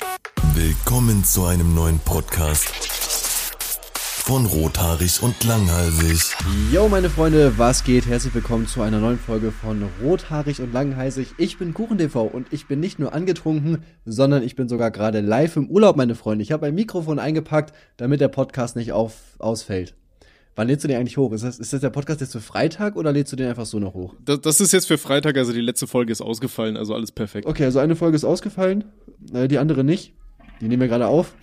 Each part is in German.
Willkommen zu einem neuen Podcast von Rothaarig und Langhalsig. Yo meine Freunde, was geht? Herzlich willkommen zu einer neuen Folge von Rothaarig und Langhalsig. Ich bin KuchenTV und ich bin nicht nur angetrunken, sondern ich bin sogar gerade live im Urlaub, meine Freunde. Ich habe ein Mikrofon eingepackt, damit der Podcast nicht ausfällt. Wann lädst du den eigentlich hoch? Ist das der Podcast jetzt für Freitag oder lädst du den einfach so noch hoch? Das ist jetzt für Freitag, also die letzte Folge ist ausgefallen, also alles perfekt. Okay, also eine Folge ist ausgefallen, die andere nicht. Die nehmen wir gerade auf.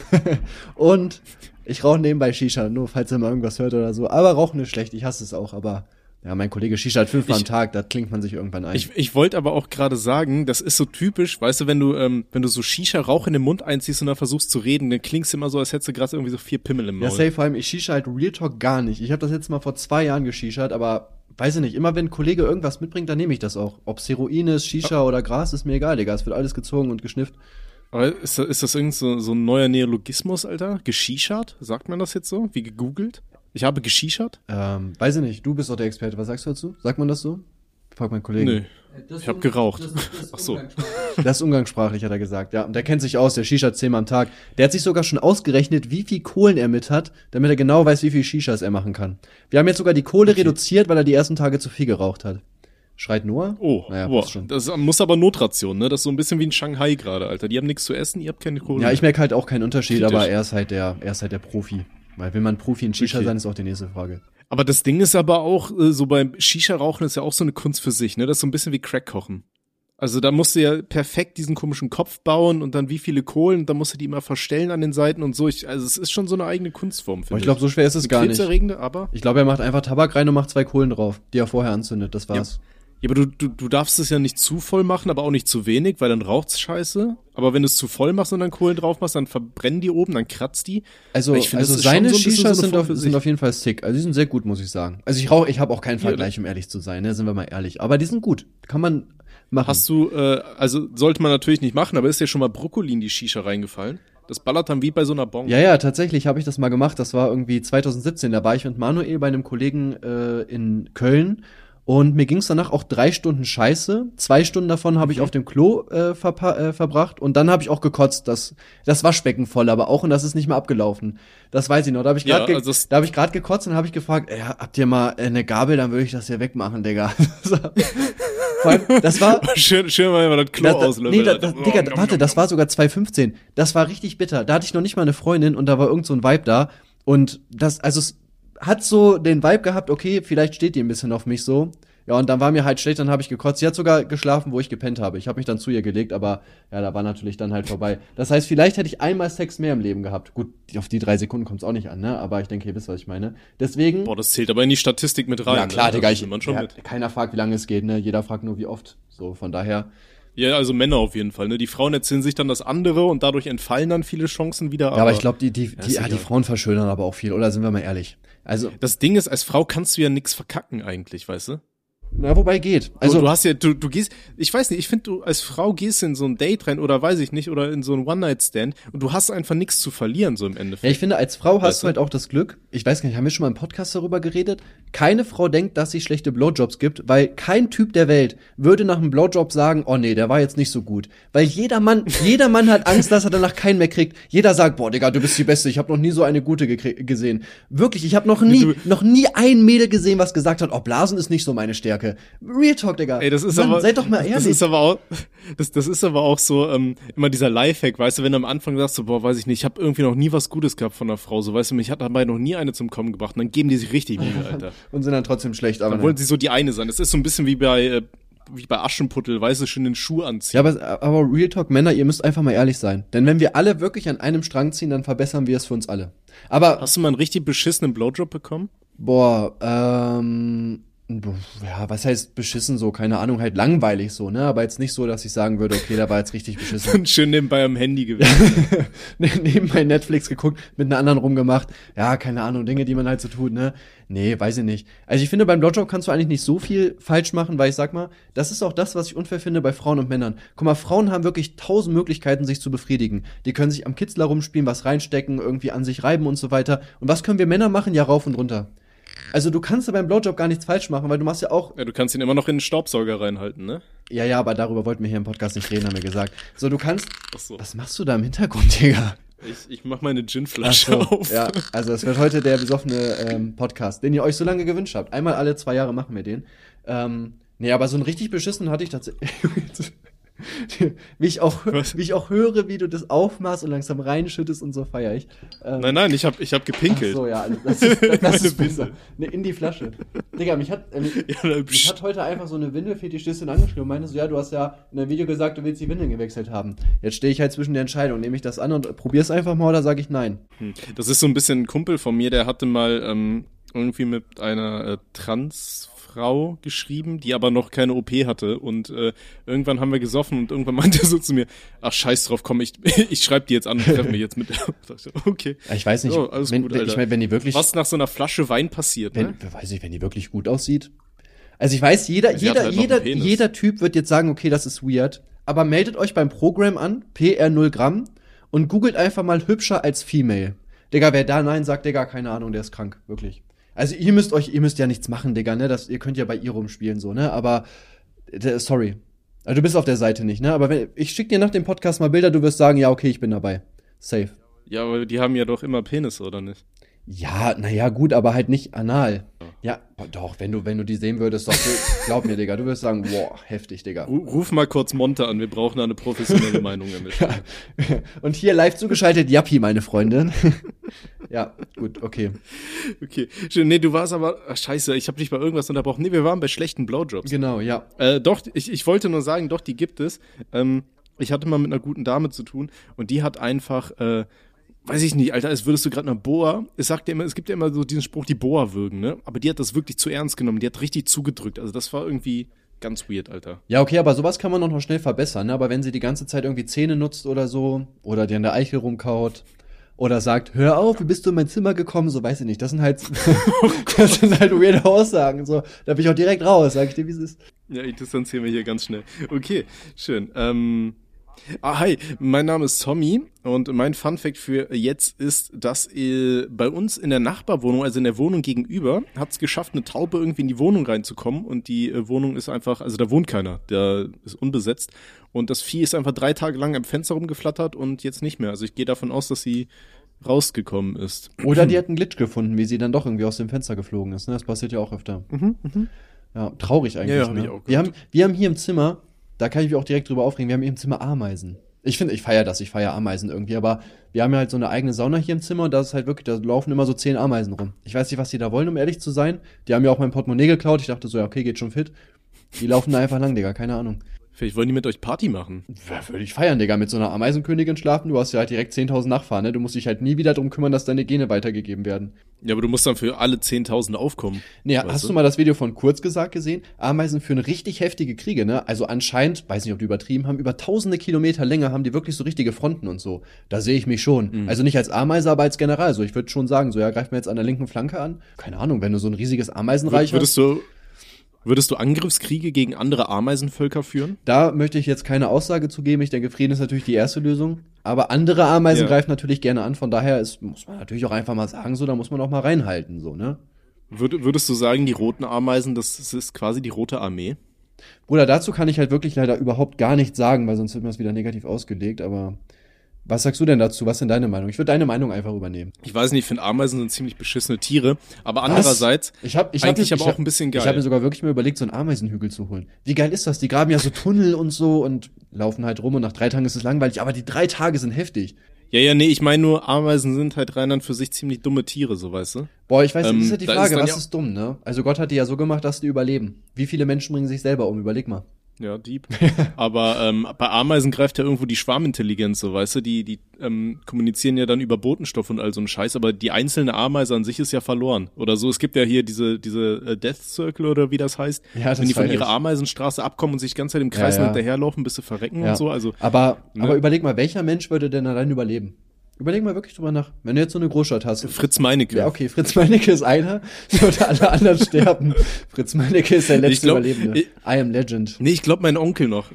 Und ich rauche nebenbei Shisha, nur falls ihr mal irgendwas hört oder so. Aber Rauchen ist schlecht, ich hasse es auch, aber ja, mein Kollege Shisha hat 5-mal am Tag, da klingt man sich irgendwann ein. Ich wollte aber auch gerade sagen, das ist so typisch, weißt du, wenn du so Shisha-Rauch in den Mund einziehst und dann versuchst zu reden, dann klingst du immer so, als hättest du gerade irgendwie so 4 Pimmel im Maul. Ja, safe, vor allem, ich Shisha halt Real Talk gar nicht. Ich habe das jetzt mal vor 2 Jahren geschishert, aber weiß ich nicht, immer wenn ein Kollege irgendwas mitbringt, dann nehme ich das auch. Ob's Heroin ist, Shisha oder Gras, ist mir egal, Digga, es wird alles gezogen und geschnifft. Aber ist das irgend so ein neuer Neologismus, Alter? Geschichert? Sagt man das jetzt so? Wie gegoogelt? Ich habe geschichert? Weiß ich nicht, du bist doch der Experte, was sagst du dazu? Sagt man das so? Frag meinen Kollegen. Nö, ich habe geraucht. Ach so. Das ist umgangssprachlich, hat er gesagt, ja. Und der kennt sich aus, der Shisha 10-mal am Tag. Der hat sich sogar schon ausgerechnet, wie viel Kohlen er mit hat, damit er genau weiß, wie viel Shishas er machen kann. Wir haben jetzt sogar die Kohle reduziert, weil er die ersten Tage zu viel geraucht hat. Schreit Noah? Oh, naja, boah, das muss aber Notration, ne? Das ist so ein bisschen wie in Shanghai gerade, Alter. Die haben nichts zu essen, ihr habt keine Kohle. Ja, ich merke halt auch keinen Unterschied, Kritisch. aber er ist halt der Profi. Weil will man Profi in Shisha sein, ist auch die nächste Frage. Aber das Ding ist aber auch, so beim Shisha-Rauchen ist ja auch so eine Kunst für sich, ne? Das ist so ein bisschen wie Crack-Kochen. Also da musst du ja perfekt diesen komischen Kopf bauen und dann wie viele Kohlen, und dann musst du die immer verstellen an den Seiten und so. Also es ist schon so eine eigene Kunstform, finde ich. Ich glaube, so schwer ist es gar nicht. Krebserregende, aber Ich glaube, er macht einfach Tabak rein und macht 2 Kohlen drauf, die er vorher anzündet, das war's. Ja, aber du darfst es ja nicht zu voll machen, aber auch nicht zu wenig, weil dann raucht's scheiße. Aber wenn du es zu voll machst und dann Kohlen drauf machst, dann verbrennen die oben, dann kratzt die. Also seine Shishas sind auf jeden Fall sick. Also die sind sehr gut, muss ich sagen. Also ich habe auch keinen Vergleich, um ehrlich zu sein, ne? Sind wir mal ehrlich. Aber die sind gut. Kann man machen. Hast du, also sollte man natürlich nicht machen, aber ist dir schon mal Brokkoli in die Shisha reingefallen? Das ballert dann wie bei so einer Bon. Ja, tatsächlich habe ich das mal gemacht. Das war irgendwie 2017. Da war ich mit Manuel bei einem Kollegen in Köln. Und mir ging's danach auch 3 Stunden scheiße. 2 Stunden davon habe ich auf dem Klo verbracht. Und dann habe ich auch gekotzt. Das Waschbecken voll, aber auch. Und das ist nicht mehr abgelaufen. Das weiß ich noch. Da habe ich gerade gekotzt und habe ich gefragt, habt ihr mal eine Gabel? Dann würde ich das hier wegmachen, Digga. Das war schön mal das Klo auslöffeln. Digga, warte, das war sogar 2015. Das war richtig bitter. Da hatte ich noch nicht mal eine Freundin und da war irgend so ein Vibe da. Und es hat so den Vibe gehabt, okay, vielleicht steht die ein bisschen auf mich so. Ja, und dann war mir halt schlecht, dann habe ich gekotzt. Sie hat sogar geschlafen, wo ich gepennt habe. Ich habe mich dann zu ihr gelegt, aber ja, da war natürlich dann halt vorbei. Das heißt, vielleicht hätte ich einmal Sex mehr im Leben gehabt. Gut, auf die 3 Sekunden kommt's auch nicht an, ne? Aber ich denke, ihr wisst, was ich meine. Deswegen. Boah, das zählt aber in die Statistik mit rein. Ja, klar, ne? Digga, keiner fragt, wie lange es geht, ne? Jeder fragt nur, wie oft. So, von daher. Ja, also Männer auf jeden Fall, ne? Die Frauen erzählen sich dann das andere und dadurch entfallen dann viele Chancen wieder. Ja, aber ich glaube, die Frauen verschönern aber auch viel, oder sind wir mal ehrlich? Also. Das Ding ist, als Frau kannst du ja nix verkacken eigentlich, weißt du? Na, wobei geht. Also du hast ja, du gehst, ich weiß nicht, ich finde, du als Frau gehst in so ein Date rein oder weiß ich nicht, oder in so ein One-Night-Stand und du hast einfach nichts zu verlieren, so im Endeffekt. Ja, ich finde, als Frau hast du halt auch das Glück, ich weiß gar nicht, haben wir schon mal im Podcast darüber geredet? Keine Frau denkt, dass sie schlechte Blowjobs gibt, weil kein Typ der Welt würde nach einem Blowjob sagen, oh nee, der war jetzt nicht so gut. Weil jeder Mann hat Angst, dass er danach keinen mehr kriegt. Jeder sagt, boah, Digga, du bist die Beste, ich habe noch nie so eine gute gesehen. Wirklich, ich habe noch nie ein Mädel gesehen, was gesagt hat, oh, Blasen ist nicht so meine Stärke. Real Talk, Digga. Ey, das ist Mann, aber, seid doch mal ehrlich. Das ist aber auch so, immer dieser Lifehack, weißt du, wenn du am Anfang sagst, so, boah, weiß ich nicht, ich habe irgendwie noch nie was Gutes gehabt von einer Frau, so, weißt du, mich hat dabei noch nie eine zum Kommen gebracht und dann geben die sich richtig Mühe, Alter. Und sind dann trotzdem schlecht, aber dann wollen sie so die eine sein. Das ist so ein bisschen wie bei Aschenputtel, weißt du, schön den Schuh anziehen. Ja, aber Real Talk, Männer, ihr müsst einfach mal ehrlich sein. Denn wenn wir alle wirklich an einem Strang ziehen, dann verbessern wir es für uns alle. Aber hast du mal einen richtig beschissenen Blowjob bekommen? Boah, ja, was heißt beschissen so? Keine Ahnung, halt langweilig so, ne? Aber jetzt nicht so, dass ich sagen würde, okay, da war jetzt richtig beschissen. Und schön nebenbei am Handy gewesen. Nebenbei Netflix geguckt, mit einer anderen rumgemacht. Ja, keine Ahnung, Dinge, die man halt so tut, ne? Nee, weiß ich nicht. Also ich finde, beim Blowjob kannst du eigentlich nicht so viel falsch machen, weil ich sag mal, das ist auch das, was ich unfair finde bei Frauen und Männern. Guck mal, Frauen haben wirklich 1000 Möglichkeiten, sich zu befriedigen. Die können sich am Kitzler rumspielen, was reinstecken, irgendwie an sich reiben und so weiter. Und was können wir Männer machen? Ja, rauf und runter. Also du kannst ja beim Blowjob gar nichts falsch machen, weil du machst ja auch... Ja, du kannst ihn immer noch in den Staubsauger reinhalten, ne? Ja, aber darüber wollten wir hier im Podcast nicht reden, haben wir gesagt. So, du kannst. Ach so. Was machst du da im Hintergrund, Digga? Ich mach meine Ginflasche auf. Ja, also es wird heute der besoffene Podcast, den ihr euch so lange gewünscht habt. Einmal alle 2 Jahre machen wir den. Nee, aber so einen richtig beschissenen hatte ich tatsächlich. wie ich auch höre, wie du das aufmachst und langsam reinschüttest und so feier ich. Nein, ich hab gepinkelt. Ach so, ja, also das ist besser. Ne, in die Flasche. Digga, mich hat heute einfach so eine Windelfetischistin angeschrieben und meinte so, ja, du hast ja in einem Video gesagt, du willst die Windeln gewechselt haben. Jetzt stehe ich halt zwischen der Entscheidung, nehme ich das an und probier's einfach mal oder sage ich nein? Das ist so ein bisschen ein Kumpel von mir, der hatte mal irgendwie mit einer Transfrau geschrieben, die aber noch keine OP hatte und irgendwann haben wir gesoffen und irgendwann meinte er so zu mir, ach scheiß drauf, komm, ich schreib die jetzt an und treffe mich jetzt mit der. Okay. Ich weiß nicht, alles gut, Alter. Ich meine, wenn die wirklich... Was nach so einer Flasche Wein passiert, ne? Weiß ich, wenn die wirklich gut aussieht. Also ich weiß, jeder Typ wird jetzt sagen, okay, das ist weird, aber meldet euch beim Programm an, PR 0 Gramm, und googelt einfach mal hübscher als Female. Digga, wer da nein sagt, Digga, keine Ahnung, der ist krank, wirklich. Also ihr müsst ja nichts machen, Digga, ne? Ihr könnt ja bei ihr rumspielen, so, ne? Aber, sorry. Also du bist auf der Seite nicht, ne? Aber ich schick dir nach dem Podcast mal Bilder, du wirst sagen, ja, okay, ich bin dabei. Safe. Ja, aber die haben ja doch immer Penisse, oder nicht? Ja, naja, gut, aber halt nicht anal. Ja, doch, wenn du die sehen würdest, doch, glaub mir, Digga, du wirst sagen, boah, heftig, Digga. Ruf mal kurz Monte an, wir brauchen da eine professionelle Meinung an der Stelle. Ja. Und hier live zugeschaltet, Jappi, meine Freundin. Ja, gut, okay. Okay, schön, nee, du warst aber, scheiße, ich habe dich bei irgendwas unterbrochen. Nee, wir waren bei schlechten Blowjobs. Genau, ja. Doch, ich wollte nur sagen, doch, die gibt es. Ich hatte mal mit einer guten Dame zu tun und die hat einfach, weiß ich nicht, Alter, als würdest du gerade einer Boa, es gibt ja immer so diesen Spruch, die Boa würgen, ne? Aber die hat das wirklich zu ernst genommen, die hat richtig zugedrückt, also das war irgendwie ganz weird, Alter. Ja, okay, aber sowas kann man noch schnell verbessern, ne? Aber wenn sie die ganze Zeit irgendwie Zähne nutzt oder so, oder dir an der Eichel rumkaut, oder sagt, hör auf, wie bist du in mein Zimmer gekommen, so, weiß ich nicht, das sind halt weirde Aussagen, so, da bin ich auch direkt raus, sag ich dir, wie es ist. Ja, ich distanziere mich hier ganz schnell. Okay, schön, hi, mein Name ist Tommy und mein Funfact für jetzt ist, dass bei uns in der Nachbarwohnung, also in der Wohnung gegenüber, hat es geschafft, eine Taube irgendwie in die Wohnung reinzukommen und die Wohnung ist einfach, also da wohnt keiner, der ist unbesetzt und das Vieh ist einfach 3 Tage lang am Fenster rumgeflattert und jetzt nicht mehr. Also ich gehe davon aus, dass sie rausgekommen ist. Oder die hat einen Glitch gefunden, wie sie dann doch irgendwie aus dem Fenster geflogen ist, ne? Das passiert ja auch öfter. Ja, traurig eigentlich, ja, ne? ich auch wir haben hier im Zimmer, da kann ich mich auch direkt drüber aufregen, wir haben hier im Zimmer Ameisen. Ich feiere Ameisen irgendwie, aber wir haben ja halt so eine eigene Sauna hier im Zimmer und das ist halt wirklich, da laufen immer so 10 Ameisen rum. Ich weiß nicht, was die da wollen, um ehrlich zu sein. Die haben ja auch mein Portemonnaie geklaut, ich dachte so, ja, okay, geht schon fit. Die laufen da einfach lang, Digga, keine Ahnung. Vielleicht wollen die mit euch Party machen. Würde ich feiern, Digga, mit so einer Ameisenkönigin schlafen, du hast ja halt direkt 10.000 Nachfahren, ne? Du musst dich halt nie wieder drum kümmern, dass deine Gene weitergegeben werden. Ja, aber du musst dann für alle 10.000 aufkommen. Nee, hast du mal das Video von Kurzgesagt gesehen? Ameisen führen richtig heftige Kriege, ne? Also anscheinend, weiß nicht, ob die übertrieben haben, über tausende Kilometer Länge haben die wirklich so richtige Fronten und so. Da sehe ich mich schon. Also nicht als Ameise, aber als General. So, ich würde schon sagen, so, ja, greif mir jetzt an der linken Flanke an. Keine Ahnung, wenn du so ein riesiges Ameisenreich hast. Würdest du Angriffskriege gegen andere Ameisenvölker führen? Da möchte ich jetzt keine Aussage zu geben. Ich denke, Frieden ist natürlich die erste Lösung. Aber andere Ameisen greifen natürlich gerne an. Von daher muss man natürlich auch einfach mal sagen, so, da muss man auch mal reinhalten, so, ne? Würdest du sagen, die roten Ameisen, das ist quasi die Rote Armee? Bruder, dazu kann ich halt wirklich leider überhaupt gar nichts sagen, weil sonst wird mir das wieder negativ ausgelegt, aber was sagst du denn dazu? Was ist denn deine Meinung? Ich würde deine Meinung einfach übernehmen. Ich weiß nicht, ich finde Ameisen sind ziemlich beschissene Tiere, aber andererseits eigentlich aber auch ein bisschen geil. Ich habe mir sogar wirklich mal überlegt, so einen Ameisenhügel zu holen. Wie geil ist das? Die graben ja so Tunnel und so und laufen halt rum und nach 3 Tagen ist es langweilig, aber die 3 Tage sind heftig. Ja, nee, ich meine nur, Ameisen sind halt rein an für sich ziemlich dumme Tiere, so, weißt du? Boah, ich weiß nicht, das ist halt die Frage, was ist dumm, ne? Also Gott hat die ja so gemacht, dass die überleben. Wie viele Menschen bringen sich selber um? Überleg mal. Ja, Dieb. Aber bei Ameisen greift ja irgendwo die Schwarmintelligenz, so, weißt du, die kommunizieren ja dann über Botenstoff und all so ein Scheiß, aber die einzelne Ameise an sich ist ja verloren. Oder so, es gibt ja hier diese Death Circle oder wie das heißt, ja, das wenn die von ihrer Ameisenstraße abkommen und sich die ganze Zeit im Kreis hinterherlaufen, bis sie verrecken und so, also. Aber überleg mal, welcher Mensch würde denn allein überleben? Überleg mal wirklich drüber nach. Wenn du jetzt so eine Großstadt hast. Fritz Meinecke. Ja, okay, Fritz Meinecke ist einer, oder alle anderen sterben. Fritz Meinecke ist der letzte Überlebende. I am Legend. Nee, ich glaube, mein Onkel noch.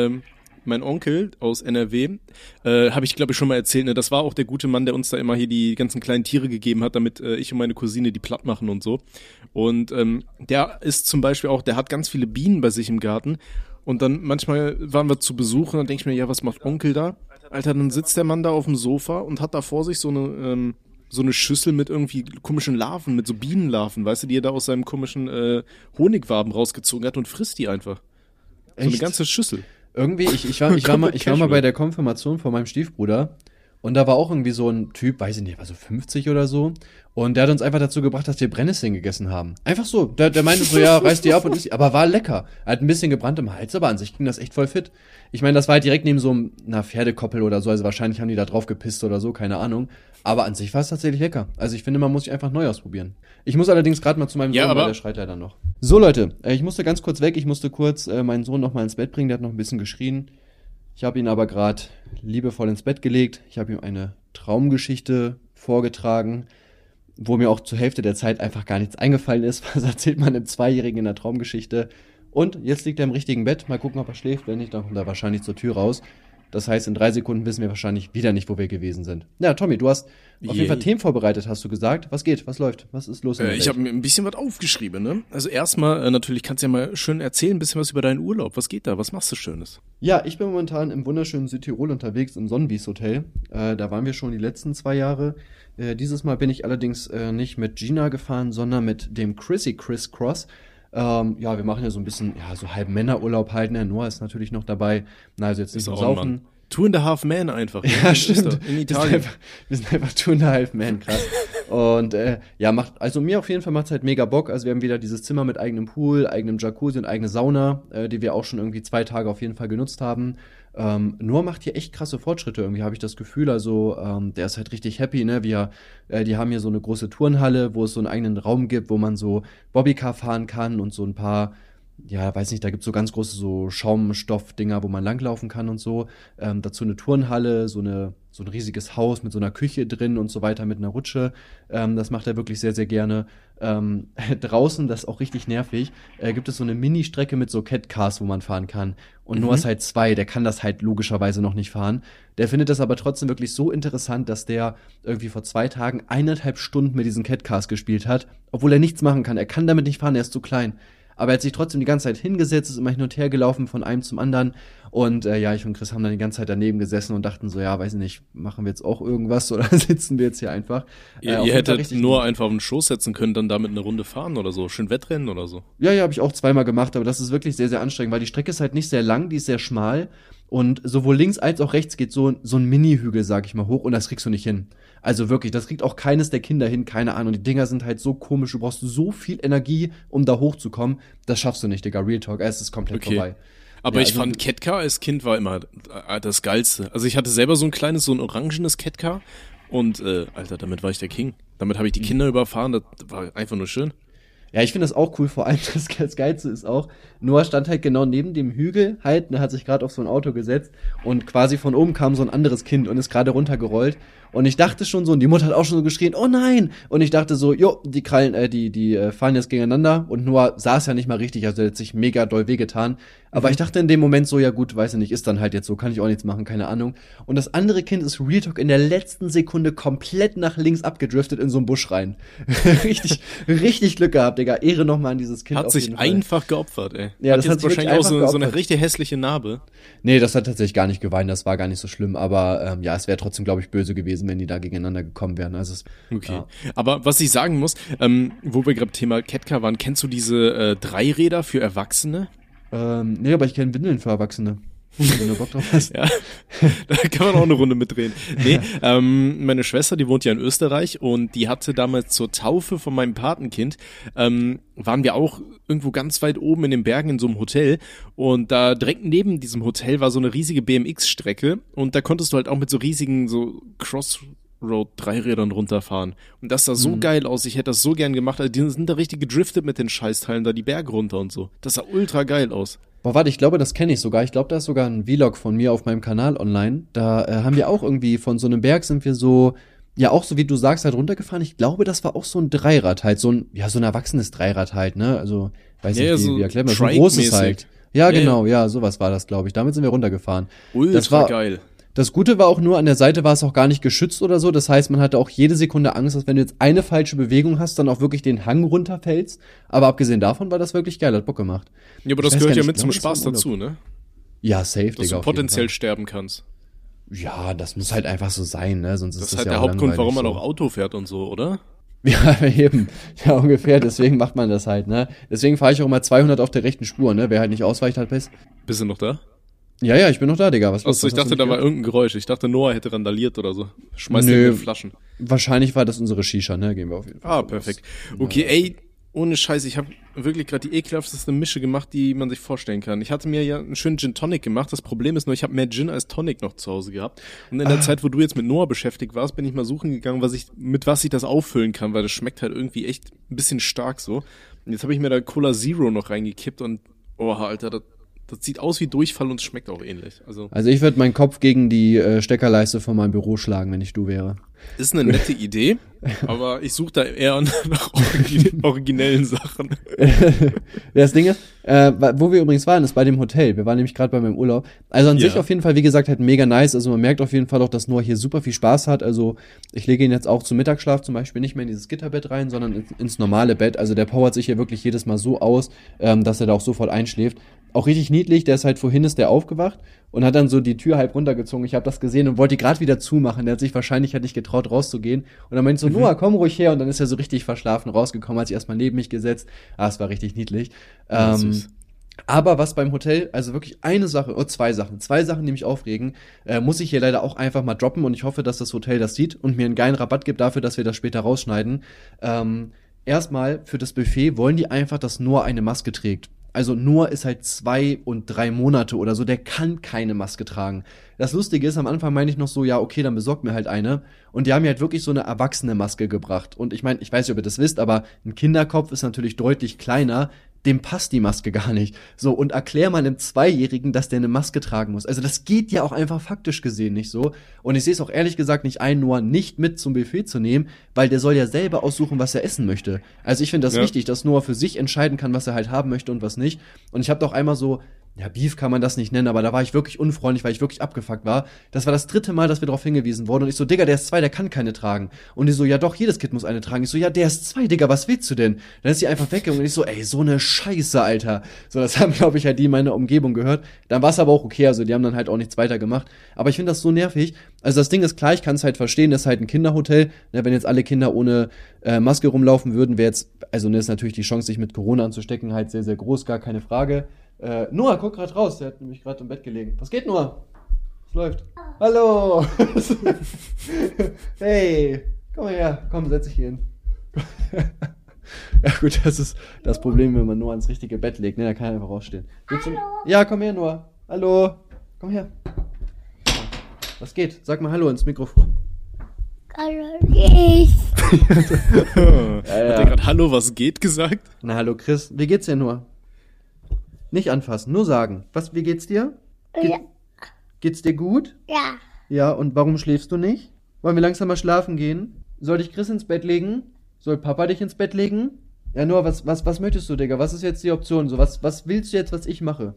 Mein Onkel aus NRW, habe ich glaube ich schon mal erzählt, ne? Das war auch der gute Mann, der uns da immer hier die ganzen kleinen Tiere gegeben hat, damit ich und meine Cousine die platt machen und so. Und der ist zum Beispiel auch, der hat ganz viele Bienen bei sich im Garten. Und dann manchmal waren wir zu Besuch und dann denke ich mir, ja, was macht Onkel da? Alter, dann sitzt der Mann da auf dem Sofa und hat da vor sich so eine Schüssel mit irgendwie komischen Larven, mit so Bienenlarven, weißt du, die er da aus seinem komischen Honigwaben rausgezogen hat und frisst die einfach. Echt? So eine ganze Schüssel. Irgendwie, ich war mal bei der Konfirmation von meinem Stiefbruder und da war auch irgendwie so ein Typ, weiß ich nicht, war so 50 oder so. Und der hat uns einfach dazu gebracht, dass wir Brennnesseln gegessen haben. Einfach so. Der meinte so, ja, reiß die ab und isst die. Aber war lecker. Er hat ein bisschen gebrannt im Hals, aber an sich ging das echt voll fit. Ich meine, das war halt direkt neben so einer Pferdekoppel oder so. Also wahrscheinlich haben die da drauf gepisst oder so, keine Ahnung. Aber an sich war es tatsächlich lecker. Also ich finde, man muss sich einfach neu ausprobieren. Ich muss allerdings gerade mal zu meinem Sohn, weil der schreit leider noch. So Leute, ich musste ganz kurz weg. Ich musste kurz meinen Sohn noch mal ins Bett bringen. Der hat noch ein bisschen geschrien. Ich habe ihn aber gerade liebevoll ins Bett gelegt. Ich habe ihm eine Traumgeschichte vorgetragen, wo mir auch zur Hälfte der Zeit einfach gar nichts eingefallen ist. Was erzählt man einem Zweijährigen in der Traumgeschichte? Und jetzt liegt er im richtigen Bett. Mal gucken, ob er schläft. Wenn nicht, dann kommt er wahrscheinlich zur Tür raus. Das heißt, in 3 Sekunden wissen wir wahrscheinlich wieder nicht, wo wir gewesen sind. Ja, Tommy, du hast auf jeden Fall Themen vorbereitet, hast du gesagt. Was geht? Was läuft? Was ist los in der Welt? Ich habe mir ein bisschen was aufgeschrieben, ne? Also erstmal, natürlich kannst du ja mal schön erzählen, ein bisschen was über deinen Urlaub. Was geht da? Was machst du Schönes? Ja, ich bin momentan im wunderschönen Südtirol unterwegs, im Sonnenwies Hotel. Da waren wir schon die letzten 2 Jahre. Dieses Mal bin ich allerdings nicht mit Gina gefahren, sondern mit dem Chrissy Criss Cross. Ja, wir machen ja so ein bisschen, ja, so halb Männerurlaub halt, ne? Noah ist natürlich noch dabei. Na, also jetzt nicht so saufen. Two and a Half Man einfach. Ja, stimmt. In Italien. Wir sind einfach Two and a Half Man, krass. Und ja, also mir auf jeden Fall macht's halt mega Bock. Also wir haben wieder dieses Zimmer mit eigenem Pool, eigenem Jacuzzi und eigene Sauna, die wir auch schon irgendwie 2 Tage auf jeden Fall genutzt haben. Noah macht hier echt krasse Fortschritte, irgendwie habe ich das Gefühl. Also der ist halt richtig happy, ne? Die haben hier so eine große Turnhalle, wo es so einen eigenen Raum gibt, wo man so Bobbycar fahren kann und so ein paar, ja, weiß nicht, da gibt's so ganz große so Schaumstoffdinger, wo man langlaufen kann und so. Dazu eine Turnhalle, so ein riesiges Haus mit so einer Küche drin und so weiter mit einer Rutsche. Das macht er wirklich sehr, sehr gerne. Draußen, das ist auch richtig nervig, gibt es so eine Mini-Strecke mit so Catcars, wo man fahren kann. Und Noah ist halt 2, der kann das halt logischerweise noch nicht fahren. Der findet das aber trotzdem wirklich so interessant, dass der irgendwie vor 2 Tagen 1,5 Stunden mit diesen Catcars gespielt hat, obwohl er nichts machen kann. Er kann damit nicht fahren, er ist zu klein. Aber er hat sich trotzdem die ganze Zeit hingesetzt, ist immer hin und her gelaufen von einem zum anderen. Und ja, ich und Chris haben dann die ganze Zeit daneben gesessen und dachten so, ja, weiß ich nicht, machen wir jetzt auch irgendwas oder sitzen wir jetzt hier einfach? Ihr hättet nur einfach auf den Schoß setzen können, dann damit eine Runde fahren oder so, schön Wettrennen oder so. Ja, habe ich auch 2-mal gemacht, aber das ist wirklich sehr, sehr anstrengend, weil die Strecke ist halt nicht sehr lang, die ist sehr schmal. Und sowohl links als auch rechts geht so ein Mini-Hügel, sag ich mal, hoch und das kriegst du nicht hin. Also wirklich, das kriegt auch keines der Kinder hin, keine Ahnung. Die Dinger sind halt so komisch, du brauchst so viel Energie, um da hochzukommen. Das schaffst du nicht, Digga, Real Talk, es ist komplett vorbei. Aber ja, ich fand Catcar als Kind war immer das Geilste. Also ich hatte selber so ein orangenes Catcar und Alter, damit war ich der King. Damit habe ich die Kinder überfahren, das war einfach nur schön. Ja, ich finde das auch cool, vor allem das Geilste ist auch, Noah stand halt genau neben dem Hügel halt, hat sich gerade auf so ein Auto gesetzt und quasi von oben kam so ein anderes Kind und ist gerade runtergerollt und ich dachte schon so, und die Mutter hat auch schon so geschrien, oh nein, und ich dachte so, jo, die Krallen, die fahren jetzt gegeneinander und Noah saß ja nicht mal richtig, also er hat sich mega doll wehgetan, aber ich dachte in dem Moment so, ja gut, weiß ich nicht, ist dann halt jetzt so, kann ich auch nichts machen, keine Ahnung. Und das andere Kind ist Real Talk in der letzten Sekunde komplett nach links abgedriftet in so einen Busch rein. richtig Glück gehabt, Digga. Ehre nochmal an dieses Kind. Hat sich einfach geopfert, ey. Ja, das hat wahrscheinlich auch so eine richtig hässliche Narbe. Nee, das hat tatsächlich gar nicht geweint, das war gar nicht so schlimm, aber ja, es wäre trotzdem, glaube ich, böse gewesen, wenn die da gegeneinander gekommen wären. Also okay. Ja. Aber was ich sagen muss, wo wir gerade Thema Catcar waren, kennst du diese Dreiräder für Erwachsene? Nee, aber ich kenne Windeln für Erwachsene. Wenn du Bock drauf hast. Ja, da kann man auch eine Runde mitdrehen. Nee, meine Schwester, die wohnt ja in Österreich und die hatte damals zur Taufe von meinem Patenkind, waren wir auch irgendwo ganz weit oben in den Bergen in so einem Hotel und da direkt neben diesem Hotel war so eine riesige BMX-Strecke und da konntest du halt auch mit so riesigen so Crossroad-Dreirädern runterfahren. Und das sah so geil aus, ich hätte das so gern gemacht. Also die sind da richtig gedriftet mit den Scheißteilen, da die Berge runter und so. Das sah ultra geil aus. Boah, warte, ich glaube, das kenne ich sogar. Ich glaube, da ist sogar ein Vlog von mir auf meinem Kanal online. Da haben wir auch irgendwie von so einem Berg sind wir so, ja auch so wie du sagst, halt runtergefahren. Ich glaube, das war auch so ein Dreirad halt, so ein erwachsenes Dreirad halt, ne? Also, weiß nicht, wie erklärt man das? So ein großes halt. Ja, genau, ja, sowas war das, glaube ich. Damit sind wir runtergefahren. Ultra das war geil. Das Gute war auch nur, an der Seite war es auch gar nicht geschützt oder so. Das heißt, man hatte auch jede Sekunde Angst, dass wenn du jetzt eine falsche Bewegung hast, dann auch wirklich den Hang runterfällst. Aber abgesehen davon war das wirklich geil, hat Bock gemacht. Ja, aber das gehört ja mit zum Spaß dazu, ne? Ja, safe, Dass Digga. du potenziell sterben kannst. Ja, das muss halt einfach so sein, ne? Sonst ist Das das ist halt ja der auch Hauptgrund, warum man langweilig auch Auto fährt und so, oder? Ja, eben. Ja, ungefähr. Deswegen macht man das halt, ne? Deswegen fahre ich auch immer 200 auf der rechten Spur, ne? Wer halt nicht ausweicht, halt Pest. Bist du noch da? Ja, ich bin noch da, Digga. Was Achso, ich dachte, da war irgendein Geräusch. Ich dachte, Noah hätte randaliert oder so. Schmeißt Nö. den mit Flaschen. Wahrscheinlich war das unsere Shisha, ne? Gehen wir auf jeden Fall. Ah, perfekt. Okay, ey, ohne Scheiß, ich habe wirklich gerade die ekelhafteste Mische gemacht, die man sich vorstellen kann. Ich hatte mir ja einen schönen Gin Tonic gemacht. Das Problem ist nur, ich habe mehr Gin als Tonic noch zu Hause gehabt. Und in der Zeit, wo du jetzt mit Noah beschäftigt warst, bin ich mal suchen gegangen, mit was ich das auffüllen kann, weil das schmeckt halt irgendwie echt ein bisschen stark so. Und jetzt habe ich mir da Cola Zero noch reingekippt und, oh, Alter, das sieht aus wie Durchfall und es schmeckt auch ähnlich. Also ich würde meinen Kopf gegen die Steckerleiste von meinem Büro schlagen, wenn ich du wäre. Ist eine nette Idee, aber ich suche da eher nach originellen Sachen. Das Ding ist, wo wir übrigens waren, ist bei dem Hotel. Wir waren nämlich gerade bei meinem Urlaub. Also an sich auf jeden Fall, wie gesagt, halt mega nice. Also man merkt auf jeden Fall auch, dass Noah hier super viel Spaß hat. Also ich lege ihn jetzt auch zum Mittagsschlaf zum Beispiel nicht mehr in dieses Gitterbett rein, sondern ins normale Bett. Also der powert sich hier wirklich jedes Mal so aus, dass er da auch sofort einschläft. Auch richtig niedlich, der ist halt vorhin ist der aufgewacht und hat dann so die Tür halb runtergezogen. Ich habe das gesehen und wollte die gerade wieder zumachen. Der hat sich wahrscheinlich halt nicht getraut rauszugehen. Und dann meinte so, Noah, komm ruhig her. Und dann ist er so richtig verschlafen rausgekommen, hat sich erstmal neben mich gesetzt. Es war richtig niedlich. Aber was beim Hotel, also wirklich zwei Sachen, die mich aufregen, muss ich hier leider auch einfach mal droppen und ich hoffe, dass das Hotel das sieht und mir einen geilen Rabatt gibt dafür, dass wir das später rausschneiden. Erstmal, für das Buffet wollen die einfach, dass Noah eine Maske trägt. Also Noah ist halt 2 und 3 Monate oder so, der kann keine Maske tragen. Das Lustige ist, am Anfang meine ich noch so, ja, okay, dann besorgt mir halt eine. Und die haben mir halt wirklich so eine erwachsene Maske gebracht. Und ich meine, ich weiß nicht, ob ihr das wisst, aber ein Kinderkopf ist natürlich deutlich kleiner. Dem passt die Maske gar nicht. So, und erklär mal einem Zweijährigen, dass der eine Maske tragen muss. Also das geht ja auch einfach faktisch gesehen nicht so. Und ich sehe es auch ehrlich gesagt nicht ein, Noah nicht mit zum Buffet zu nehmen, weil der soll ja selber aussuchen, was er essen möchte. Also ich finde das wichtig, dass Noah für sich entscheiden kann, was er halt haben möchte und was nicht. Und ich habe doch einmal so, ja, Beef kann man das nicht nennen, aber da war ich wirklich unfreundlich, weil ich wirklich abgefuckt war. Das war das 3. Mal, dass wir darauf hingewiesen wurden. Und ich so, Digga, der ist 2, der kann keine tragen. Und die so, ja doch, jedes Kind muss eine tragen. Ich so, ja, der ist 2, Digga, was willst du denn? Dann ist sie einfach weggegangen und ich so, ey, so eine Scheiße, Alter. So, das haben, glaube ich, halt die in meiner Umgebung gehört. Dann war es aber auch okay, also die haben dann halt auch nichts weiter gemacht. Aber ich finde das so nervig. Also das Ding ist klar, ich kann es halt verstehen, das ist halt ein Kinderhotel. Ne, wenn jetzt alle Kinder ohne Maske rumlaufen würden, wäre jetzt, also ne, ist natürlich die Chance, sich mit Corona anzustecken, halt sehr, sehr groß, gar keine Frage. Noah, guck grad raus, der hat nämlich gerade im Bett gelegen. Was geht, Noah? Was läuft? Hallo! Hey, komm mal her, komm, setz dich hier hin. Ja gut, das ist das Problem, wenn man Noah ins richtige Bett legt, ne, da kann er einfach rausstehen. Hallo. Ja, komm her, Noah. Hallo. Komm her. Was geht? Sag mal Hallo ins Mikrofon. Hallo, ich. Hat der gerade Hallo, was geht gesagt? Na, hallo Chris. Wie geht's dir, Noah? Nicht anfassen, nur sagen. Wie geht's dir? Ja. Geht's dir gut? Ja. Ja, und warum schläfst du nicht? Wollen wir langsam mal schlafen gehen? Soll dich Chris ins Bett legen? Soll Papa dich ins Bett legen? Ja, Noah, was möchtest du, Digga? Was ist jetzt die Option? So, was willst du jetzt, was ich mache?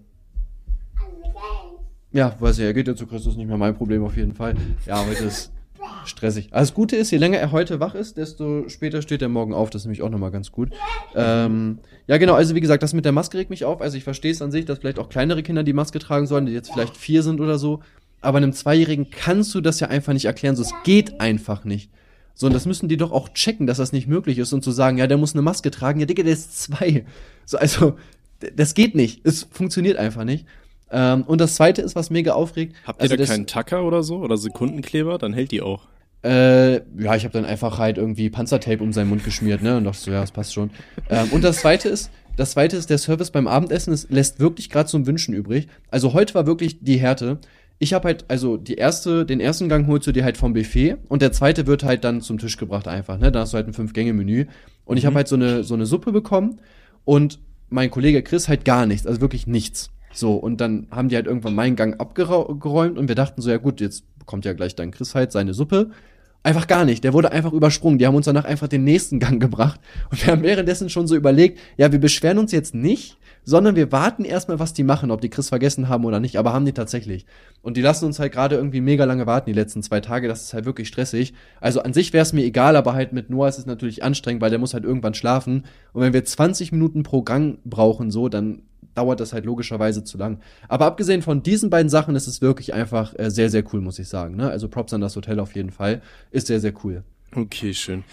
Ja, weiß ich, er geht ja zu Chris, das ist nicht mehr mein Problem auf jeden Fall. Ja, heute ist stressig. Aber das Gute ist, je länger er heute wach ist, desto später steht er morgen auf. Das ist nämlich auch nochmal ganz gut. Ja, genau, also wie gesagt, das mit der Maske regt mich auf. Also ich verstehe es an sich, dass vielleicht auch kleinere Kinder die Maske tragen sollen, die jetzt vielleicht 4 sind oder so. Aber einem 2-Jährigen kannst du das ja einfach nicht erklären. So, es geht einfach nicht. So, und das müssen die doch auch checken, dass das nicht möglich ist und zu sagen, ja, der muss eine Maske tragen. Ja, Digga, der ist 2. So, also, das geht nicht. Es funktioniert einfach nicht. Und das Zweite ist, was mega aufregt. Habt ihr da keinen Tacker oder so? Oder Sekundenkleber? Dann hält die auch. Ja, ich habe dann einfach halt irgendwie Panzertape um seinen Mund geschmiert, ne? Und dachte so, ja, das passt schon. Und das Zweite ist, der Service beim Abendessen, es lässt wirklich gerade zum Wünschen übrig. Also heute war wirklich die Härte. Ich habe halt, also den ersten Gang holst du dir halt vom Buffet und der zweite wird halt dann zum Tisch gebracht einfach, ne? Da hast du halt ein 5-Gänge-Menü. Und ich habe halt so eine Suppe bekommen und mein Kollege Chris halt gar nichts, also wirklich nichts. So, und dann haben die halt irgendwann meinen Gang abgeräumt und wir dachten so, ja gut, jetzt bekommt ja gleich dann Chris halt seine Suppe. Einfach gar nicht. Der wurde einfach übersprungen. Die haben uns danach einfach den nächsten Gang gebracht. Und wir haben währenddessen schon so überlegt, ja, wir beschweren uns jetzt nicht, sondern wir warten erstmal, was die machen, ob die Chris vergessen haben oder nicht. Aber haben die tatsächlich. Und die lassen uns halt gerade irgendwie mega lange warten, die letzten 2 Tage. Das ist halt wirklich stressig. Also an sich wäre es mir egal, aber halt mit Noah ist es natürlich anstrengend, weil der muss halt irgendwann schlafen. Und wenn wir 20 Minuten pro Gang brauchen, so, dann dauert das halt logischerweise zu lang. Aber abgesehen von diesen beiden Sachen ist es wirklich einfach sehr, sehr cool, muss ich sagen. Ne? Also Props an das Hotel auf jeden Fall. Ist sehr, sehr cool. Okay, schön.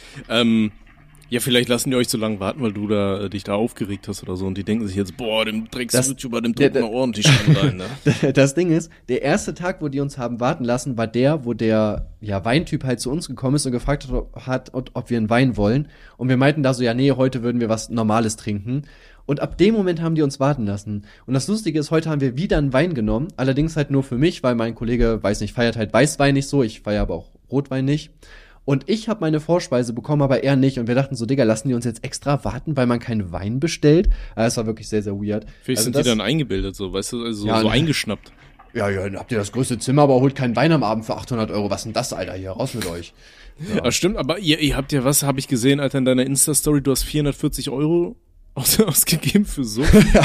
Ja, vielleicht lassen die euch so lange warten, weil du dich da aufgeregt hast oder so und die denken sich jetzt, boah, dem Drecks-YouTuber, dem drücken wir ordentlich Schande rein, ne? Das Ding ist, der erste Tag, wo die uns haben warten lassen, war der, wo der Weintyp halt zu uns gekommen ist und gefragt hat, ob wir einen Wein wollen. Und wir meinten da so, ja, nee, heute würden wir was Normales trinken. Und ab dem Moment haben die uns warten lassen. Und das Lustige ist, heute haben wir wieder einen Wein genommen. Allerdings halt nur für mich, weil mein Kollege, weiß nicht, feiert halt Weißwein nicht so. Ich feiere aber auch Rotwein nicht. Und ich habe meine Vorspeise bekommen, aber er nicht. Und wir dachten so, Digga, lassen die uns jetzt extra warten, weil man keinen Wein bestellt? Das war wirklich sehr, sehr weird. Vielleicht sind die dann eingebildet, so, weißt du, also ja, so eingeschnappt. Ja, habt ihr das größte Zimmer, aber holt keinen Wein am Abend für 800 €. Was denn das, Alter, hier, raus mit euch. Ja, stimmt, aber ihr habt ja, was habe ich gesehen, Alter, in deiner Insta-Story, du hast 440 € ausgegeben für so.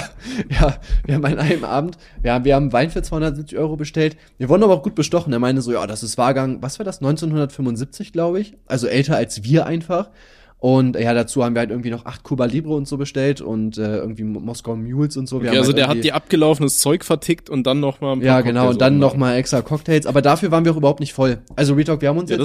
ja, wir haben an einem Abend, wir haben Wein für 270 € bestellt. Wir wurden aber auch gut bestochen. Er meinte so, ja, das ist Wahlgang, was war das, 1975, glaube ich. Also älter als wir einfach. Und ja, dazu haben wir halt irgendwie noch 8 Cuba Libre und so bestellt und irgendwie Moskau Mules und so. Okay, also der hat die abgelaufenes Zeug vertickt und dann noch mal ein paar Ja, genau, und dann noch mal extra Cocktails. Aber dafür waren wir auch überhaupt nicht voll. Also Retalk, wir haben uns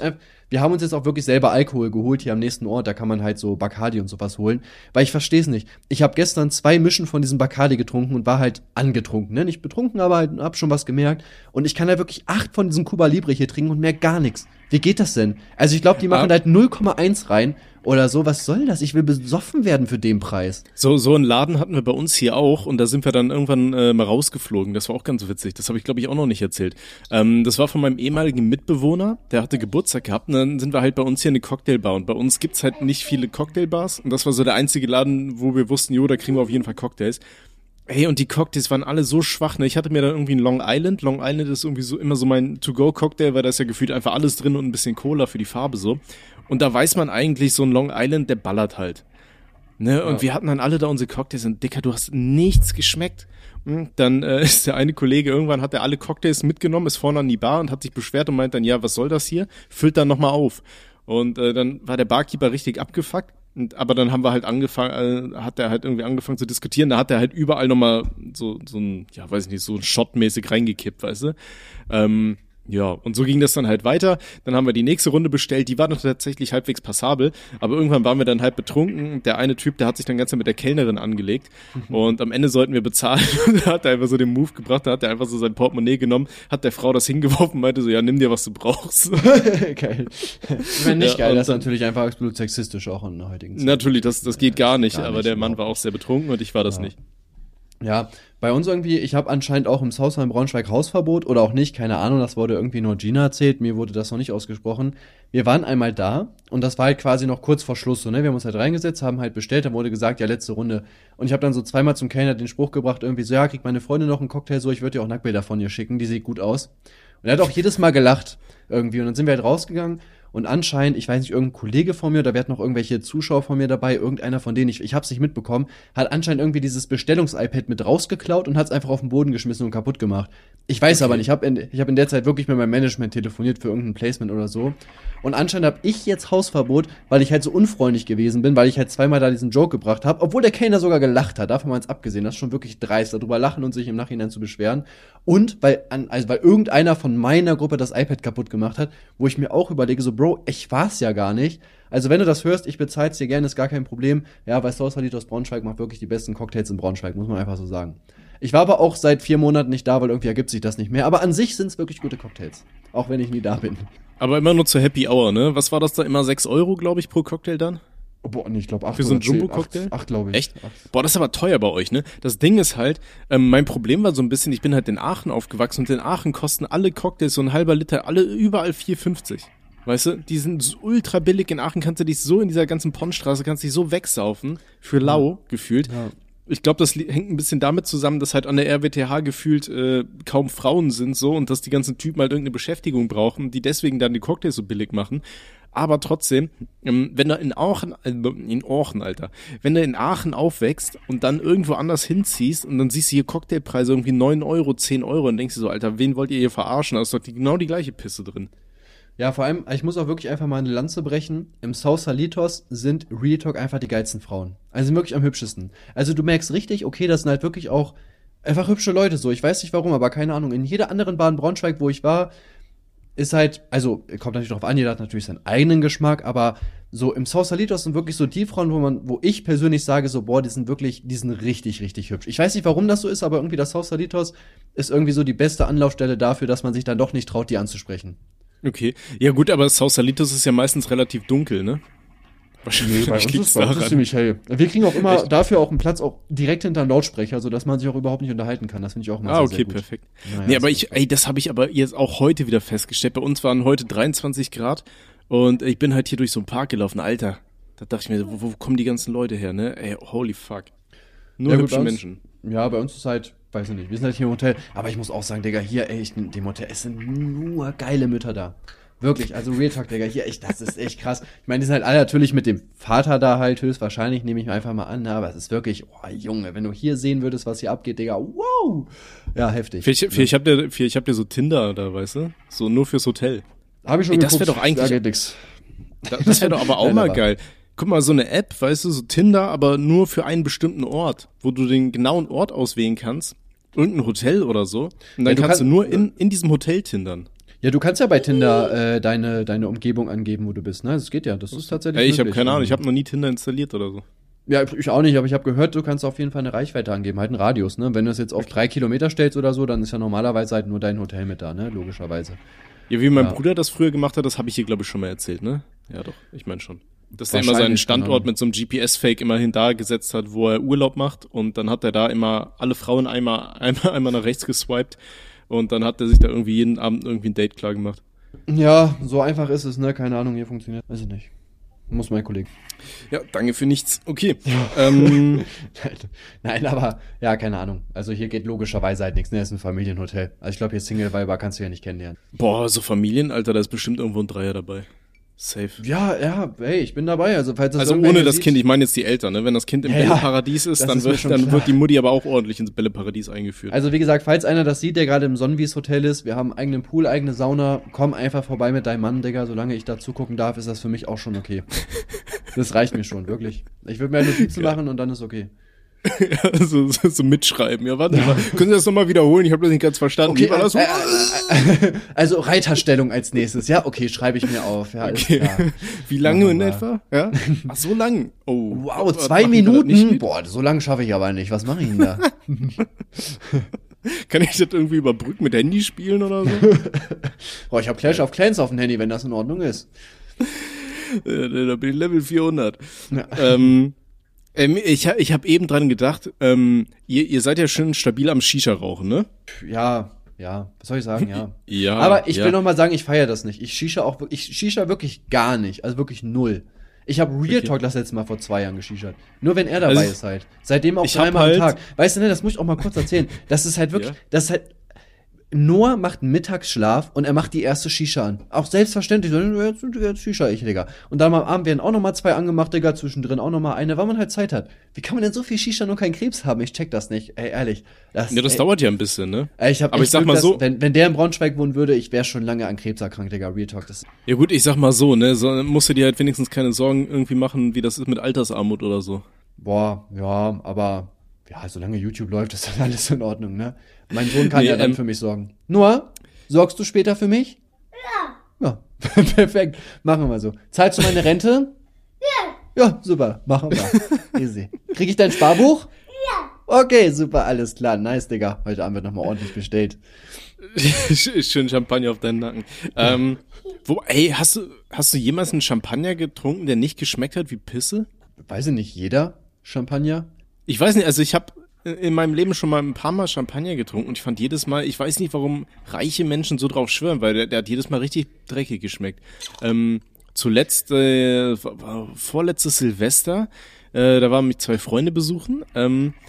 jetzt auch wirklich selber Alkohol geholt hier am nächsten Ort. Da kann man halt so Bacardi und sowas holen. Weil ich versteh's nicht. Ich habe gestern 2 Mischen von diesem Bacardi getrunken und war halt angetrunken. Ne? Nicht betrunken, aber halt hab schon was gemerkt. Und ich kann halt wirklich 8 von diesem Cuba Libre hier trinken und mehr gar nichts. Wie geht das denn? Also ich glaube, die machen da halt 0,1 rein oder so. Was soll das? Ich will besoffen werden für den Preis. So einen Laden hatten wir bei uns hier auch und da sind wir dann irgendwann mal rausgeflogen. Das war auch ganz witzig. Das habe ich, glaube ich, auch noch nicht erzählt. Das war von meinem ehemaligen Mitbewohner. Der hatte Geburtstag gehabt und dann sind wir halt bei uns hier eine Cocktailbar. Und bei uns gibt's halt nicht viele Cocktailbars. Und das war so der einzige Laden, wo wir wussten, jo, da kriegen wir auf jeden Fall Cocktails. Hey, und die Cocktails waren alle so schwach, ne? Ich hatte mir dann irgendwie einen Long Island. Long Island ist irgendwie so immer so mein To-Go-Cocktail, weil da ist ja gefühlt einfach alles drin und ein bisschen Cola für die Farbe so. Und da weiß man eigentlich, so ein Long Island, der ballert halt. Ne? Und wir hatten dann alle da unsere Cocktails und Dicker, du hast nichts geschmeckt. Dann ist der eine Kollege, irgendwann hat er alle Cocktails mitgenommen, ist vorne an die Bar und hat sich beschwert und meint dann, ja, was soll das hier? Füllt dann nochmal auf. Und dann war der Barkeeper richtig abgefuckt. Aber dann haben wir halt hat er halt irgendwie angefangen zu diskutieren. Da hat er halt überall nochmal so ein, ja, weiß ich nicht, so ein Shot-mäßig reingekippt, weißt du? Ja, und so ging das dann halt weiter. Dann haben wir die nächste Runde bestellt. Die war dann tatsächlich halbwegs passabel. Aber irgendwann waren wir dann halt betrunken. Der eine Typ, der hat sich dann ganz mit der Kellnerin angelegt. Und am Ende sollten wir bezahlen. Und da hat er einfach so den Move gebracht. Da hat er einfach so sein Portemonnaie genommen, hat der Frau das hingeworfen und meinte so, ja, nimm dir, was du brauchst. Geil. Ich meine, nicht geil. Das ist natürlich einfach absolut sexistisch auch in der heutigen Zeit. Natürlich, das geht gar nicht. Gar aber nicht, der Mann war auch sehr betrunken und ich war das nicht. Ja, bei uns irgendwie, ich habe anscheinend auch im Sausheim Braunschweig Hausverbot oder auch nicht, keine Ahnung, das wurde irgendwie nur Gina erzählt, mir wurde das noch nicht ausgesprochen. Wir waren einmal da und das war halt quasi noch kurz vor Schluss, so, ne, wir haben uns halt reingesetzt, haben halt bestellt, dann wurde gesagt, ja, letzte Runde. Und ich habe dann so zweimal zum Kellner den Spruch gebracht, irgendwie so, ja, kriegt meine Freundin noch einen Cocktail, so, ich würde dir auch Nacktbilder von ihr schicken, die sieht gut aus. Und er hat auch jedes Mal gelacht, irgendwie, und dann sind wir halt rausgegangen. Und anscheinend, ich weiß nicht, irgendein Kollege von mir, oder wir hatten noch irgendwelche Zuschauer von mir dabei, irgendeiner von denen, ich hab's nicht mitbekommen, hat anscheinend irgendwie dieses Bestellungs-iPad mit rausgeklaut und hat's einfach auf den Boden geschmissen und kaputt gemacht. Ich weiß aber nicht, ich hab in der Zeit wirklich mit meinem Management telefoniert für irgendein Placement oder so. Und anscheinend habe ich jetzt Hausverbot, weil ich halt so unfreundlich gewesen bin, weil ich halt zweimal da diesen Joke gebracht habe, obwohl der Kellner sogar gelacht hat, davon mal jetzt abgesehen, das ist schon wirklich dreist, darüber lachen und sich im Nachhinein zu beschweren. Und weil irgendeiner von meiner Gruppe das iPad kaputt gemacht hat, wo ich mir auch überlege, so Bro, ich war's ja gar nicht. Also wenn du das hörst, ich bezahl's dir gerne, ist gar kein Problem. Ja, weil Sausalito aus Braunschweig macht wirklich die besten Cocktails in Braunschweig, muss man einfach so sagen. Ich war aber auch seit 4 Monaten nicht da, weil irgendwie ergibt sich das nicht mehr. Aber an sich sind's wirklich gute Cocktails, auch wenn ich nie da bin. Aber immer nur zur Happy Hour, ne? Was war das da? Immer 6 €, glaube ich, pro Cocktail dann? Boah, nee, ich glaube 8 für so einen Jumbo-Cocktail? 8, glaube ich. Echt? 8. Boah, das ist aber teuer bei euch, ne? Das Ding ist halt, mein Problem war so ein bisschen, ich bin halt in Aachen aufgewachsen und in Aachen kosten alle Cocktails so ein halber Liter, alle überall 4,50. Weißt du, die sind so ultra billig. In Aachen kannst du dich so in dieser ganzen Ponnstraße, kannst dich so wegsaufen, für lau, gefühlt. Ja. Ich glaube, das hängt ein bisschen damit zusammen, dass halt an der RWTH gefühlt kaum Frauen sind so und dass die ganzen Typen halt irgendeine Beschäftigung brauchen, die deswegen dann die Cocktails so billig machen. Aber trotzdem, wenn du in Aachen, Alter, wenn du in Aachen aufwächst und dann irgendwo anders hinziehst und dann siehst du hier Cocktailpreise irgendwie 9 Euro, 10 Euro und denkst du so, Alter, wen wollt ihr hier verarschen? Da ist doch genau die gleiche Pisse drin. Ja, vor allem, ich muss auch wirklich einfach mal eine Lanze brechen. Im Sausalitos sind Real Talk einfach die geilsten Frauen. Also wirklich am hübschesten. Also du merkst richtig, okay, das sind halt wirklich auch einfach hübsche Leute so. Ich weiß nicht warum, aber keine Ahnung. In jeder anderen Bar in Braunschweig, wo ich war, ist halt, also kommt natürlich drauf an, jeder hat natürlich seinen eigenen Geschmack, aber so im Sausalitos sind wirklich so die Frauen, wo ich persönlich sage so, boah, die sind richtig, richtig hübsch. Ich weiß nicht, warum das so ist, aber irgendwie das Sausalitos ist irgendwie so die beste Anlaufstelle dafür, dass man sich dann doch nicht traut, die anzusprechen. Okay. Ja gut, aber Sausalitos ist ja meistens relativ dunkel, ne? Nee, bei uns ist ziemlich hell. Wir kriegen auch immer dafür auch einen Platz auch direkt hinterm Lautsprecher, sodass man sich auch überhaupt nicht unterhalten kann. Das finde ich auch immer sehr gut. Perfekt. Naja, nee, aber das habe ich aber jetzt auch heute wieder festgestellt. Bei uns waren heute 23 Grad und ich bin halt hier durch so einen Park gelaufen. Alter, da dachte ich mir, wo kommen die ganzen Leute her, ne? Ey, holy fuck. Nur ja, hübsche Menschen. Ja, bei uns ist halt, weiß ich nicht, wir sind halt hier im Hotel. Aber ich muss auch sagen, Digga, hier, ey, in dem Hotel, es sind nur geile Mütter da. Wirklich, also Real Talk, Digga, hier echt, das ist echt krass. Ich meine, die sind halt alle natürlich mit dem Vater da halt höchstwahrscheinlich, nehme ich mir einfach mal an, ne? Aber es ist wirklich, oh Junge, wenn du hier sehen würdest, was hier abgeht, Digga, wow! Ja, heftig. Vielleicht habt ihr so Tinder da, weißt du? So nur fürs Hotel. Hab ich schon geguckt. Das wäre doch eigentlich, das wäre doch aber auch mal geil. Guck mal, so eine App, weißt du, so Tinder, aber nur für einen bestimmten Ort, wo du den genauen Ort auswählen kannst. Irgendein Hotel oder so. Und dann kannst du nur in diesem Hotel tindern. Ja, du kannst ja bei Tinder deine Umgebung angeben, wo du bist, ne? Das geht ja, das ist tatsächlich möglich. Ich habe keine Ahnung, ich habe noch nie Tinder installiert oder so. Ja, ich auch nicht, aber ich habe gehört, du kannst auf jeden Fall eine Reichweite angeben, halt einen Radius, ne? Wenn du es jetzt auf 3 Kilometer stellst oder so, dann ist ja normalerweise halt nur dein Hotel mit da, ne? Logischerweise. Ja, wie mein Bruder das früher gemacht hat, das habe ich hier, glaube ich, schon mal erzählt, ne? Ja doch, ich meine schon. Dass der immer seinen Standort mit so einem GPS-Fake immerhin da gesetzt hat, wo er Urlaub macht und dann hat er da immer alle Frauen einmal nach rechts geswiped und dann hat er sich da irgendwie jeden Abend irgendwie ein Date klar gemacht. Ja, so einfach ist es, ne? Keine Ahnung, hier funktioniert. Weiß ich nicht. Muss mein Kollege. Ja, danke für nichts. Okay. Nein, aber, ja, keine Ahnung. Also hier geht logischerweise halt nichts, ne? Es ist ein Familienhotel. Also ich glaube, hier Single-Weiber kannst du ja nicht kennenlernen. Boah, so Familien, Alter, da ist bestimmt irgendwo ein Dreier dabei. Safe. Ja, hey, ich bin dabei. Also falls das ohne das Kind, ich meine jetzt die Eltern, ne? Wenn das Kind im Bälleparadies ist, dann wird die Mutti aber auch ordentlich ins Bälleparadies eingeführt. Also wie gesagt, falls einer das sieht, der gerade im Sonnenwies Hotel ist, wir haben einen eigenen Pool, eigene Sauna, komm einfach vorbei mit deinem Mann, Digga. Solange ich da zugucken darf, ist das für mich auch schon okay. Das reicht mir schon, wirklich. Ich würde mir Notizen machen und dann ist okay. Ja, so mitschreiben. Ja, warte mal. Können Sie das nochmal wiederholen? Ich habe das nicht ganz verstanden. Okay, also Reiterstellung als nächstes. Ja, okay, schreibe ich mir auf. Ja, okay. Wie lange in etwa? Ja? Ach, so lang. Oh. Wow, 2 Minuten? Boah, so lange schaffe ich aber nicht. Was mache ich denn da? Kann ich das irgendwie überbrücken mit Handy spielen oder so? Boah, ich habe Clash of Clans auf dem Handy, wenn das in Ordnung ist. Da bin ich Level 400. Ja. Ich hab eben dran gedacht, ihr seid ja schön stabil am Shisha-Rauchen, ne? Ja, was soll ich sagen, ja. Ja. Aber ich will noch mal sagen, ich feiere das nicht. Ich Shisha wirklich gar nicht, also wirklich null. Ich habe Real Talk das letzte Mal vor 2 Jahren geschichert. Nur wenn er dabei ist halt. Seitdem auch 3-mal am Tag. Weißt du, ne, das muss ich auch mal kurz erzählen. Das ist halt wirklich, Noah macht einen Mittagsschlaf und er macht die erste Shisha an. Auch selbstverständlich, so, jetzt Shisha ich, Digga. Und dann am Abend werden auch noch mal 2 angemacht, Digga, zwischendrin auch noch mal eine, weil man halt Zeit hat. Wie kann man denn so viel Shisha nur keinen Krebs haben? Ich check das nicht, ey, ehrlich. Das dauert ja ein bisschen, ne? Aber ich sag mal so, wenn der in Braunschweig wohnen würde, ich wäre schon lange an Krebs erkrankt, Digga, Real Talk. Ja gut, ich sag mal so, ne, so musst du dir halt wenigstens keine Sorgen irgendwie machen, wie das ist mit Altersarmut oder so. Boah, ja, aber ja, solange YouTube läuft, ist dann alles in Ordnung, ne? Mein Sohn kann ja dann für mich sorgen. Noah, sorgst du später für mich? Ja. Ja, perfekt. Machen wir mal so. Zahlst du meine Rente? Ja. Ja, super. Machen wir. Easy. Krieg ich dein Sparbuch? Ja. Okay, super, alles klar. Nice, Digga. Heute Abend wird nochmal ordentlich bestellt. Schön Champagner auf deinen Nacken. Hast du jemals einen Champagner getrunken, der nicht geschmeckt hat wie Pisse? Weiß ich nicht, jeder Champagner? Ich weiß nicht, also ich habe in meinem Leben schon mal ein paar Mal Champagner getrunken und ich fand jedes Mal, ich weiß nicht, warum reiche Menschen so drauf schwören, weil der hat jedes Mal richtig dreckig geschmeckt. Zuletzt, vorletztes Silvester, da waren mich 2 Freunde besuchen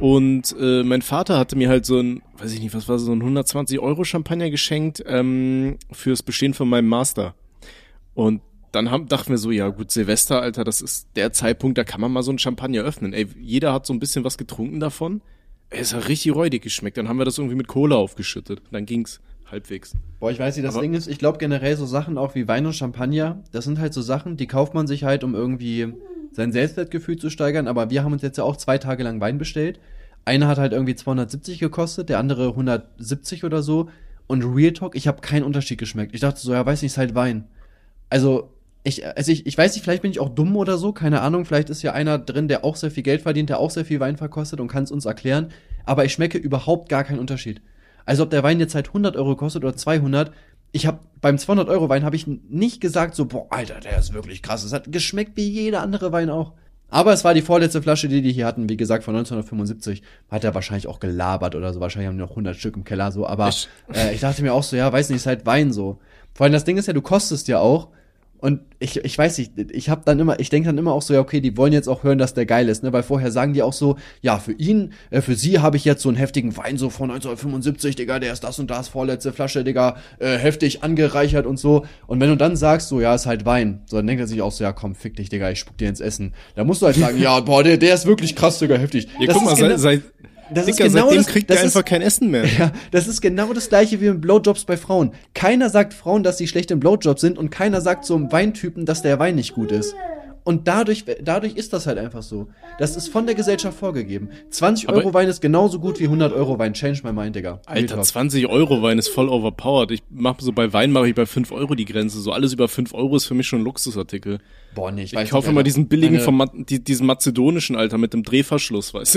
Und mein Vater hatte mir halt so ein, weiß ich nicht, was war so ein 120€ Champagner geschenkt fürs Bestehen von meinem Master. Und dann dachten wir so, ja gut, Silvester, Alter, das ist der Zeitpunkt, da kann man mal so ein Champagner öffnen. Ey, jeder hat so ein bisschen was getrunken davon. Es hat richtig räudig geschmeckt. Dann haben wir das irgendwie mit Cola aufgeschüttet. Dann ging's halbwegs. Boah, ich weiß nicht, das Ding ist, ich glaube generell so Sachen auch wie Wein und Champagner, das sind halt so Sachen, die kauft man sich halt, um irgendwie sein Selbstwertgefühl zu steigern. Aber wir haben uns jetzt ja auch 2 Tage lang Wein bestellt. Einer hat halt irgendwie 270 gekostet, der andere 170 oder so. Und Real Talk, ich habe keinen Unterschied geschmeckt. Ich dachte so, ja, weiß nicht, ist halt Wein. Also ich weiß nicht, vielleicht bin ich auch dumm oder so, keine Ahnung, vielleicht ist ja einer drin, der auch sehr viel Geld verdient, der auch sehr viel Wein verkostet und kann es uns erklären, aber ich schmecke überhaupt gar keinen Unterschied. Also ob der Wein jetzt halt 100€ kostet oder 200, beim 200€ Wein habe ich nicht gesagt so, boah, Alter, der ist wirklich krass, es hat geschmeckt wie jeder andere Wein auch. Aber es war die vorletzte Flasche, die hier hatten, wie gesagt, von 1975. Hat er wahrscheinlich auch gelabert oder so, wahrscheinlich haben die noch 100 Stück im Keller so, aber ich dachte mir auch so, ja, weiß nicht, ist halt Wein so. Vor allem das Ding ist ja, du kostest ja auch. Und ich weiß nicht, ich denke dann immer auch so, ja, okay, die wollen jetzt auch hören, dass der geil ist, ne, weil vorher sagen die auch so, ja, für sie habe ich jetzt so einen heftigen Wein so von 1975, Digga, der ist das und das, vorletzte Flasche, Digga, heftig angereichert und so. Und wenn du dann sagst, so, ja, ist halt Wein, so, dann denkt er sich auch so, ja, komm, fick dich, Digga, ich spuck dir ins Essen. Da musst du halt sagen, ja, boah, der ist wirklich krass, Digga, heftig. Ja, guck mal, seitdem kriegt er einfach kein Essen mehr. Ja, das ist genau das gleiche wie mit Blowjobs bei Frauen. Keiner sagt Frauen, dass sie schlecht im Blowjob sind und keiner sagt so einem Weintypen, dass der Wein nicht gut ist. Und dadurch ist das halt einfach so. Das ist von der Gesellschaft vorgegeben. 20€ Wein ist genauso gut wie 100€ Wein. Change my mind, Digga. Alter, 20€ Wein ist voll overpowered. Bei Wein mache ich bei 5€ die Grenze. So alles über 5€ ist für mich schon ein Luxusartikel. Boah, nee, ich weiß nicht. Ich kaufe immer diesen billigen diesen mazedonischen, Alter, mit dem Drehverschluss, weißt du?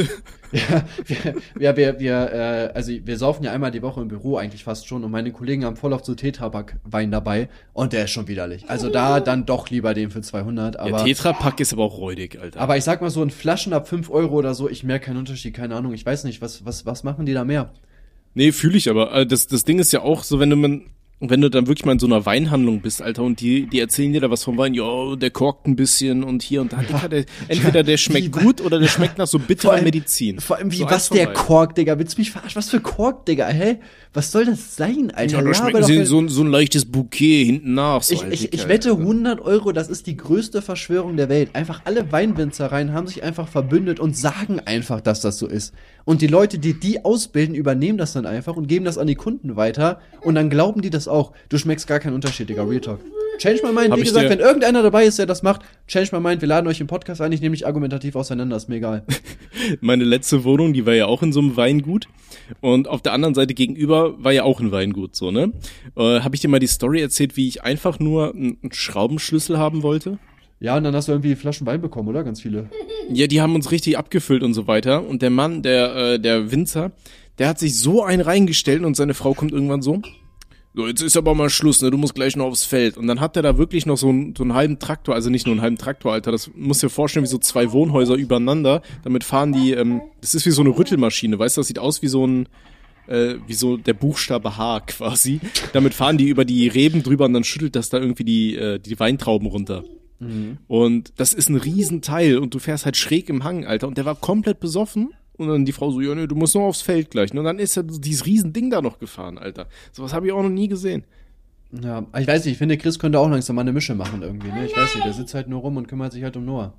Ja, also wir saufen ja einmal die Woche im Büro eigentlich fast schon und meine Kollegen haben voll oft so Tetrapack-Wein dabei und der ist schon widerlich. Also da dann doch lieber den für 200, aber... Der Tetrapack ist aber auch räudig, Alter. Aber ich sag mal so, in Flaschen ab 5€ oder so, ich merke keinen Unterschied, keine Ahnung, ich weiß nicht, was machen die da mehr? Nee, fühle ich aber. Das Ding ist ja auch so, wenn du dann wirklich mal in so einer Weinhandlung bist, Alter, und die erzählen dir da was vom Wein, ja, der korkt ein bisschen und hier und da. Digga, entweder der schmeckt gut oder der schmeckt nach so bitterer Medizin. Vor allem, was der korkt, Digga? Willst du mich verarschen? Was für Kork, Digga? Hä? Was soll das sein, Alter? Ja, da schmecken so ein leichtes Bouquet hinten nach. So, ich wette 100€, das ist die größte Verschwörung der Welt. Einfach alle Weinwinzereien haben sich einfach verbündet und sagen einfach, dass das so ist. Und die Leute, die ausbilden, übernehmen das dann einfach und geben das an die Kunden weiter und dann glauben die das auch. Du schmeckst gar keinen Unterschied, Digga, Real Talk. Change my mind, wie gesagt, wenn irgendeiner dabei ist, der das macht, change my mind, wir laden euch im Podcast ein, ich nehme mich argumentativ auseinander, ist mir egal. Meine letzte Wohnung, die war ja auch in so einem Weingut und auf der anderen Seite gegenüber war ja auch ein Weingut, so, ne? Habe ich dir mal die Story erzählt, wie ich einfach nur einen Schraubenschlüssel haben wollte? Ja, und dann hast du irgendwie Flaschen Wein bekommen, oder? Ganz viele. Ja, die haben uns richtig abgefüllt und so weiter und der Mann, der Winzer, der hat sich so einen reingestellt und seine Frau kommt irgendwann so, jetzt ist aber mal Schluss, ne, du musst gleich noch aufs Feld. Und dann hat er da wirklich noch so einen halben Traktor, also nicht nur einen halben Traktor, Alter, das musst du dir vorstellen, wie so 2 Wohnhäuser übereinander. Damit fahren die, das ist wie so eine Rüttelmaschine, weißt du, das sieht aus wie so der Buchstabe H quasi. Damit fahren die über die Reben drüber und dann schüttelt das da irgendwie die Weintrauben runter. Mhm. Und das ist ein Riesenteil und du fährst halt schräg im Hang, Alter. Und der war komplett besoffen. Und dann die Frau so, ja, nee, du musst noch aufs Feld gleich. Und dann ist ja dieses Riesending da noch gefahren, Alter. Sowas habe ich auch noch nie gesehen. Ja, ich weiß nicht, ich finde, Chris könnte auch langsam mal eine Mische machen irgendwie, ne? Ich weiß nicht, der sitzt halt nur rum und kümmert sich halt um Noah.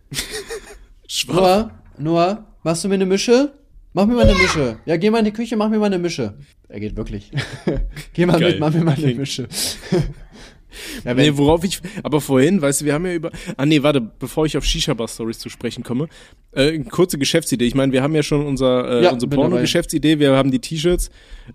Noah, machst du mir eine Mische? Mach mir mal eine Mische. Ja, geh mal in die Küche, mach mir mal eine Mische. Er geht wirklich. Geh mal mit, mach mir mal eine Mische. Ja, aber vorhin, weißt du, wir haben ja bevor ich auf Shisha-Bar-Stories zu sprechen komme, kurze Geschäftsidee. Ich meine, wir haben ja schon unsere Porno-Geschäftsidee, wir haben die T-Shirts,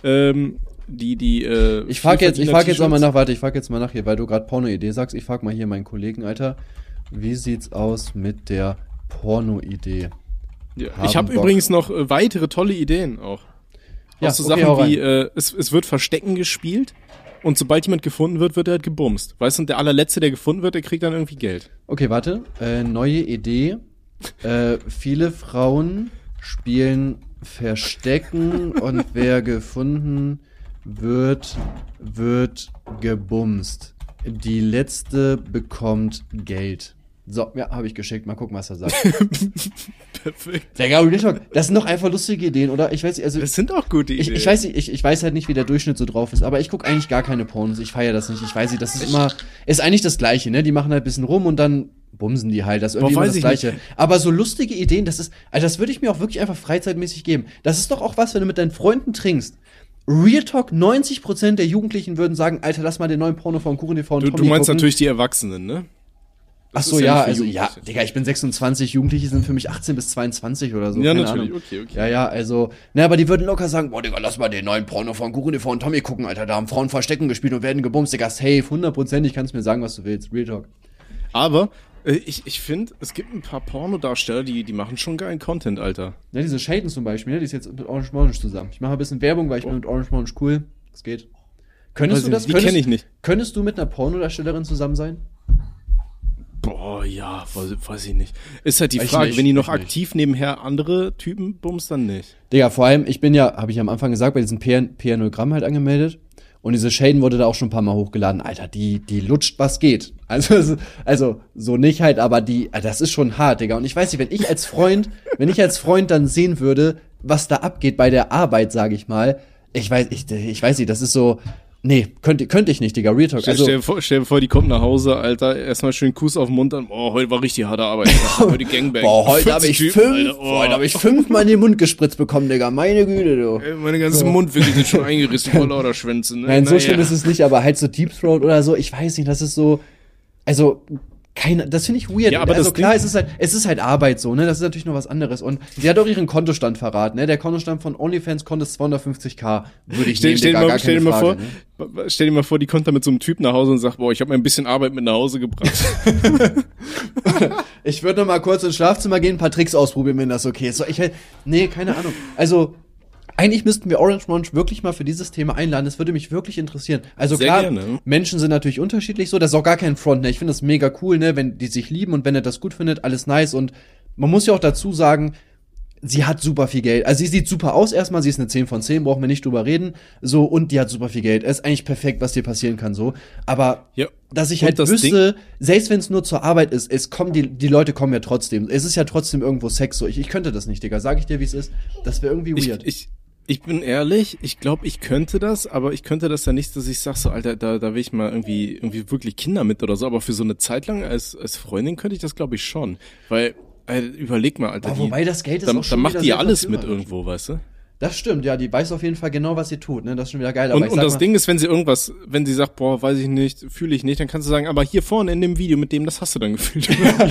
ich frage jetzt mal nach hier, weil du gerade Porno-Idee sagst, ich frage mal hier meinen Kollegen, Alter, wie sieht's aus mit der Porno-Idee? Ja, ich habe übrigens noch weitere tolle Ideen auch. Ja, auch so Sachen wie, es wird Verstecken gespielt. Und sobald jemand gefunden wird, wird er halt gebumst. Weißt du, und der allerletzte, der gefunden wird, der kriegt dann irgendwie Geld. Okay, warte. Neue Idee. Viele Frauen spielen Verstecken und wer gefunden wird gebumst. Die letzte bekommt Geld. So, ja, habe ich geschickt. Mal gucken, was er sagt. Perfekt. Digga, Real Talk, das sind doch einfach lustige Ideen, oder? Ich weiß nicht, also Das sind auch gute Ideen. ich weiß nicht, ich weiß halt nicht, wie der Durchschnitt so drauf ist, aber ich gucke eigentlich gar keine Pornos. Ich feiere das nicht. Ich weiß nicht, das ist eigentlich das Gleiche, ne? Die machen halt ein bisschen rum und dann bumsen die halt. Das ist irgendwie immer das Gleiche. Aber so lustige Ideen, also das würde ich mir auch wirklich einfach freizeitmäßig geben. Das ist doch auch was, wenn du mit deinen Freunden trinkst. Real Talk, 90% der Jugendlichen würden sagen, Alter, lass mal den neuen Porno von Kuchen TV und Tommy Du meinst gucken. natürlich die Erwachsenen, ne? Ach Das so, ist ja, nicht für also Jugendliche. Digga, ich bin 26, Jugendliche sind für mich 18 bis 22 oder so. Ja, keine natürlich, Ahnung. okay. Ja, also, aber die würden locker sagen, boah, Digga, lass mal den neuen Porno von Kuchen TV und Tommy gucken, Alter, da haben Frauen Verstecken gespielt und werden gebumst, Digga, safe, 100%, kannst mir sagen, was du willst, Real Talk. Aber ich finde, es gibt ein paar Pornodarsteller, die machen schon geilen Content, Alter. Ja, diese Shaden zum Beispiel, ne, die ist jetzt mit Orange Montage zusammen. Ich mache ein bisschen Werbung, weil ich bin mit Orange Montage cool, das geht. Könntest du das? Die kenne ich nicht. Könntest du mit einer Pornodarstellerin zusammen sein? Boah, ja, weiß ich nicht. Ist halt die Ich Frage, nicht, wenn die noch ich nicht. aktiv nebenher andere Typen bumst, dann nicht. Digga, vor allem, ich bin ja, habe ich am Anfang gesagt, bei diesen PR0 Gramm halt angemeldet. Und diese Shaden wurde da auch schon ein paar Mal hochgeladen. Alter, die lutscht, was geht. Also so nicht halt, aber das ist schon hart, Digga. Und ich weiß nicht, wenn ich als Freund dann sehen würde, was da abgeht bei der Arbeit, sage ich mal. Ich weiß nicht, das ist so, nee, könnte ich nicht, Digga, Real Talk. Also, Stell dir vor, die kommt nach Hause, Alter, erstmal schön Kuss auf den Mund, dann, oh, heute war richtig harte Arbeit. Heute Gangbang. boah, heute habe 50 ich Typen, Alter, oh. heute hab ich 5-mal in den Mund gespritzt bekommen, Digga. Meine Güte, du. Ey, meine ganzen Mundwinkel sind schon eingerissen vor lauter Schwänze, ne? Nein, so schlimm ist es nicht, aber halt so Deep Throat oder so, ich weiß nicht, das ist so, also, das finde ich weird. Ja, aber also das klar, es ist halt Arbeit so, ne, das ist natürlich noch was anderes. Und sie hat auch ihren Kontostand verraten, ne, der Kontostand von OnlyFans konnte 250.000, würde ich nehmen, Digga, gar keine Frage, ne? Stell dir mal vor, die kommt da mit so einem Typ nach Hause und sagt, boah, ich habe mir ein bisschen Arbeit mit nach Hause gebracht. Ich würde noch mal kurz ins Schlafzimmer gehen, ein paar Tricks ausprobieren, wenn das okay ist. So, nee, keine Ahnung. Also, eigentlich müssten wir Orange Montage wirklich mal für dieses Thema einladen. Das würde mich wirklich interessieren. Also Sehr klar, gerne. Menschen sind natürlich unterschiedlich so. Das ist auch gar kein Front, ne? Ich finde das mega cool, ne? Wenn die sich lieben und wenn er das gut findet, alles nice. Und man muss ja auch dazu sagen, sie hat super viel Geld. Also sie sieht super aus erstmal. Sie ist eine 10 von 10, brauchen wir nicht drüber reden. So, und die hat super viel Geld. Es ist eigentlich perfekt, was dir passieren kann, so. Aber, Ja. dass ich Und halt das wüsste, selbst wenn es nur zur Arbeit ist, die Leute kommen ja trotzdem. Es ist ja trotzdem irgendwo Sex, so. Ich könnte das nicht, Digga. Sag ich dir, wie es ist. Das wäre irgendwie weird. Ich bin ehrlich, ich glaube, ich könnte das, aber ich könnte das ja nicht, dass ich sag so, Alter, da will ich mal irgendwie wirklich Kinder mit oder so, aber für so eine Zeit lang als Freundin könnte ich das, glaube ich, schon. Weil, überleg mal, Alter, wobei das Geld ist dann, auch schon dann macht wieder die sehr alles mit verführerisch. irgendwo, weißt du? Das stimmt, ja, die weiß auf jeden Fall genau, was sie tut, ne? Das ist schon wieder geil. Aber Und das Ding ist, wenn sie sagt, boah, weiß ich nicht, fühle ich nicht, dann kannst du sagen, aber hier vorne in dem Video mit dem, das hast du dann gefühlt.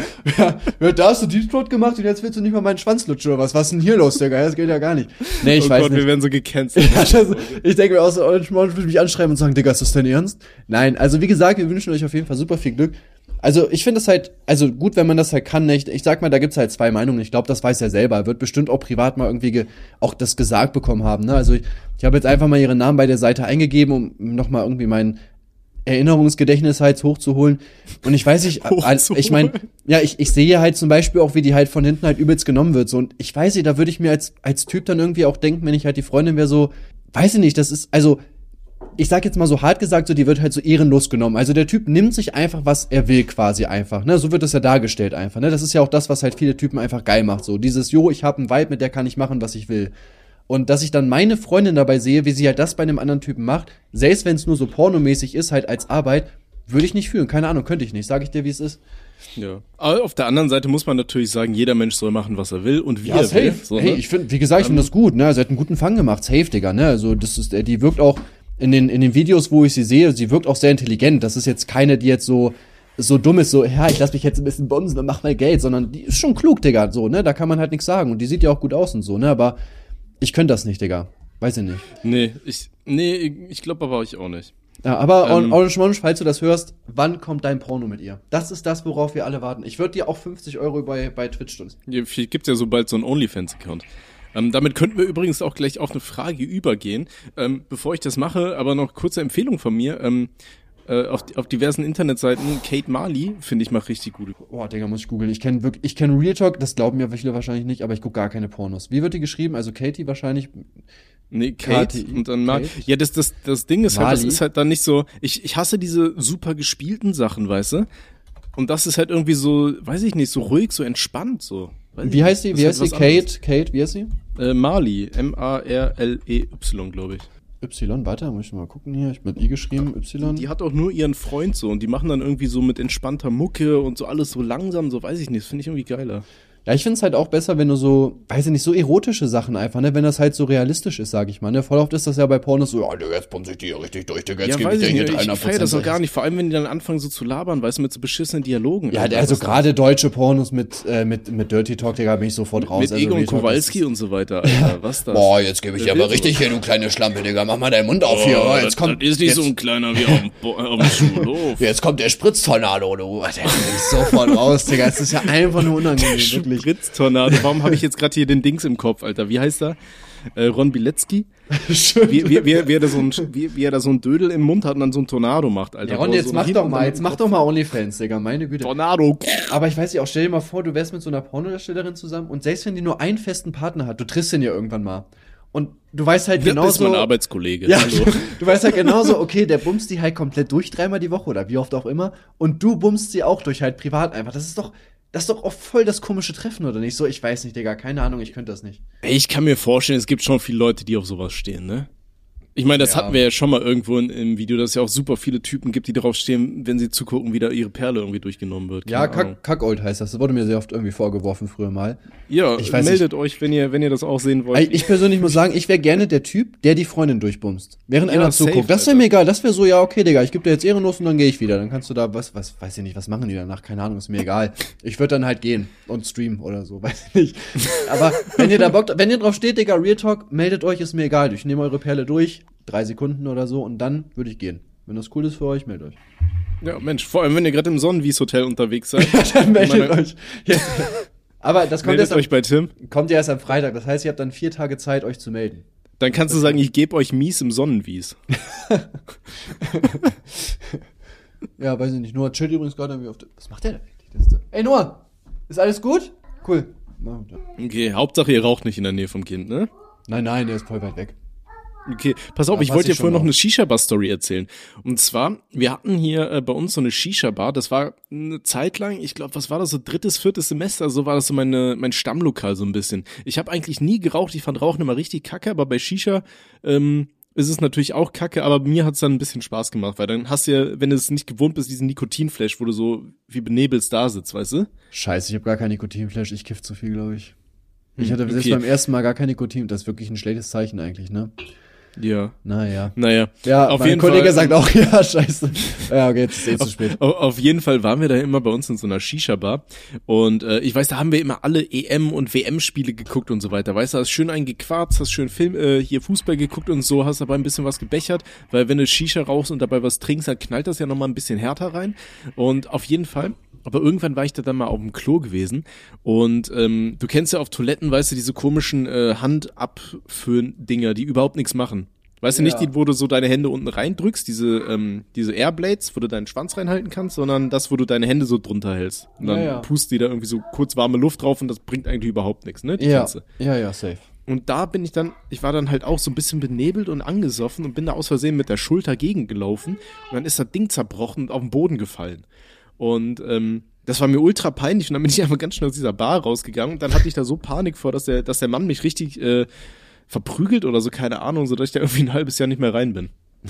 ja, da hast du Deep Throat gemacht und jetzt willst du nicht mal meinen Schwanz lutschen oder was? Was ist denn hier los, Digga? Das geht ja gar nicht. Nee, ich Oh weiß Gott, nicht. wir werden so gecancelt. Ich denke mir auch so, Orange Montage würde mich anschreiben und sagen, Digga, ist das dein Ernst? Nein, also wie gesagt, wir wünschen euch auf jeden Fall super viel Glück. Also ich finde es halt, also gut, wenn man das halt kann, nicht. Ich sag mal, da gibt's halt zwei Meinungen. Ich glaube, das weiß er selber. Er wird bestimmt auch privat mal irgendwie auch das gesagt bekommen haben. Ne? Also ich habe jetzt einfach mal ihren Namen bei der Seite eingegeben, um nochmal irgendwie mein Erinnerungsgedächtnis halt hochzuholen. Und ich weiß nicht, ich meine, ja, ich sehe halt zum Beispiel auch, wie die halt von hinten halt übelst genommen wird. So, und ich weiß nicht, da würde ich mir als Typ dann irgendwie auch denken, wenn ich halt die Freundin wäre, so, weiß ich nicht, das ist, also ich sag jetzt mal so hart gesagt, so, die wird halt so ehrenlos genommen. Also der Typ nimmt sich einfach, was er will quasi einfach, ne? So wird das ja dargestellt einfach, ne? Das ist ja auch das, was halt viele Typen einfach geil macht, so. Dieses, ich hab einen Vibe, mit der kann ich machen, was ich will. Und dass ich dann meine Freundin dabei sehe, wie sie halt das bei einem anderen Typen macht, selbst wenn es nur so pornomäßig ist, halt als Arbeit, würde ich nicht fühlen. Keine Ahnung, könnte ich nicht. Sag ich dir, wie es ist. Ja. Aber auf der anderen Seite muss man natürlich sagen, jeder Mensch soll machen, was er will und wie er safe. will. So, hey, ne? ich finde, wie gesagt, ich finde das gut, ne? Also, sie hat einen guten Fang gemacht, safe, Digga, ne? Also, das ist, die wirkt auch in den Videos, wo ich sie sehe, sie wirkt auch sehr intelligent. Das ist jetzt keine, die jetzt so dumm ist, so, ja, ich lass mich jetzt ein bisschen bonsen und mach mal Geld, sondern die ist schon klug, Digga, so, ne? Da kann man halt nichts sagen. Und die sieht ja auch gut aus und so, ne? Aber ich könnte das nicht, Digga. Weiß ich nicht. Nee, ich glaube aber ich auch nicht. Ja, aber Orange Montage, falls du das hörst, wann kommt dein Porno mit ihr? Das ist das, worauf wir alle warten. Ich würde dir auch 50 € bei Twitch tun. Vielleicht gibt's ja so bald so einen OnlyFans-Account. Damit könnten wir übrigens auch gleich auf eine Frage übergehen. Bevor ich das mache, aber noch kurze Empfehlung von mir. Auf diversen Internetseiten, Kate Marley, finde ich, macht richtig gute. Boah, Digga, muss ich googeln. Ich kenn Real Talk, das glauben mir viele wahrscheinlich nicht, aber ich gucke gar keine Pornos. Wie wird die geschrieben? Also Katie wahrscheinlich. Nee, Kate und dann Marley. Ja, das Ding ist halt, das ist halt dann nicht so, ich hasse diese super gespielten Sachen, weißt du? Und das ist halt irgendwie so, weiß ich nicht, so ruhig, so entspannt, so. Wie heißt die? Wie heißt die? Kate, wie heißt sie? Marley, M-A-R-L-E-Y, glaube ich. Y, warte, muss ich mal gucken hier. Ich hab mit I geschrieben, Y. Die hat auch nur ihren Freund so und die machen dann irgendwie so mit entspannter Mucke und so alles so langsam, so weiß ich nicht, das finde ich irgendwie geiler. Ja, ich find's halt auch besser, wenn du so, weiß ich nicht, so erotische Sachen einfach, ne, wenn das halt so realistisch ist, sag ich mal, ne, voll oft ist das ja bei Pornos so, ja, Digga, jetzt bumse ich die hier richtig durch, Digga, jetzt gebe ich dir hier 300%. Ich feier das auch gar nicht, vor allem, wenn die dann anfangen so zu labern, weißt du, mit so beschissenen Dialogen. Ja, also gerade deutsche Pornos mit Dirty Talk, Digga, bin ich sofort raus. Mit Egon Kowalski und so weiter, Alter, was das? Boah, jetzt gebe ich dir aber richtig hier, du kleine Schlampe, Digga, mach mal deinen Mund auf hier, jetzt kommt. Das ist nicht jetzt, so ein kleiner wie am Schulhof. Jetzt kommt der Spritztornado, du, der bin ich sofort raus, Digga, es ist ja einfach nur unangenehm, wirklich. Spritztornado. Warum habe ich jetzt gerade hier den Dings im Kopf, Alter? Wie heißt er? Ron Bilecki? Wie er da so ein Dödel im Mund hat und dann so ein Tornado macht, Alter. Ja, Ron, jetzt mach doch mal OnlyFans, Digga, meine Güte. Tornado. Aber ich weiß nicht, auch stell dir mal vor, du wärst mit so einer Pornodarstellerin zusammen und selbst wenn die nur einen festen Partner hat, du triffst den ja irgendwann mal. Und du weißt halt genauso. Das ist mein Arbeitskollege. Ja, hallo. Du weißt halt genauso, okay, der bumst die halt komplett durch 3-mal die Woche oder wie oft auch immer und du bumst sie auch durch halt privat einfach. Das ist doch auch voll das komische Treffen, oder nicht? So, ich weiß nicht, Digga, keine Ahnung, ich könnte das nicht. Ich kann mir vorstellen, es gibt schon viele Leute, die auf sowas stehen, ne? Ich meine, das hatten wir ja schon mal irgendwo im Video, dass es ja auch super viele Typen gibt, die darauf stehen, wenn sie zugucken, wie da ihre Perle irgendwie durchgenommen wird. Ja, Kackold heißt das. Das wurde mir sehr oft irgendwie vorgeworfen früher mal. Ja, meldet euch, wenn ihr das auch sehen wollt. Ich persönlich muss sagen, ich wäre gerne der Typ, der die Freundin durchbumst. Während einer safe, zuguckt. Das wäre mir egal. Das wäre so, ja, okay, Digga, ich gebe dir jetzt ehrenlos und dann gehe ich wieder. Dann kannst du da, weiß ich nicht, was machen die danach? Keine Ahnung, ist mir egal. Ich würde dann halt gehen und streamen oder so, weiß ich nicht. Aber wenn ihr da Bock, wenn ihr drauf steht, Digga, Real Talk, meldet euch, ist mir egal. Ich nehme eure Perle durch, 3 Sekunden oder so und dann würde ich gehen. Wenn das cool ist für euch, meldet euch. Ja, Mensch, vor allem, wenn ihr gerade im Sonnenwies-Hotel unterwegs seid. Ja, dann meldet euch. Jetzt. Aber das kommt euch bei Tim. Kommt ja erst am Freitag. Das heißt, ihr habt dann 4 Tage Zeit, euch zu melden. Dann kannst du sagen, ich gebe euch mies im Sonnenwies. Ja, weiß ich nicht. Noah chillt übrigens gerade irgendwie auf der... Was macht der da wirklich? Ey, Noah! Ist alles gut? Cool. Okay, Hauptsache ihr raucht nicht in der Nähe vom Kind, ne? Nein, der ist voll weit weg. Okay, pass auf, ich wollte dir vorhin noch eine Shisha-Bar-Story erzählen. Und zwar, wir hatten hier bei uns so eine Shisha-Bar, das war eine Zeit lang, ich glaube, was war das, so 3., 4. Semester, so war das so mein Stammlokal so ein bisschen. Ich habe eigentlich nie geraucht, ich fand Rauchen immer richtig kacke, aber bei Shisha ist es natürlich auch kacke, aber mir hat's dann ein bisschen Spaß gemacht, weil dann hast du ja, wenn du es nicht gewohnt bist, diesen Nikotinflash, wo du so wie benebelst da sitzt, weißt du? Scheiße, ich habe gar keinen Nikotinflash, ich kiff zu viel, glaube ich. Ich hatte selbst beim ersten Mal gar kein Nikotin, das ist wirklich ein schlechtes Zeichen eigentlich, ne? Ja. Naja. Ja, auf jeden Fall. Mein Kollege sagt auch, ja, scheiße. Ja, okay, jetzt ist zu spät. Auf jeden Fall waren wir da immer bei uns in so einer Shisha-Bar und ich weiß, da haben wir immer alle EM- und WM-Spiele geguckt und so weiter. Weißt du, hast schön einen gequarzt, hast schön hier Fußball geguckt und so, hast dabei ein bisschen was gebechert, weil wenn du Shisha rauchst und dabei was trinkst, dann knallt das ja nochmal ein bisschen härter rein und auf jeden Fall. Aber irgendwann war ich da dann mal auf dem Klo gewesen und du kennst ja auf Toiletten, weißt du, diese komischen Handabführen-Dinger, die überhaupt nichts machen. Weißt du nicht, wo du so deine Hände unten reindrückst, diese Airblades, wo du deinen Schwanz reinhalten kannst, sondern das, wo du deine Hände so drunter hältst. Und dann pust die da irgendwie so kurz warme Luft drauf und das bringt eigentlich überhaupt nichts, ne? Ja, safe. Und da ich war dann halt auch so ein bisschen benebelt und angesoffen und bin da aus Versehen mit der Schulter gegengelaufen und dann ist das Ding zerbrochen und auf den Boden gefallen. Und das war mir ultra peinlich und dann bin ich einfach ganz schnell aus dieser Bar rausgegangen und dann hatte ich da so Panik vor, dass der Mann mich richtig verprügelt oder so, keine Ahnung, so dass ich da irgendwie ein halbes Jahr nicht mehr rein bin.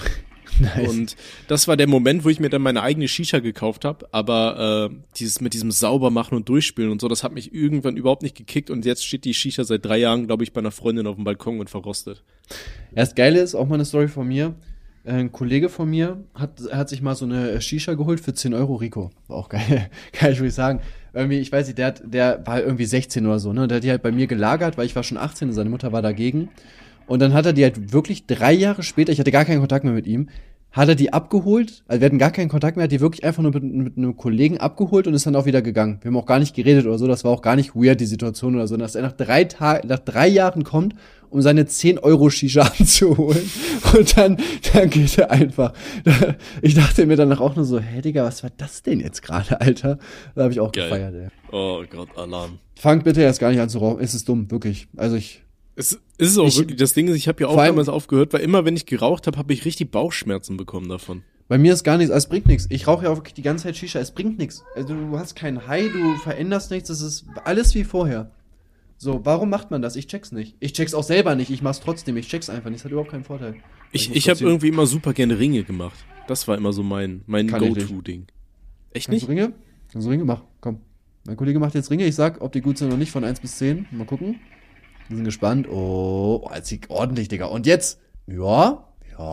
Nice. Und das war der Moment, wo ich mir dann meine eigene Shisha gekauft habe, aber dieses mit diesem Saubermachen und Durchspülen und so, das hat mich irgendwann überhaupt nicht gekickt und jetzt steht die Shisha seit 3 Jahren, glaube ich, bei einer Freundin auf dem Balkon und verrostet. Ja, das Geile ist, auch mal eine Story von mir, ein Kollege von mir hat sich mal so eine Shisha geholt für 10 Euro, Rico. War auch geil, kann ich wirklich sagen. Irgendwie, ich weiß nicht, der war irgendwie 16 oder so, ne? Der hat die halt bei mir gelagert, weil ich war schon 18 und seine Mutter war dagegen. Und dann hat er die halt wirklich 3 Jahre später, ich hatte gar keinen Kontakt mehr mit ihm, hat er die abgeholt, also wir hatten gar keinen Kontakt mehr, hat die wirklich einfach nur mit einem Kollegen abgeholt und ist dann auch wieder gegangen. Wir haben auch gar nicht geredet oder so, das war auch gar nicht weird, die Situation oder so, dass er nach 3 Jahren kommt, um seine 10 Euro Shisha anzuholen und dann geht er einfach. Ich dachte mir danach auch nur so, hey Digga, was war das denn jetzt gerade, Alter? Da habe ich auch gefeiert, ey. Oh Gott, Alarm. Fangt bitte erst gar nicht an zu rauchen, es ist dumm, wirklich. Also Es ist auch wirklich das Ding, ich habe ja auch damals aufgehört, weil immer, wenn ich geraucht habe, habe ich richtig Bauchschmerzen bekommen davon. Bei mir ist gar nichts, es bringt nichts. Ich rauche ja auch wirklich die ganze Zeit Shisha, es bringt nichts. Also du hast keinen High, du veränderst nichts, es ist alles wie vorher. So, warum macht man das? Ich check's nicht. Ich check's auch selber nicht, ich mach's trotzdem, ich check's einfach nicht, es hat überhaupt keinen Vorteil. Ich habe irgendwie immer super gerne Ringe gemacht. Das war immer so mein Kann ich Go-To-Ding. Echt Kannst nicht? du Ringe? Kannst du Ringe? Mach, komm. Mein Kollege macht jetzt Ringe, ich sag, ob die gut sind oder nicht, von 1 bis 10. Mal gucken. Wir sind gespannt. Oh, jetzt sieht ordentlich, Digga. Und jetzt? Ja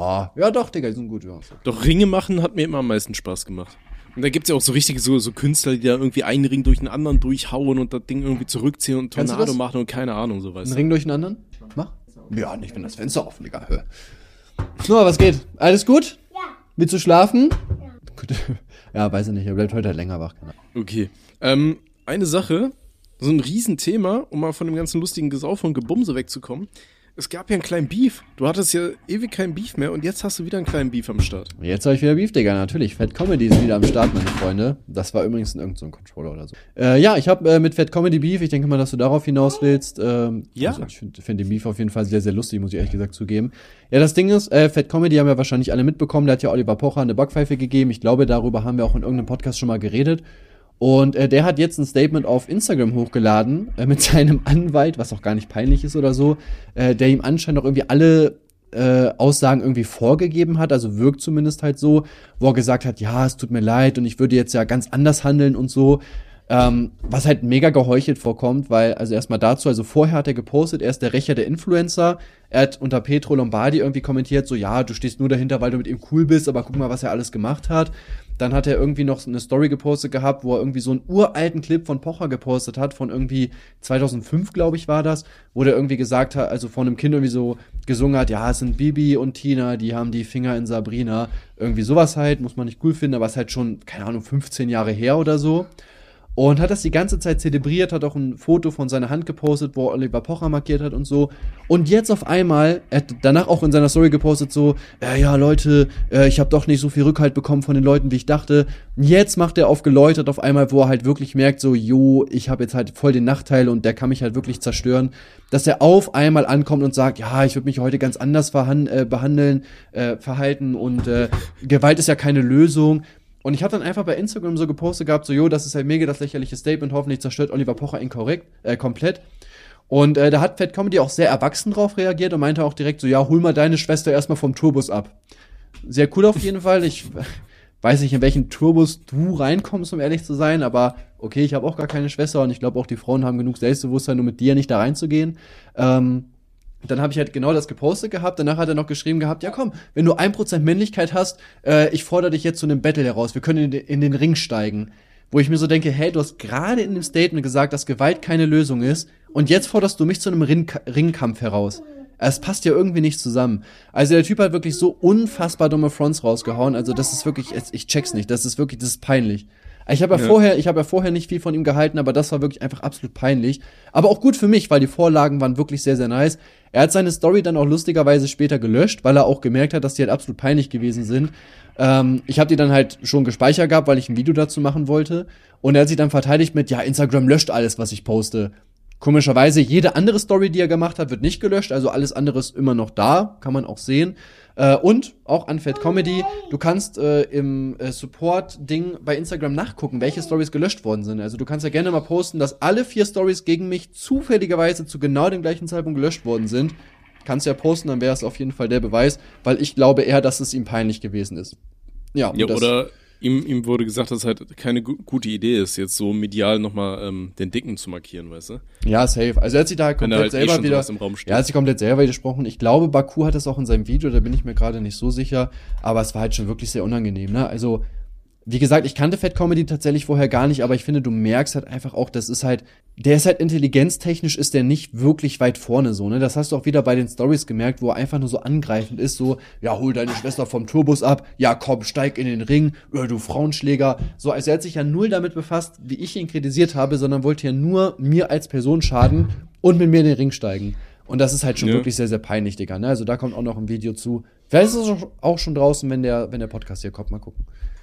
doch, Digga, die sind gut, ja. Doch Ringe machen hat mir immer am meisten Spaß gemacht. Und da gibt's ja auch so richtige so Künstler, die da irgendwie einen Ring durch den anderen durchhauen und das Ding irgendwie zurückziehen und Kennst du Tornado das? machen und keine Ahnung, so weißt Ein du. Ring durch den anderen? Mach. Ja, nicht, wenn das Fenster offen, Digga. Hör. Noah, was geht? Alles gut? Ja. Willst du schlafen? Ja. Gut. Ja, weiß ich nicht, er bleibt heute halt länger wach. Genau. Okay. Eine Sache, so ein Riesenthema, um mal von dem ganzen lustigen Gesaufe und Gebumse wegzukommen. Es gab ja einen kleinen Beef. Du hattest ja ewig keinen Beef mehr und jetzt hast du wieder einen kleinen Beef am Start. Jetzt habe ich wieder Beef, Digga, natürlich. Fat Comedy ist wieder am Start, meine Freunde. Das war übrigens irgend so ein Controller oder so. Ja, ich habe mit Fat Comedy Beef, ich denke mal, dass du darauf hinaus willst. Ja. Also ich find den Beef auf jeden Fall sehr, sehr lustig, muss ich ehrlich gesagt zugeben. Ja, das Ding ist, Fat Comedy haben ja wahrscheinlich alle mitbekommen, der hat ja Oliver Pocher eine Backpfeife gegeben. Ich glaube, darüber haben wir auch in irgendeinem Podcast schon mal geredet. Und der hat jetzt ein Statement auf Instagram hochgeladen mit seinem Anwalt, was auch gar nicht peinlich ist oder so, der ihm anscheinend auch irgendwie alle Aussagen irgendwie vorgegeben hat, also wirkt zumindest halt so, wo er gesagt hat, ja, es tut mir leid und ich würde jetzt ja ganz anders handeln und so. Was halt mega geheuchelt vorkommt, weil, also erstmal dazu, also vorher hat er gepostet, er ist der Rächer der Influencer, er hat unter Petro Lombardi irgendwie kommentiert, so, ja, du stehst nur dahinter, weil du mit ihm cool bist, aber guck mal, was er alles gemacht hat. Dann hat er irgendwie noch eine Story gepostet gehabt, wo er irgendwie so einen uralten Clip von Pocher gepostet hat, von irgendwie 2005, glaube ich, war das, wo der irgendwie gesagt hat, also von einem Kind irgendwie so gesungen hat, ja, es sind Bibi und Tina, die haben die Finger in Sabrina. Irgendwie sowas halt, muss man nicht cool finden, aber es ist halt schon, keine Ahnung, 15 Jahre her oder so. Und hat das die ganze Zeit zelebriert, hat auch ein Foto von seiner Hand gepostet, wo er Oliver Pocher markiert hat und so. Und jetzt auf einmal, er hat danach auch in seiner Story gepostet so, ja Leute, ich habe doch nicht so viel Rückhalt bekommen von den Leuten, wie ich dachte. Jetzt macht er auf geläutert auf einmal, wo er halt wirklich merkt so, ich habe jetzt halt voll den Nachteil und der kann mich halt wirklich zerstören. Dass er auf einmal ankommt und sagt, ja, ich würde mich heute ganz anders verhalten und Gewalt ist ja keine Lösung. Und ich habe dann einfach bei Instagram so gepostet gehabt, so, das ist halt mega das lächerliche Statement, hoffentlich zerstört Oliver Pocher ihn komplett. Und da hat Fat Comedy auch sehr erwachsen drauf reagiert und meinte auch direkt so, ja, hol mal deine Schwester erstmal vom Tourbus ab. Sehr cool auf jeden Fall. Ich weiß nicht, in welchen Tourbus du reinkommst, um ehrlich zu sein, aber okay, ich habe auch gar keine Schwester und ich glaube auch, die Frauen haben genug Selbstbewusstsein, um mit dir nicht da reinzugehen. Dann habe ich halt genau das gepostet gehabt. Danach hat er noch geschrieben gehabt, ja komm, wenn du 1% Männlichkeit hast, ich fordere dich jetzt zu einem Battle heraus. Wir können in den Ring steigen. Wo ich mir so denke, hey, du hast gerade in dem Statement gesagt, dass Gewalt keine Lösung ist. Und jetzt forderst du mich zu einem Ringkampf heraus. Es passt ja irgendwie nicht zusammen. Also der Typ hat wirklich so unfassbar dumme Fronts rausgehauen. Also das ist wirklich, ich check's nicht. Das ist peinlich. Ich habe ja vorher nicht viel von ihm gehalten, aber das war wirklich einfach absolut peinlich. Aber auch gut für mich, weil die Vorlagen waren wirklich sehr, sehr nice. Er hat seine Story dann auch lustigerweise später gelöscht, weil er auch gemerkt hat, dass die halt absolut peinlich gewesen sind. Ich habe die dann halt schon gespeichert gehabt, weil ich ein Video dazu machen wollte. Und er hat sich dann verteidigt mit, ja, Instagram löscht alles, was ich poste. Komischerweise, jede andere Story, die er gemacht hat, wird nicht gelöscht. Also alles andere ist immer noch da, kann man auch sehen. Und auch an Fat Comedy, du kannst im Support-Ding bei Instagram nachgucken, welche Stories gelöscht worden sind. Also du kannst ja gerne mal posten, dass alle 4 Stories gegen mich zufälligerweise zu genau dem gleichen Zeitpunkt gelöscht worden sind. Kannst ja posten, dann wäre es auf jeden Fall der Beweis, weil ich glaube eher, dass es ihm peinlich gewesen ist. Ja, oder ihm wurde gesagt, dass es halt keine gute Idee ist, jetzt so medial nochmal den Dicken zu markieren, weißt du? Ja, safe. Also er hat sich da komplett selber wieder, er hat sich komplett selber widersprochen. Ich glaube, Baku hat das auch in seinem Video, da bin ich mir gerade nicht so sicher, aber es war halt schon wirklich sehr unangenehm, ne? Also, wie gesagt, ich kannte Fat Comedy tatsächlich vorher gar nicht, aber ich finde, du merkst halt einfach auch, der ist halt intelligenztechnisch ist der nicht wirklich weit vorne so, ne? Das hast du auch wieder bei den Stories gemerkt, wo er einfach nur so angreifend ist, so, ja, hol deine Schwester vom Tourbus ab, ja, komm, steig in den Ring, du Frauenschläger. So, also er hat sich ja null damit befasst, wie ich ihn kritisiert habe, sondern wollte ja nur mir als Person schaden und mit mir in den Ring steigen. Und das ist halt schon wirklich sehr, sehr peinlich, Digga, ne? Also da kommt auch noch ein Video zu. Vielleicht ist es auch schon draußen, wenn der Podcast hier kommt, mal gucken.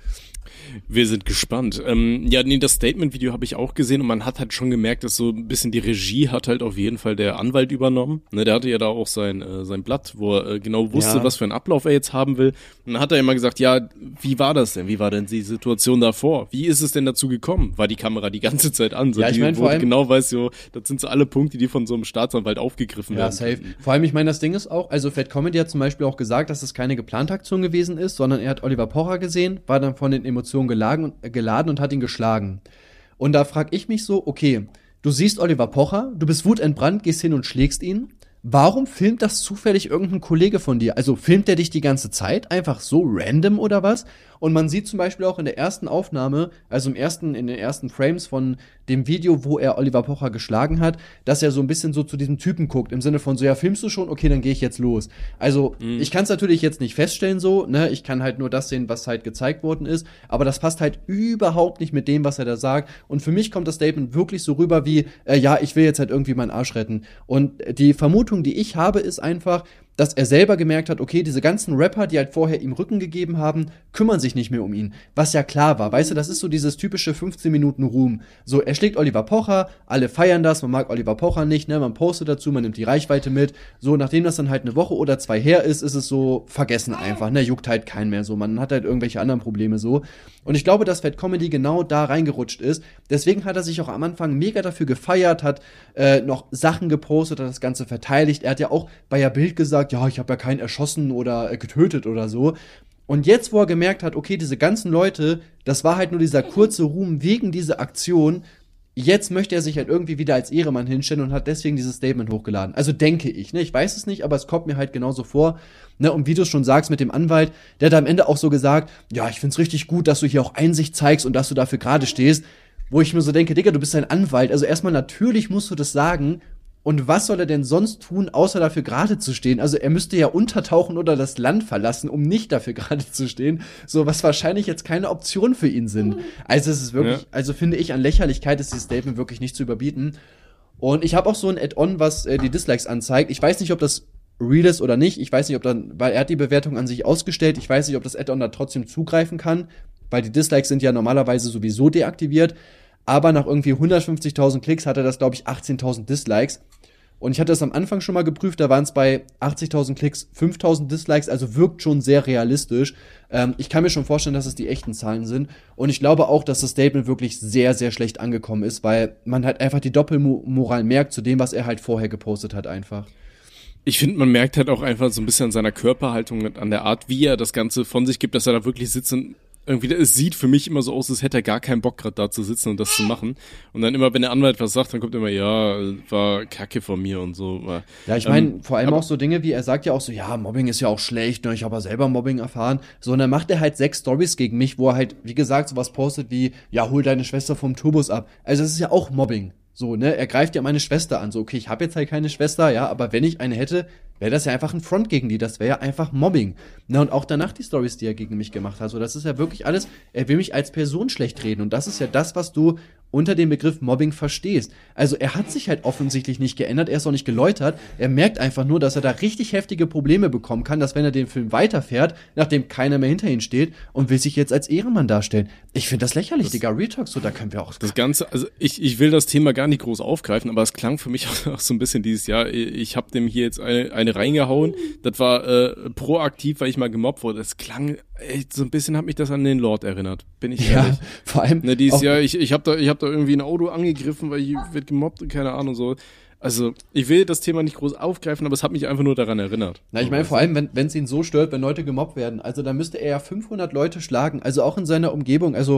Wir sind gespannt. Das Statement-Video habe ich auch gesehen und man hat halt schon gemerkt, dass so ein bisschen die Regie hat halt auf jeden Fall der Anwalt übernommen. Ne, der hatte ja da auch sein Blatt, wo er genau wusste, was für einen Ablauf er jetzt haben will. Und dann hat er immer gesagt, ja, wie war das denn? Wie war denn die Situation davor? Wie ist es denn dazu gekommen? War die Kamera die ganze Zeit an? So, ja, ich meine, vor allem genau weiß, so, das sind so alle Punkte, die von so einem Staatsanwalt aufgegriffen werden. Ja, safe. Vor allem, ich meine, das Ding ist auch, also Fat Comedy hat zum Beispiel auch gesagt, dass es keine geplante Aktion gewesen ist, sondern er hat Oliver Pocher gesehen, war dann von den Emotionen geladen und hat ihn geschlagen. Und da frag ich mich so, okay, du siehst Oliver Pocher, du bist wutentbrannt, gehst hin und schlägst ihn. Warum filmt das zufällig irgendein Kollege von dir? Also filmt der dich die ganze Zeit? Einfach so random oder was? Und man sieht zum Beispiel auch in der ersten Aufnahme, also in den ersten Frames von dem Video, wo er Oliver Pocher geschlagen hat, dass er so ein bisschen so zu diesem Typen guckt, im Sinne von so, ja, filmst du schon? Okay, dann gehe ich jetzt los. Also, ich kann es natürlich jetzt nicht feststellen so, ne, ich kann halt nur das sehen, was halt gezeigt worden ist, aber das passt halt überhaupt nicht mit dem, was er da sagt. Und für mich kommt das Statement wirklich so rüber wie, ja, ich will jetzt halt irgendwie meinen Arsch retten. Und die Vermutung, die ich habe, ist einfach, dass er selber gemerkt hat, okay, diese ganzen Rapper, die halt vorher ihm Rücken gegeben haben, kümmern sich nicht mehr um ihn. Was ja klar war, weißt du, das ist so dieses typische 15 Minuten Ruhm. So, er schlägt Oliver Pocher, alle feiern das, man mag Oliver Pocher nicht, ne, man postet dazu, man nimmt die Reichweite mit. So, nachdem das dann halt eine Woche oder zwei her ist, ist es so vergessen einfach, ne, juckt halt keinen mehr so, man hat halt irgendwelche anderen Probleme so. Und ich glaube, dass Fat Comedy genau da reingerutscht ist. Deswegen hat er sich auch am Anfang mega dafür gefeiert, hat noch Sachen gepostet, hat das Ganze verteidigt. Er hat ja auch bei der Bild gesagt, ja, ich habe ja keinen erschossen oder getötet oder so. Und jetzt, wo er gemerkt hat, okay, diese ganzen Leute, das war halt nur dieser kurze Ruhm wegen dieser Aktion, jetzt möchte er sich halt irgendwie wieder als Ehrenmann hinstellen und hat deswegen dieses Statement hochgeladen. Also denke ich, ne? Ich weiß es nicht, aber es kommt mir halt genauso vor. Ne? Und wie du es schon sagst mit dem Anwalt, der hat am Ende auch so gesagt, ja, ich find's richtig gut, dass du hier auch Einsicht zeigst und dass du dafür gerade stehst. Wo ich mir so denke, Digga, du bist ein Anwalt. Also erstmal natürlich musst du das sagen. Und was soll er denn sonst tun, außer dafür gerade zu stehen? Also er müsste ja untertauchen oder das Land verlassen, um nicht dafür gerade zu stehen. So, was wahrscheinlich jetzt keine Option für ihn sind. Also es ist wirklich, also finde ich, an Lächerlichkeit ist dieses Statement wirklich nicht zu überbieten. Und ich habe auch so ein Add-on, was die Dislikes anzeigt. Ich weiß nicht, ob das real ist oder nicht. Ich weiß nicht, ob dann, weil er hat die Bewertung an sich ausgestellt. Ich weiß nicht, ob das Add-on da trotzdem zugreifen kann, weil die Dislikes sind ja normalerweise sowieso deaktiviert. Aber nach irgendwie 150.000 Klicks hatte das, glaube ich, 18.000 Dislikes. Und ich hatte das am Anfang schon mal geprüft, da waren es bei 80.000 Klicks 5.000 Dislikes, also wirkt schon sehr realistisch. Ich kann mir schon vorstellen, dass es die echten Zahlen sind. Und ich glaube auch, dass das Statement wirklich sehr, sehr schlecht angekommen ist, weil man halt einfach die Doppelmoral merkt zu dem, was er halt vorher gepostet hat einfach. Ich finde, man merkt halt auch einfach so ein bisschen an seiner Körperhaltung, an der Art, wie er das Ganze von sich gibt, dass er da wirklich sitzt und irgendwie, es sieht für mich immer so aus, als hätte er gar keinen Bock gerade da zu sitzen und das zu machen. Und dann immer, wenn der Anwalt was sagt, dann kommt immer, ja, war Kacke von mir und so. Ja, ich meine, vor allem auch so Dinge wie, er sagt ja auch so, ja, Mobbing ist ja auch schlecht, ne, ich habe ja selber Mobbing erfahren. So, und dann macht er halt 6 Stories gegen mich, wo er halt, wie gesagt, sowas postet wie, ja, hol deine Schwester vom Tourbus ab. Also das ist ja auch Mobbing. So, ne, er greift ja meine Schwester an. So, okay, ich habe jetzt halt keine Schwester, ja, aber wenn ich eine hätte, wäre das ja einfach ein Front gegen die. Das wäre ja einfach Mobbing. Na, und auch danach die Stories, die er gegen mich gemacht hat. So, das ist ja wirklich alles, er will mich als Person schlecht reden. Und das ist ja das, was du unter dem Begriff Mobbing verstehst. Also er hat sich halt offensichtlich nicht geändert, er ist auch nicht geläutert. Er merkt einfach nur, dass er da richtig heftige Probleme bekommen kann, dass wenn er den Film weiterfährt, nachdem keiner mehr hinter ihm steht und will sich jetzt als Ehrenmann darstellen. Ich finde das lächerlich, Digga. Real Talk, so, da können wir auch... Das Ganze, also ich will das Thema gar nicht groß aufgreifen, aber es klang für mich auch so ein bisschen dieses Jahr, ich habe dem hier jetzt eine reingehauen, das war proaktiv, weil ich mal gemobbt wurde. Das klang, so ein bisschen hat mich das an den Lord erinnert, bin ich ehrlich. Ja, vor allem... Ne, dieses Jahr, ich hab da irgendwie ein Auto angegriffen, weil ich wird gemobbt und keine Ahnung so. Also, ich will das Thema nicht groß aufgreifen, aber es hat mich einfach nur daran erinnert. Na, ich meine, vor allem, wenn es ihn so stört, wenn Leute gemobbt werden, also da müsste er ja 500 Leute schlagen, also auch in seiner Umgebung, also,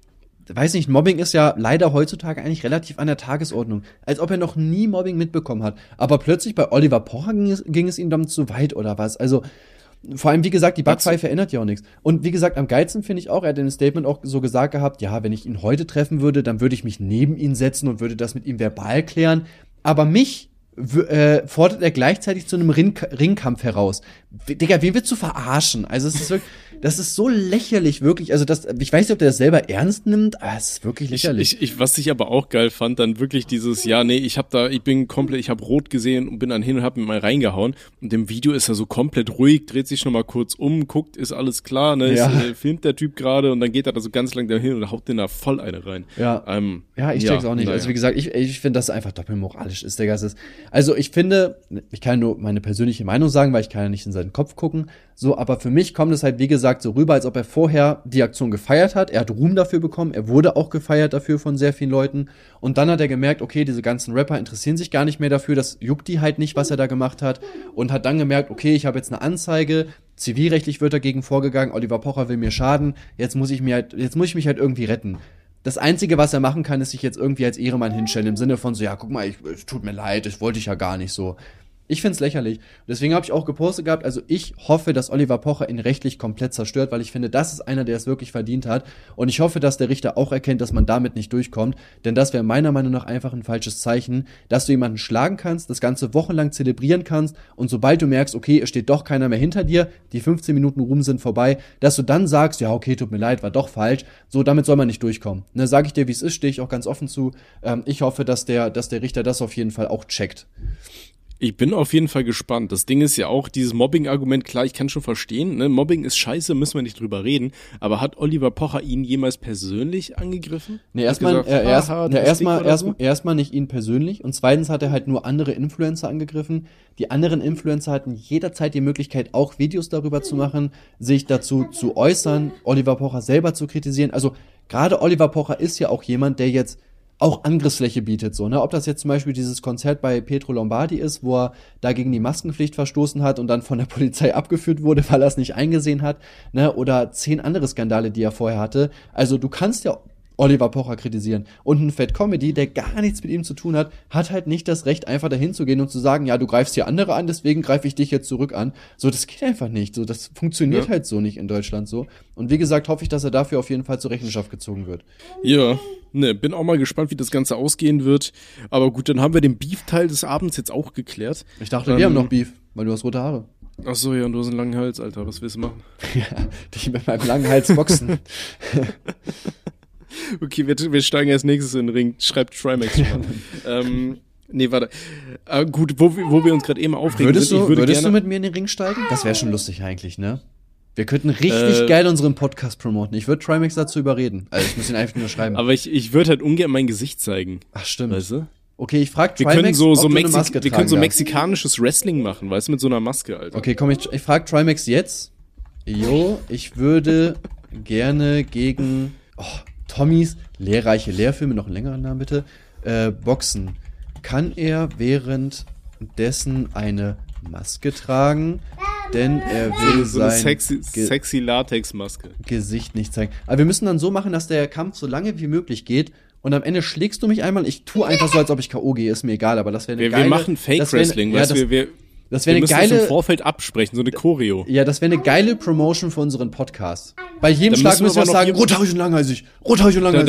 weiß nicht, Mobbing ist ja leider heutzutage eigentlich relativ an der Tagesordnung, als ob er noch nie Mobbing mitbekommen hat, aber plötzlich bei Oliver Pocher ging es ihm dann zu weit oder was, also, vor allem, wie gesagt, die Backpfeife ändert ja auch nichts. Und wie gesagt, am geilsten finde ich auch, er hat in dem Statement auch so gesagt gehabt, ja, wenn ich ihn heute treffen würde, dann würde ich mich neben ihn setzen und würde das mit ihm verbal klären. Aber mich fordert er gleichzeitig zu einem Ringkampf heraus. Digga, wen willst du verarschen? Also es ist wirklich, das ist so lächerlich, wirklich. Also ich weiß nicht, ob der das selber ernst nimmt, aber es ist wirklich lächerlich. Was ich aber auch geil fand, dann wirklich dieses, ich habe rot gesehen und bin dann hin und hab mir mal reingehauen. Und im Video ist er so komplett ruhig, dreht sich nochmal kurz um, guckt, ist alles klar, ne? Ja. Filmt der Typ gerade und dann geht er da so ganz lang dahin und haut den da voll eine rein. Ja, ich check's auch nicht. Also wie gesagt, ich finde, dass es einfach doppelmoralisch ist, Digga. Also ich finde, ich kann nur meine persönliche Meinung sagen, weil ich kann ja nicht in seinen Kopf gucken, so, aber für mich kommt es halt, wie gesagt, so rüber, als ob er vorher die Aktion gefeiert hat. Er hat Ruhm dafür bekommen, er wurde auch gefeiert dafür von sehr vielen Leuten und dann hat er gemerkt, okay, diese ganzen Rapper interessieren sich gar nicht mehr dafür, das juckt die halt nicht, was er da gemacht hat und hat dann gemerkt, okay, ich habe jetzt eine Anzeige, zivilrechtlich wird dagegen vorgegangen, Oliver Pocher will mir schaden, jetzt muss ich mich halt irgendwie retten. Das Einzige, was er machen kann, ist sich jetzt irgendwie als Ehrenmann hinstellen, im Sinne von so, ja, guck mal, es tut mir leid, das wollte ich ja gar nicht so. Ich find's lächerlich. Deswegen habe ich auch gepostet gehabt, also ich hoffe, dass Oliver Pocher ihn rechtlich komplett zerstört, weil ich finde, das ist einer, der es wirklich verdient hat. Und ich hoffe, dass der Richter auch erkennt, dass man damit nicht durchkommt. Denn das wäre meiner Meinung nach einfach ein falsches Zeichen, dass du jemanden schlagen kannst, das Ganze wochenlang zelebrieren kannst und sobald du merkst, okay, es steht doch keiner mehr hinter dir, die 15 Minuten Ruhm sind vorbei, dass du dann sagst, ja, okay, tut mir leid, war doch falsch. So, damit soll man nicht durchkommen. Ne, sag ich dir, wie es ist, stehe ich auch ganz offen zu. Ich hoffe, dass der Richter das auf jeden Fall auch checkt. Ich bin auf jeden Fall gespannt. Das Ding ist ja auch, dieses Mobbing-Argument, klar, ich kann schon verstehen, ne? Mobbing ist scheiße, müssen wir nicht drüber reden. Aber hat Oliver Pocher ihn jemals persönlich angegriffen? Nee, erstmal nicht ihn persönlich. Und zweitens hat er halt nur andere Influencer angegriffen. Die anderen Influencer hatten jederzeit die Möglichkeit, auch Videos darüber zu machen, sich dazu zu äußern, Oliver Pocher selber zu kritisieren. Also gerade Oliver Pocher ist ja auch jemand, der jetzt auch Angriffsfläche bietet, so, ne? Ob das jetzt zum Beispiel dieses Konzert bei Pietro Lombardi ist, wo er da gegen die Maskenpflicht verstoßen hat und dann von der Polizei abgeführt wurde, weil er es nicht eingesehen hat, ne? Oder 10 andere Skandale, die er vorher hatte. Also du kannst ja Oliver Pocher kritisieren. Und ein Fat Comedy, der gar nichts mit ihm zu tun hat, hat halt nicht das Recht, einfach dahin zu gehen und zu sagen, ja, du greifst hier andere an, deswegen greife ich dich jetzt zurück an. So, das geht einfach nicht. So, das funktioniert halt so nicht in Deutschland so. Und wie gesagt, hoffe ich, dass er dafür auf jeden Fall zur Rechenschaft gezogen wird. Ja, ne, bin auch mal gespannt, wie das Ganze ausgehen wird. Aber gut, dann haben wir den Beef-Teil des Abends jetzt auch geklärt. Ich dachte, wir haben noch Beef, weil du hast rote Haare. Ach so, ja, und du hast einen langen Hals, Alter. Was willst du machen? Ja, dich mit meinem langen Hals boxen. Okay, wir steigen als nächstes in den Ring. Schreibt Trimax schon mal. Nee, warte. Gut, wo wir uns gerade eben aufregen. Würdest du mit mir in den Ring steigen? Das wäre schon lustig eigentlich, ne? Wir könnten richtig geil unseren Podcast promoten. Ich würde Trimax dazu überreden. Also ich muss ihn einfach nur schreiben. Aber ich würde halt ungern mein Gesicht zeigen. Ach, stimmt. Weißt du? Okay, ich frag Trimax, wir können so mexikanisches Wrestling machen, weißt du, mit so einer Maske, Alter. Okay, komm, ich frag Trimax jetzt. Jo, ich würde gerne gegen Tommys lehrreiche Lehrfilme, noch einen längeren Namen bitte, boxen. Kann er währenddessen eine Maske tragen? Denn er will so eine sexy Latex-Maske. Gesicht nicht zeigen. Aber wir müssen dann so machen, dass der Kampf so lange wie möglich geht. Und am Ende schlägst du mich einmal. Ich tue einfach so, als ob ich K.O. gehe. Ist mir egal, aber das wäre eine geile... Wir machen Fake-Wrestling, weißt du, das wäre eine geile. Wir müssen das im Vorfeld absprechen, so eine Choreo. Ja, das wäre eine geile Promotion für unseren Podcast. Bei jedem Schlag müssen wir sagen, rothaarig und langhalsig. Da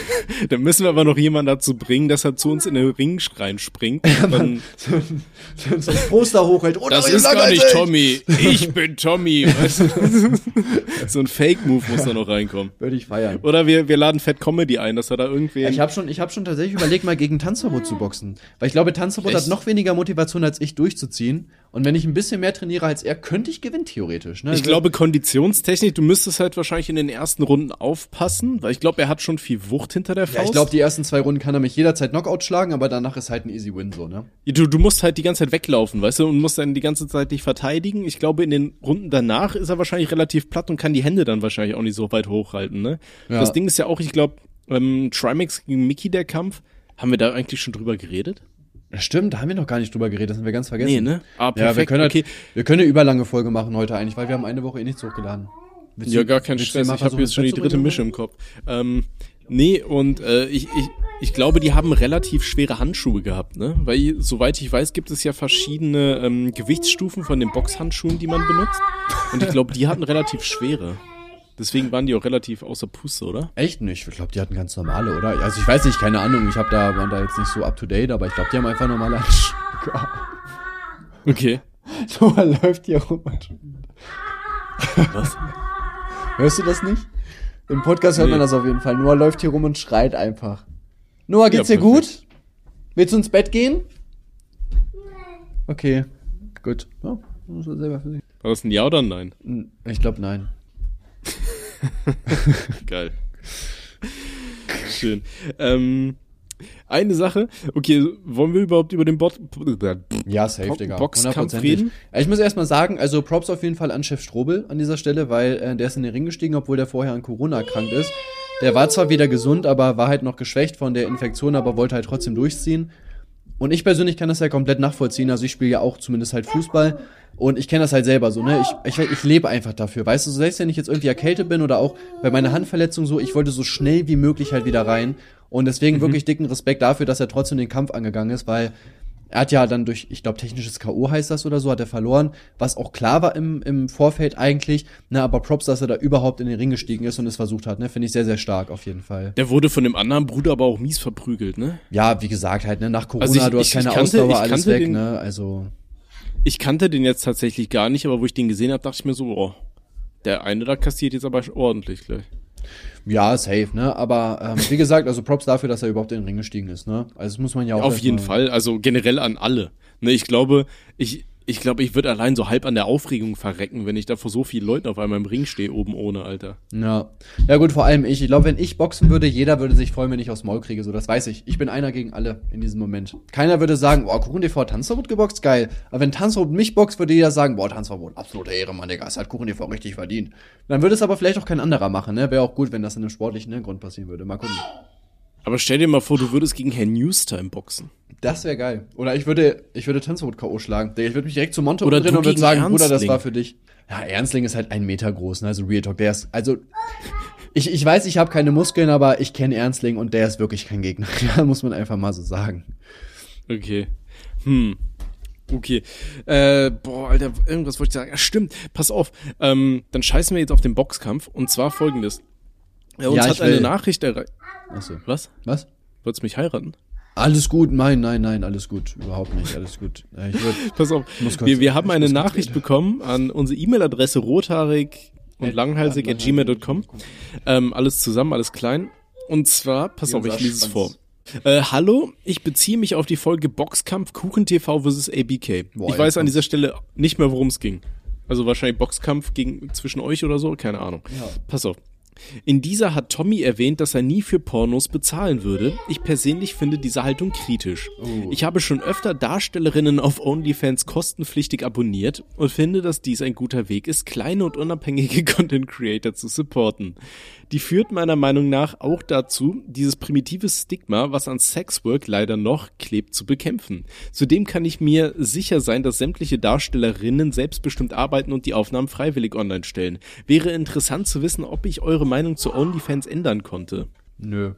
müssen wir aber noch jemanden dazu bringen, dass er zu uns in den Ring reinspringt. Ja, man, so ein Poster hochhält. Das ist gar nicht Tommy. Ich bin Tommy. Weißt du? So ein Fake-Move muss da noch reinkommen. Würde ich feiern. Oder wir laden Fat Comedy ein, dass er da irgendwie... Ja, ich hab schon tatsächlich überlegt, mal gegen Tanzverbot zu boxen. Weil ich glaube, Tanzverbot hat noch weniger Motivation, als ich durchzuziehen. Und wenn ich ein bisschen mehr trainiere als er, könnte ich gewinnen, theoretisch. Ne? Ich glaube, Konditionstechnik, du müsstest halt wahrscheinlich in den ersten Runden aufpassen, weil ich glaube, er hat schon viel Wucht hinter der Faust. Ja, ich glaube, die ersten 2 Runden kann er mich jederzeit Knockout schlagen, aber danach ist halt ein easy win so, ne? Du musst halt die ganze Zeit weglaufen, weißt du, und musst dann die ganze Zeit dich verteidigen. Ich glaube, in den Runden danach ist er wahrscheinlich relativ platt und kann die Hände dann wahrscheinlich auch nicht so weit hochhalten, ne? Ja. Das Ding ist ja auch, ich glaube, Trimax gegen Mickey, der Kampf, haben wir da eigentlich schon drüber geredet? Ja, stimmt, da haben wir noch gar nicht drüber geredet, das haben wir ganz vergessen. Nee, ne? Ah, perfekt. Ja, wir können eine überlange Folge machen heute eigentlich, weil wir haben eine Woche nichts hochgeladen. Ja, gar kein Stress, ich habe jetzt schon die 3. Mische im Kopf. Nee, und ich glaube, die haben relativ schwere Handschuhe gehabt, ne? Weil, soweit ich weiß, gibt es ja verschiedene Gewichtsstufen von den Boxhandschuhen, die man benutzt. Und ich glaube, die hatten relativ schwere. Deswegen waren die auch relativ außer Puste, oder? Echt nicht? Ich glaube, die hatten ganz normale, oder? Also ich weiß nicht, keine Ahnung. War da jetzt nicht so up to date, aber ich glaube, die haben einfach normale Handschuhe. Okay. Noah läuft hier rum. Was? Hörst du das nicht? Im Podcast hört man das auf jeden Fall. Noah läuft hier rum und schreit einfach. Noah, geht's dir gut? Willst du ins Bett gehen? Okay, gut. Ja, muss er selber für sich. War das ein Ja oder ein Nein? Ich glaube, nein. Geil. Schön. Eine Sache, okay, wollen wir überhaupt über den Ja, safe, Digga. Boxkampf 100%. reden? Ich muss erstmal sagen, also Props auf jeden Fall an Chef Strobel an dieser Stelle, weil der ist in den Ring gestiegen, obwohl der vorher an Corona erkrankt ist. Der war zwar wieder gesund, aber war halt noch geschwächt von der Infektion, aber wollte halt trotzdem durchziehen. Und ich persönlich kann das ja komplett nachvollziehen, also ich spiele ja auch zumindest halt Fußball und ich kenne das halt selber so, ne, ich lebe einfach dafür, weißt du, selbst wenn ich jetzt irgendwie erkältet bin oder auch bei meiner Handverletzung so, ich wollte so schnell wie möglich halt wieder rein und deswegen wirklich dicken Respekt dafür, dass er trotzdem den Kampf angegangen ist, weil er hat ja dann durch, ich glaube, technisches K.O. heißt das oder so, hat er verloren, was auch klar war im Vorfeld eigentlich, ne, aber Props, dass er da überhaupt in den Ring gestiegen ist und es versucht hat, ne, finde ich sehr, sehr stark auf jeden Fall. Der wurde von dem anderen Bruder aber auch mies verprügelt, ne? Ja, wie gesagt halt, ne, nach Corona, Also du hast keine Ausdauer, alles weg, ne, also. Ich kannte den jetzt tatsächlich gar nicht, aber wo ich den gesehen habe, dachte ich mir so, oh, der eine da kassiert jetzt aber ordentlich gleich. Ja, safe, ne? Aber wie gesagt, also Props dafür, dass er überhaupt in den Ring gestiegen ist, ne? Also das muss man ja auch. Auf jeden Fall, also generell an alle. Ne, ich glaube, ich würde allein so halb an der Aufregung verrecken, wenn ich da vor so vielen Leuten auf einmal im Ring stehe, oben ohne, Alter. Ja. Ja gut, vor allem ich. Ich glaube, wenn ich boxen würde, jeder würde sich freuen, wenn ich aufs Maul kriege, so, das weiß ich. Ich bin einer gegen alle in diesem Moment. Keiner würde sagen, boah, Kuchen TV hat Tanzverbot geboxt, geil. Aber wenn Tanzverbot mich boxt, würde jeder sagen, boah, Tanzverbot, absolute Ehre, Mann, Digga, das hat Kuchen TV richtig verdient. Dann würde es aber vielleicht auch kein anderer machen, ne? Wäre auch gut, wenn das in einem sportlichen Grund passieren würde. Mal gucken. Aber stell dir mal vor, du würdest gegen Herrn Newstime boxen. Das wäre geil. Oder ich würde Tanzverbot K.O. schlagen. Ich würde mich direkt zu Monte oder umdrehen und würde sagen, Ernstling. Bruder, das war für dich. Ja, Ernstling ist halt 1 Meter groß, ne? Also Real Talk, der ist, also, ich weiß, ich habe keine Muskeln, aber ich kenne Ernstling und der ist wirklich kein Gegner. Ja, muss man einfach mal so sagen. Okay. Okay. Boah, Alter, irgendwas wollte ich sagen. Ja, stimmt. Pass auf. Dann scheißen wir jetzt auf den Boxkampf. Und zwar folgendes. Uns hat eine Nachricht erreicht. Achso. Was? Wolltest du mich heiraten? Alles gut, nein, alles gut. Überhaupt nicht, alles gut. Pass auf. Wir haben eine Nachricht bekommen an unsere E-Mail-Adresse rothaarig und langhalsig@gmail.com. Alles zusammen, alles klein. Und zwar, pass auf, ich lese es vor. Hallo, ich beziehe mich auf die Folge Boxkampf Kuchen TV vs. ABK. Ich weiß an dieser Stelle nicht mehr, worum es ging. Also wahrscheinlich Boxkampf zwischen euch oder so, keine Ahnung. Ja. Pass auf. In dieser hat Tommy erwähnt, dass er nie für Pornos bezahlen würde. Ich persönlich finde diese Haltung kritisch. Ich habe schon öfter Darstellerinnen auf OnlyFans kostenpflichtig abonniert und finde, dass dies ein guter Weg ist, kleine und unabhängige Content Creator zu supporten. Die führt meiner Meinung nach auch dazu, dieses primitive Stigma, was an Sexwork leider noch klebt, zu bekämpfen. Zudem kann ich mir sicher sein, dass sämtliche Darstellerinnen selbstbestimmt arbeiten und die Aufnahmen freiwillig online stellen. Wäre interessant zu wissen, ob ich eure Meinung zu OnlyFans ändern konnte. Nö.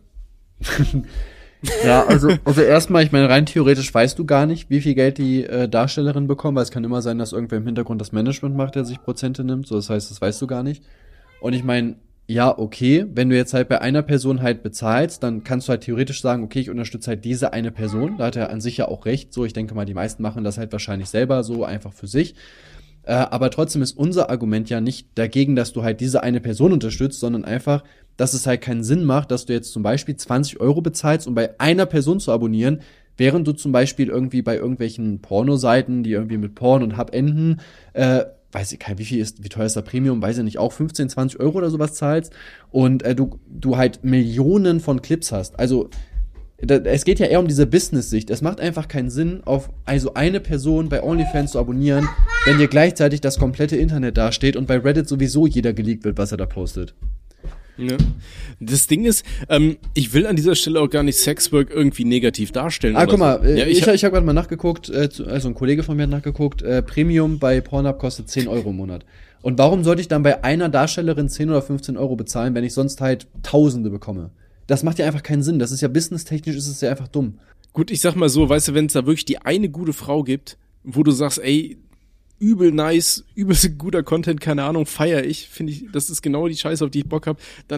Ja, also erstmal, ich meine, rein theoretisch weißt du gar nicht, wie viel Geld die Darstellerin bekommt, weil es kann immer sein, dass irgendwer im Hintergrund das Management macht, der sich Prozente nimmt. So, das heißt, das weißt du gar nicht. Und ich meine, ja, okay, wenn du jetzt halt bei einer Person halt bezahlst, dann kannst du halt theoretisch sagen, okay, ich unterstütze halt diese eine Person. Da hat er an sich ja auch recht. So, ich denke mal, die meisten machen das halt wahrscheinlich selber so einfach für sich. Aber trotzdem ist unser Argument ja nicht dagegen, dass du halt diese eine Person unterstützt, sondern einfach, dass es halt keinen Sinn macht, dass du jetzt zum Beispiel 20 € bezahlst, um bei einer Person zu abonnieren, während du zum Beispiel irgendwie bei irgendwelchen Pornoseiten, die irgendwie mit Porn und Hub enden, weiß ich gar nicht, wie teuer ist der Premium, weiß ich nicht, auch 15, 20 € oder sowas zahlst und du halt Millionen von Clips hast. Also es geht ja eher um diese Business-Sicht. Es macht einfach keinen Sinn, auf also eine Person bei OnlyFans zu abonnieren, wenn dir gleichzeitig das komplette Internet dasteht und bei Reddit sowieso jeder geleakt wird, was er da postet. Ja. Das Ding ist, ich will an dieser Stelle auch gar nicht Sexwork irgendwie negativ darstellen. Guck mal, so. Ja, ich hab gerade mal nachgeguckt, also ein Kollege von mir hat nachgeguckt, Premium bei Pornhub kostet 10 € im Monat. Und warum sollte ich dann bei einer Darstellerin 10 oder 15 € bezahlen, wenn ich sonst halt Tausende bekomme? Das macht ja einfach keinen Sinn. Das ist ja businesstechnisch, ist es ja einfach dumm. Gut, ich sag mal so, weißt du, wenn es da wirklich die eine gute Frau gibt, wo du sagst, ey, übel nice, übelst guter Content, keine Ahnung, feier ich, finde ich, das ist genau die Scheiße, auf die ich Bock hab, dann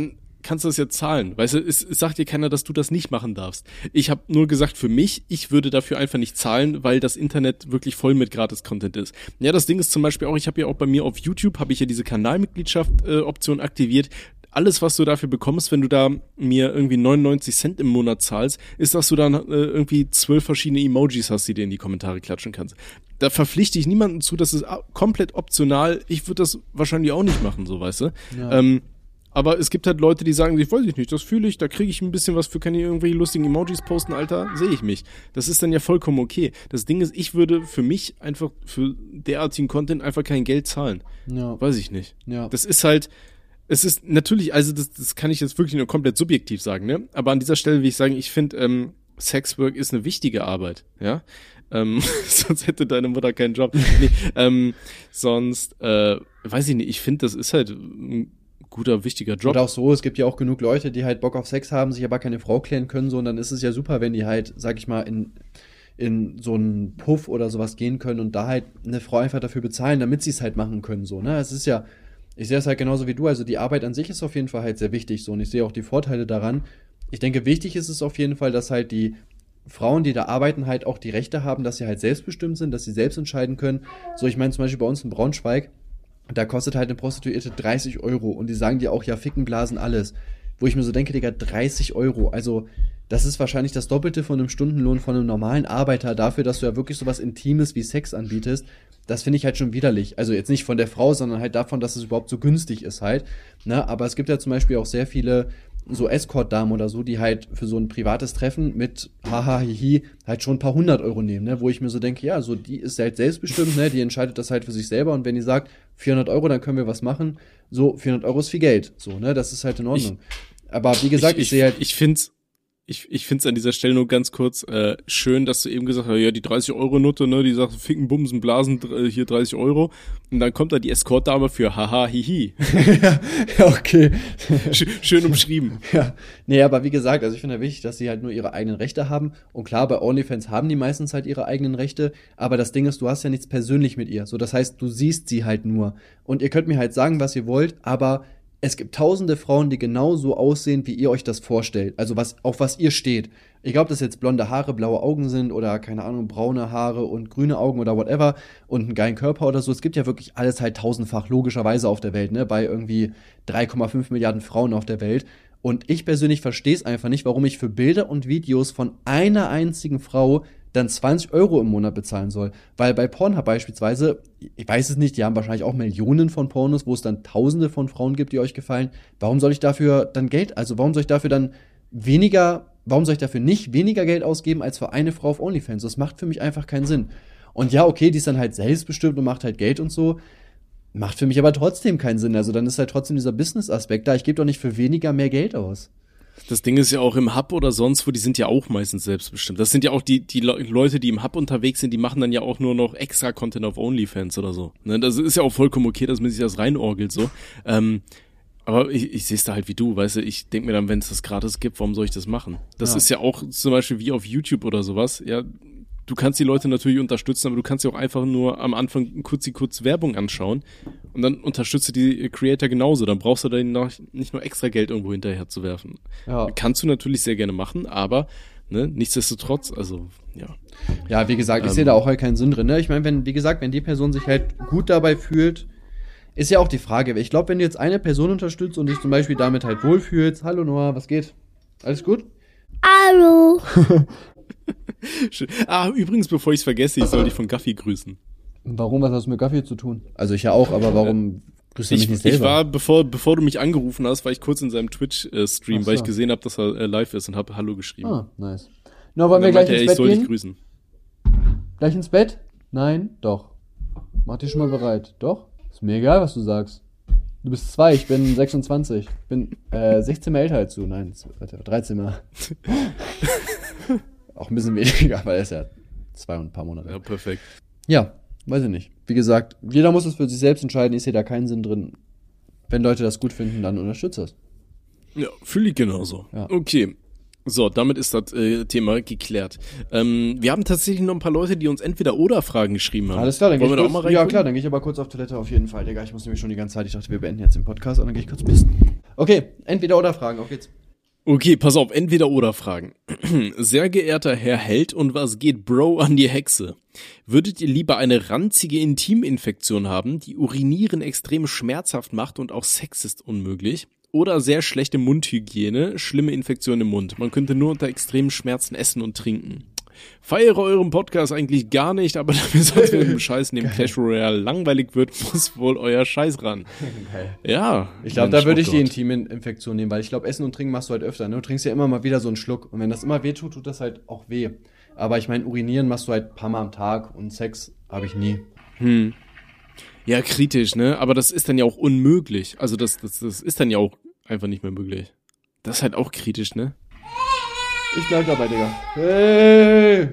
kannst du das ja zahlen. Weißt du, es sagt dir keiner, dass du das nicht machen darfst. Ich habe nur gesagt, für mich, ich würde dafür einfach nicht zahlen, weil das Internet wirklich voll mit Gratis-Content ist. Ja, das Ding ist zum Beispiel auch, ich habe ja auch bei mir auf YouTube, habe ich ja diese Kanalmitgliedschaft-Option aktiviert. Alles, was du dafür bekommst, wenn du da mir irgendwie 99 Cent im Monat zahlst, ist, dass du dann irgendwie 12 verschiedene Emojis hast, die dir in die Kommentare klatschen kannst. Da verpflichte ich niemanden zu, das ist komplett optional. Ich würde das wahrscheinlich auch nicht machen, so, weißt du. Ja. Aber es gibt halt Leute, die sagen, ich weiß nicht, das fühle ich, da kriege ich ein bisschen was für, kann ich irgendwelche lustigen Emojis posten, Alter, sehe ich mich. Das ist dann ja vollkommen okay. Das Ding ist, ich würde für mich einfach für derartigen Content einfach kein Geld zahlen. Ja. Weiß ich nicht. Ja. Das ist halt, es ist natürlich, also das kann ich jetzt wirklich nur komplett subjektiv sagen, ne? Aber an dieser Stelle will ich sagen, ich finde, Sexwork ist eine wichtige Arbeit, ja? Sonst hätte deine Mutter keinen Job. Nee, sonst, weiß ich nicht, ich finde, das ist halt ein guter, wichtiger Job. Oder auch so, es gibt ja auch genug Leute, die halt Bock auf Sex haben, sich aber keine Frau klären können, so, und dann ist es ja super, wenn die halt, sag ich mal, in so einen Puff oder sowas gehen können und da halt eine Frau einfach dafür bezahlen, damit sie es halt machen können, so, ne? Es ist ja, ich sehe es halt genauso wie du, also die Arbeit an sich ist auf jeden Fall halt sehr wichtig, so, und ich sehe auch die Vorteile daran. Ich denke, wichtig ist es auf jeden Fall, dass halt die Frauen, die da arbeiten, halt auch die Rechte haben, dass sie halt selbstbestimmt sind, dass sie selbst entscheiden können. So, ich meine zum Beispiel bei uns in Braunschweig, da kostet halt eine Prostituierte 30 Euro und die sagen dir auch, ja, ficken, blasen, alles. Wo ich mir so denke, Digga, 30 Euro, also das ist wahrscheinlich das Doppelte von einem Stundenlohn von einem normalen Arbeiter dafür, dass du ja wirklich sowas Intimes wie Sex anbietest. Das finde ich halt schon widerlich. Also jetzt nicht von der Frau, sondern halt davon, dass es überhaupt so günstig ist halt. Ne? Aber es gibt ja zum Beispiel auch sehr viele so Escort-Damen oder so, die halt für so ein privates Treffen mit haha, hihi halt schon ein paar 100 € nehmen, ne? Wo ich mir so denke, ja, so die ist halt selbstbestimmt, ne? Die entscheidet das halt für sich selber und wenn die sagt 400 €, dann können wir was machen. So, 400 € ist viel Geld. So, ne? Das ist halt in Ordnung. Aber wie gesagt, ich sehe halt... Ich find's an dieser Stelle nur ganz kurz schön, dass du eben gesagt hast, ja, die 30-Euro-Note, ne, die sagt, ficken, bumsen, blasen, hier 30 Euro. Und dann kommt da die Escort-Dame für haha, hihi. Ja, okay. Schön umschrieben. Ja, nee, aber wie gesagt, also ich finde ja wichtig, dass sie halt nur ihre eigenen Rechte haben. Und klar, bei OnlyFans haben die meistens halt ihre eigenen Rechte. Aber das Ding ist, du hast ja nichts persönlich mit ihr. So, das heißt, du siehst sie halt nur. Und ihr könnt mir halt sagen, was ihr wollt, aber es gibt tausende Frauen, die genau so aussehen, wie ihr euch das vorstellt. Also auf was ihr steht. Egal, ob das jetzt blonde Haare, blaue Augen sind oder, keine Ahnung, braune Haare und grüne Augen oder whatever und einen geilen Körper oder so. Es gibt ja wirklich alles halt tausendfach logischerweise auf der Welt, ne? Bei irgendwie 3,5 Milliarden Frauen auf der Welt. Und ich persönlich verstehe es einfach nicht, warum ich für Bilder und Videos von einer einzigen Frau dann 20 € im Monat bezahlen soll. Weil bei Pornhub beispielsweise, ich weiß es nicht, die haben wahrscheinlich auch Millionen von Pornos, wo es dann Tausende von Frauen gibt, die euch gefallen. Warum soll ich dafür dann Geld, also warum soll ich dafür nicht weniger Geld ausgeben als für eine Frau auf OnlyFans? Das macht für mich einfach keinen Sinn. Und ja, okay, die ist dann halt selbstbestimmt und macht halt Geld und so. Macht für mich aber trotzdem keinen Sinn. Also dann ist halt trotzdem dieser Business-Aspekt da. Ich gebe doch nicht für weniger mehr Geld aus. Das Ding ist ja auch im Hub oder sonst wo, die sind ja auch meistens selbstbestimmt. Das sind ja auch die Leute, die im Hub unterwegs sind, die machen dann ja auch nur noch extra Content auf OnlyFans oder so. Ne? Das ist ja auch vollkommen okay, dass man sich das reinorgelt so. Aber ich sehe es da halt wie du, weißt du, ich denke mir dann, wenn es das gratis gibt, warum soll ich das machen? Das ist ja auch zum Beispiel wie auf YouTube oder sowas, ja. Du kannst die Leute natürlich unterstützen, aber du kannst ja auch einfach nur am Anfang kurz Werbung anschauen und dann unterstützt du die Creator genauso. Dann brauchst du da nicht nur extra Geld irgendwo hinterher zu werfen. Ja. Kannst du natürlich sehr gerne machen, aber ne, nichtsdestotrotz, also ja. Ja, wie gesagt, ich sehe da auch halt keinen Sinn drin. Ne? Ich meine, wenn die Person sich halt gut dabei fühlt, ist ja auch die Frage. Ich glaube, wenn du jetzt eine Person unterstützt und dich zum Beispiel damit halt wohlfühlst, hallo Noah, was geht? Alles gut? Hallo. Übrigens, bevor ich es vergesse, ich soll dich von Gaffi grüßen. Warum? Was hast du mit Gaffi zu tun? Also ich ja auch, aber warum grüßt du mich nicht selber? Ich war, bevor du mich angerufen hast, war ich kurz in seinem Twitch-Stream, weil ich gesehen habe, dass er live ist und habe Hallo geschrieben. Ah, nice. Na, wollen wir gleich ins Bett ich soll gehen? dich grüßen. Gleich ins Bett? Nein? Doch. Mach dich schon mal bereit. Doch? Ist mir egal, was du sagst. Du bist 2, ich bin 26. Ich bin 16 Mal älter als du. Nein, 13 Mal. Auch ein bisschen weniger, weil er ist ja 2 und ein paar Monate. Ja, perfekt. Ja, weiß ich nicht. Wie gesagt, jeder muss es für sich selbst entscheiden. Ich sehe da keinen Sinn drin. Wenn Leute das gut finden, dann unterstützt das. Ja, fühle ich genauso. Ja. Okay. So, damit ist das Thema geklärt. Wir haben tatsächlich noch ein paar Leute, die uns entweder oder Fragen geschrieben haben. Alles klar, dann gehe ich Wollen wir da kurz, auch mal ja reingucken? klar, dann gehe ich aber kurz auf Toilette auf jeden Fall, Digga. Ich muss nämlich schon die ganze Zeit, ich dachte, wir beenden jetzt den Podcast und dann gehe ich kurz pissen. Okay, entweder oder Fragen, auf geht's. Okay, pass auf, entweder oder Fragen. Sehr geehrter Herr Held und was geht Bro an die Hexe? Würdet ihr lieber eine ranzige Intiminfektion haben, die Urinieren extrem schmerzhaft macht und auch Sex ist unmöglich? Oder sehr schlechte Mundhygiene, schlimme Infektion im Mund. Man könnte nur unter extremen Schmerzen essen und trinken. Feiere euren Podcast eigentlich gar nicht, aber damit sonst mit dem Scheiß neben Clash Royale langweilig wird, muss wohl euer Scheiß ran. Geil. Ja. Ich glaube, Mensch, da würde oh ich die Gott. Intiminfektion nehmen, weil ich glaube, Essen und Trinken machst du halt öfter, ne? Du trinkst ja immer mal wieder so einen Schluck und wenn das immer weh tut, tut das halt auch weh. Aber ich meine, Urinieren machst du halt ein paar Mal am Tag und Sex habe ich nie. Ja, kritisch, ne? Aber das ist dann ja auch unmöglich. Also das ist dann ja auch einfach nicht mehr möglich. Das ist halt auch kritisch, ne? Ich bleib dabei, Digga. Hey!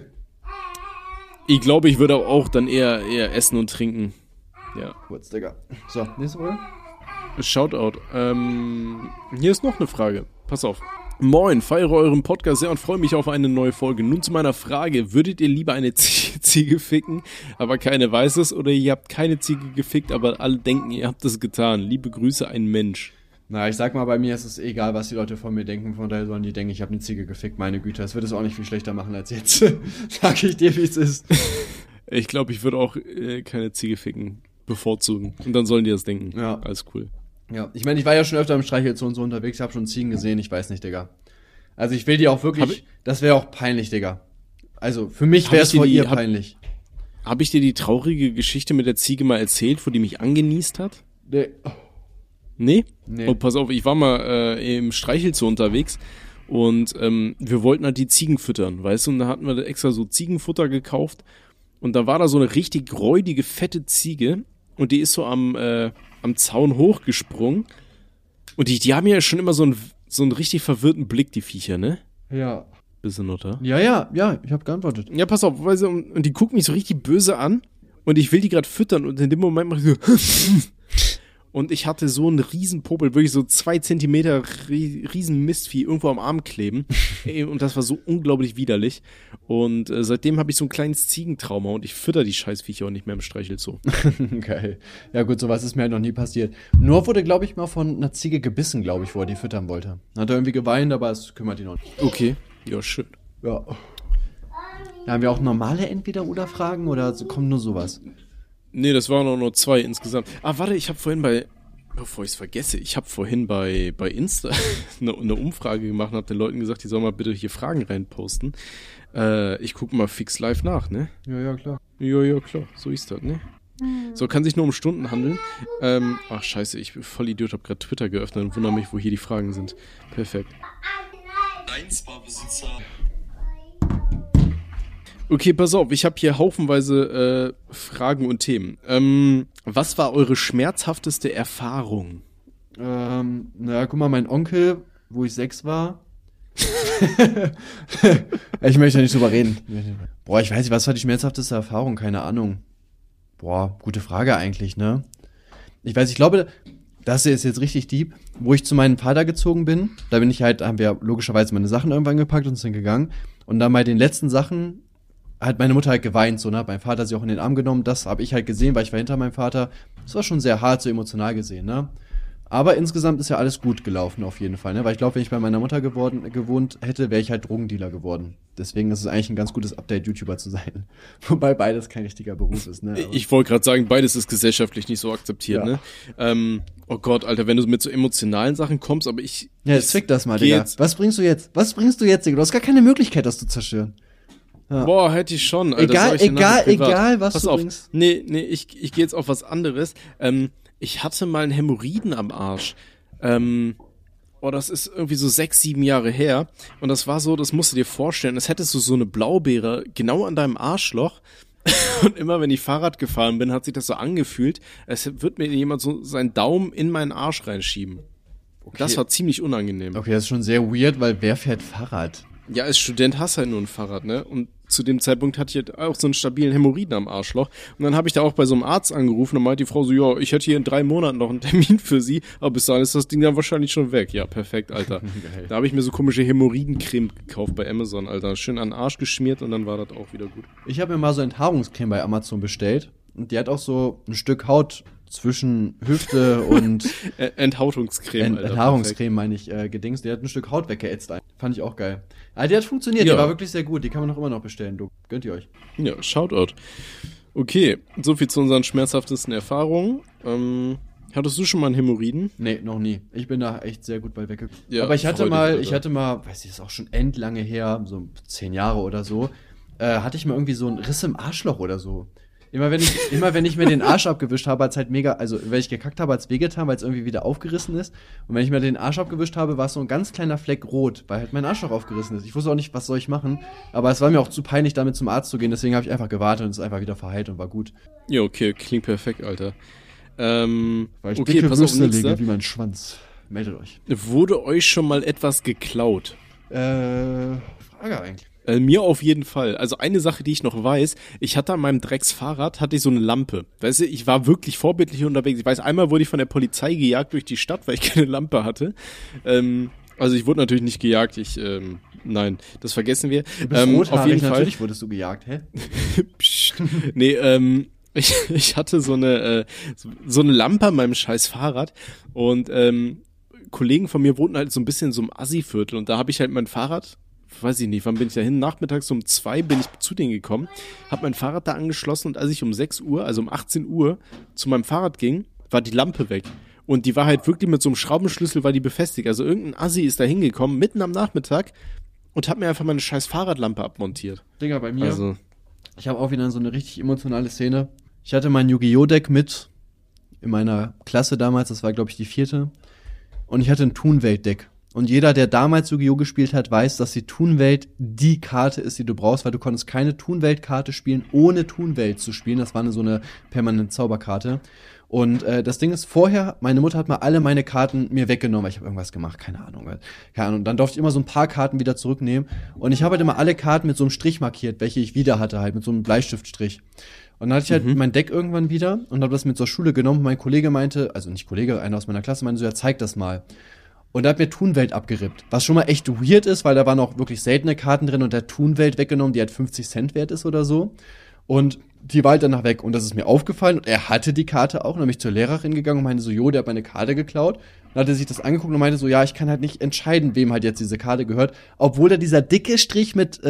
Ich glaube, ich würde auch dann eher essen und trinken. Ja. Kurz, Digga. So, nächste Frage. Shoutout. Hier ist noch eine Frage. Pass auf. Moin, feiere euren Podcast sehr und freue mich auf eine neue Folge. Nun zu meiner Frage. Würdet ihr lieber eine Ziege ficken, aber keine weiß es, oder ihr habt keine Ziege gefickt, aber alle denken, ihr habt es getan? Liebe Grüße, ein Mensch. Na, ich sag mal, bei mir ist es egal, was die Leute von mir denken. Von daher sollen die denken, ich habe eine Ziege gefickt. Meine Güte, das wird es auch nicht viel schlechter machen als jetzt. Sag ich dir, wie es ist. Ich glaube, ich würde auch keine Ziege ficken bevorzugen. Und dann sollen die das denken. Ja. Alles cool. Ja, ich meine, ich war ja schon öfter im Streichelzoo und so unterwegs. Ich habe schon Ziegen gesehen, ich weiß nicht, Digga. Also ich will die auch wirklich, das wäre auch peinlich, Digga. Also für mich wäre es vor ihr peinlich. Habe ich dir die traurige Geschichte mit der Ziege mal erzählt, wo die mich angenießt hat? Nee. Nee? Nee. Oh, pass auf, ich war mal im Streichelzoo unterwegs und wir wollten halt die Ziegen füttern, weißt du? Und da hatten wir extra so Ziegenfutter gekauft und da war da so eine richtig räudige, fette Ziege und die ist so am Zaun hochgesprungen und die haben ja schon immer so einen richtig verwirrten Blick, die Viecher, ne? Ja. Bist du noch da? Ja, ich habe geantwortet. Ja, pass auf, weißt du, und die gucken mich so richtig böse an und ich will die gerade füttern und in dem Moment mache ich so und ich hatte so einen riesen Popel, wirklich so 2 Zentimeter riesen Mistvieh irgendwo am Arm kleben. Ey, und das war so unglaublich widerlich. Und seitdem habe ich so ein kleines Ziegentrauma und ich fütter die Scheißviecher auch nicht mehr im Streichelzoo. Geil. Ja gut, sowas ist mir halt noch nie passiert. Nur wurde, glaube ich, mal von einer Ziege gebissen, glaube ich, wo er die füttern wollte. Hat er irgendwie geweint, aber es kümmert ihn noch nicht. Okay, ja, schön. Ja. Da haben wir auch normale Entweder-Oder-Fragen oder kommt nur sowas? Nee, das waren auch nur 2 insgesamt. Ah, warte, ich habe vorhin bevor ich es vergesse, ich habe vorhin bei Insta eine Umfrage gemacht und habe den Leuten gesagt, die sollen mal bitte hier Fragen reinposten. Ich gucke mal fix live nach, ne? Ja, klar. Ja, klar, so ist das, ne? So, kann sich nur um Stunden handeln. Ach, scheiße, ich bin voll Idiot, hab gerade Twitter geöffnet und wundere mich, wo hier die Fragen sind. Perfekt. Okay, pass auf, ich habe hier haufenweise Fragen und Themen. Was war eure schmerzhafteste Erfahrung? Naja, guck mal, mein Onkel, wo ich 6 war. Ich möchte ja nicht drüber reden. Boah, ich weiß nicht, was war die schmerzhafteste Erfahrung? Keine Ahnung. Boah, gute Frage eigentlich, ne? Ich weiß, ich glaube, das ist jetzt richtig deep. Wo ich zu meinem Vater gezogen bin, da haben wir logischerweise meine Sachen irgendwann gepackt und sind gegangen. Und dann bei den letzten Sachen hat meine Mutter halt geweint, so, ne? Mein Vater hat sie auch in den Arm genommen. Das habe ich halt gesehen, weil ich war hinter meinem Vater. Das war schon sehr hart, so emotional gesehen, ne? Aber insgesamt ist ja alles gut gelaufen auf jeden Fall, ne? Weil ich glaube, wenn ich bei meiner Mutter gewohnt hätte, wäre ich halt Drogendealer geworden. Deswegen ist es eigentlich ein ganz gutes Update, YouTuber zu sein. Wobei beides kein richtiger Beruf ist, ne? Aber Ich wollte gerade sagen, beides ist gesellschaftlich nicht so akzeptiert, Ja. ne? Oh Gott, Alter, wenn du mit so emotionalen Sachen kommst, aber ich... ja, jetzt fick das mal, geh Digga. jetzt- Was bringst du jetzt? Digga? Du hast gar keine Möglichkeit, das zu zerstören. Ja. Boah, hätte ich schon. Alter, Egal, sag ich dir nachher privat. egal, was Pass du auf. bringst. Nee, ich gehe jetzt auf was anderes. Ich hatte mal einen Hämorrhoiden am Arsch. Das ist irgendwie so 6, 7 Jahre her. Und das war so, das musst du dir vorstellen, als hättest du so eine Blaubeere genau an deinem Arschloch. Und immer wenn ich Fahrrad gefahren bin, hat sich das so angefühlt, als würde mir jemand so seinen Daumen in meinen Arsch reinschieben. Das war ziemlich unangenehm. Okay, das ist schon sehr weird, weil wer fährt Fahrrad? Ja, als Student hast du halt nur ein Fahrrad, ne? Und zu dem Zeitpunkt hatte ich halt auch so einen stabilen Hämorrhoiden am Arschloch. Und dann habe ich da auch bei so einem Arzt angerufen und meinte die Frau so, ja, ich hätte hier in 3 Monaten noch einen Termin für Sie, aber bis dahin ist das Ding dann wahrscheinlich schon weg. Ja, perfekt, Alter. Da habe ich mir so komische Hämorrhoidencreme gekauft bei Amazon, Alter. Schön an den Arsch geschmiert und dann war das auch wieder gut. Ich habe mir mal so Enthaarungscreme bei Amazon bestellt und die hat auch so ein Stück Haut zwischen Hüfte und Enthautungscreme, Alter. Enthaarungscreme meine ich, gedings. Die hat ein Stück Haut weggeätzt. Fand ich auch geil. Aber die hat funktioniert, Ja. die war wirklich sehr gut. Die kann man auch immer noch bestellen. Du, gönnt ihr euch. Ja, Shoutout. Okay, soviel zu unseren schmerzhaftesten Erfahrungen. Hattest du schon mal einen Hämorrhoiden? Nee, noch nie. Ich bin da echt sehr gut bei weggekommen. Ja, aber ich hatte mal, Alter. weiß ich, ist auch schon endlange her, so 10 Jahre oder so, hatte ich mal irgendwie so einen Riss im Arschloch oder so. Immer wenn ich mir den Arsch abgewischt habe, hat's halt mega, also wenn ich gekackt habe, hat's wehgetan, weil es irgendwie wieder aufgerissen ist. Und wenn ich mir den Arsch abgewischt habe, war es so ein ganz kleiner Fleck rot, weil halt mein Arschloch aufgerissen ist. Ich wusste auch nicht, was soll ich machen, aber es war mir auch zu peinlich, damit zum Arzt zu gehen, deswegen habe ich einfach gewartet und es ist einfach wieder verheilt und war gut. Ja, okay, klingt perfekt, Alter. Weil ich Okay, dicke pass auf, Brüste nächster. lege wie mein Schwanz. Meldet euch. Wurde euch schon mal etwas geklaut? Frage eigentlich. Mir auf jeden Fall. Also eine Sache, die ich noch weiß, ich hatte an meinem Drecksfahrrad, hatte ich so eine Lampe. Weißt du, ich war wirklich vorbildlich unterwegs. Ich weiß, einmal wurde ich von der Polizei gejagt durch die Stadt, weil ich keine Lampe hatte. Also ich wurde natürlich nicht gejagt, nein, das vergessen wir. Du bist rothaarig, auf jeden Fall. natürlich wurdest du gejagt, hä? Psst. Nee, ich hatte so eine Lampe an meinem scheiß Fahrrad und Kollegen von mir wohnten halt so ein bisschen in so einem Assi-Viertel und da habe ich halt mein Fahrrad, weiß ich nicht, wann bin ich da hin? Nachmittags um 2 bin ich zu denen gekommen, habe mein Fahrrad da angeschlossen und als ich um 6 Uhr, also um 18 Uhr zu meinem Fahrrad ging, war die Lampe weg. Und die war halt wirklich mit so einem Schraubenschlüssel war die befestigt. Also irgendein Assi ist da hingekommen, mitten am Nachmittag und hat mir einfach meine scheiß Fahrradlampe abmontiert. Digga, bei mir. Also, Ich habe auch wieder so eine richtig emotionale Szene. Ich hatte mein Yu-Gi-Oh! Deck mit in meiner Klasse damals, das war glaube ich die 4. Und ich hatte ein Toonwelt-Deck. Und jeder, der damals Yu-Gi-Oh! Gespielt hat, weiß, dass die Toonwelt die Karte ist, die du brauchst, weil du konntest keine Toonwelt-Karte spielen, ohne Toonwelt zu spielen. Das war so eine permanente Zauberkarte. Und das Ding ist, vorher, meine Mutter hat mal alle meine Karten mir weggenommen, weil ich habe irgendwas gemacht, keine Ahnung. Dann durfte ich immer so ein paar Karten wieder zurücknehmen. Und ich habe halt immer alle Karten mit so einem Strich markiert, welche ich wieder hatte, halt mit so einem Bleistiftstrich. Und dann hatte ich halt mein Deck irgendwann wieder und habe das mit zur Schule genommen. Und mein Kollege meinte, also nicht Kollege, einer aus meiner Klasse meinte so, ja, zeig das mal. Und da hat mir Toonwelt abgerippt, was schon mal echt weird ist, weil da waren auch wirklich seltene Karten drin und der Toonwelt weggenommen, die halt 50 Cent wert ist oder so. Und die war halt danach weg und das ist mir aufgefallen und er hatte die Karte auch und dann bin ich zur Lehrerin gegangen und meinte so, jo, der hat meine Karte geklaut. Dann hat er sich das angeguckt und meinte so, ja, ich kann halt nicht entscheiden, wem halt jetzt diese Karte gehört, obwohl da dieser dicke Strich mit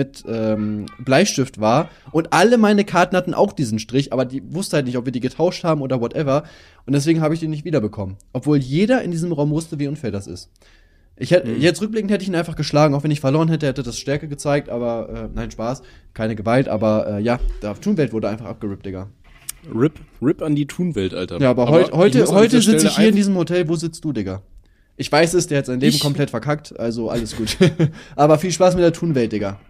Bleistift war und alle meine Karten hatten auch diesen Strich, aber die wusste halt nicht, ob wir die getauscht haben oder whatever und deswegen habe ich die nicht wiederbekommen. Obwohl jeder in diesem Raum wusste, wie unfair das ist. Jetzt rückblickend hätte ich ihn einfach geschlagen, auch wenn ich verloren hätte, hätte das Stärke gezeigt, aber nein, Spaß, keine Gewalt, aber ja, der Toonwelt wurde einfach abgerippt, Digga. RIP an die Toonwelt, Alter. Ja, aber ich heute muss an dieser sitze ich Stelle hier in diesem Hotel, wo sitzt du, Digga? Ich weiß es, der hat sein Leben komplett verkackt, also alles gut. Aber viel Spaß mit der Toonwelt, Digga.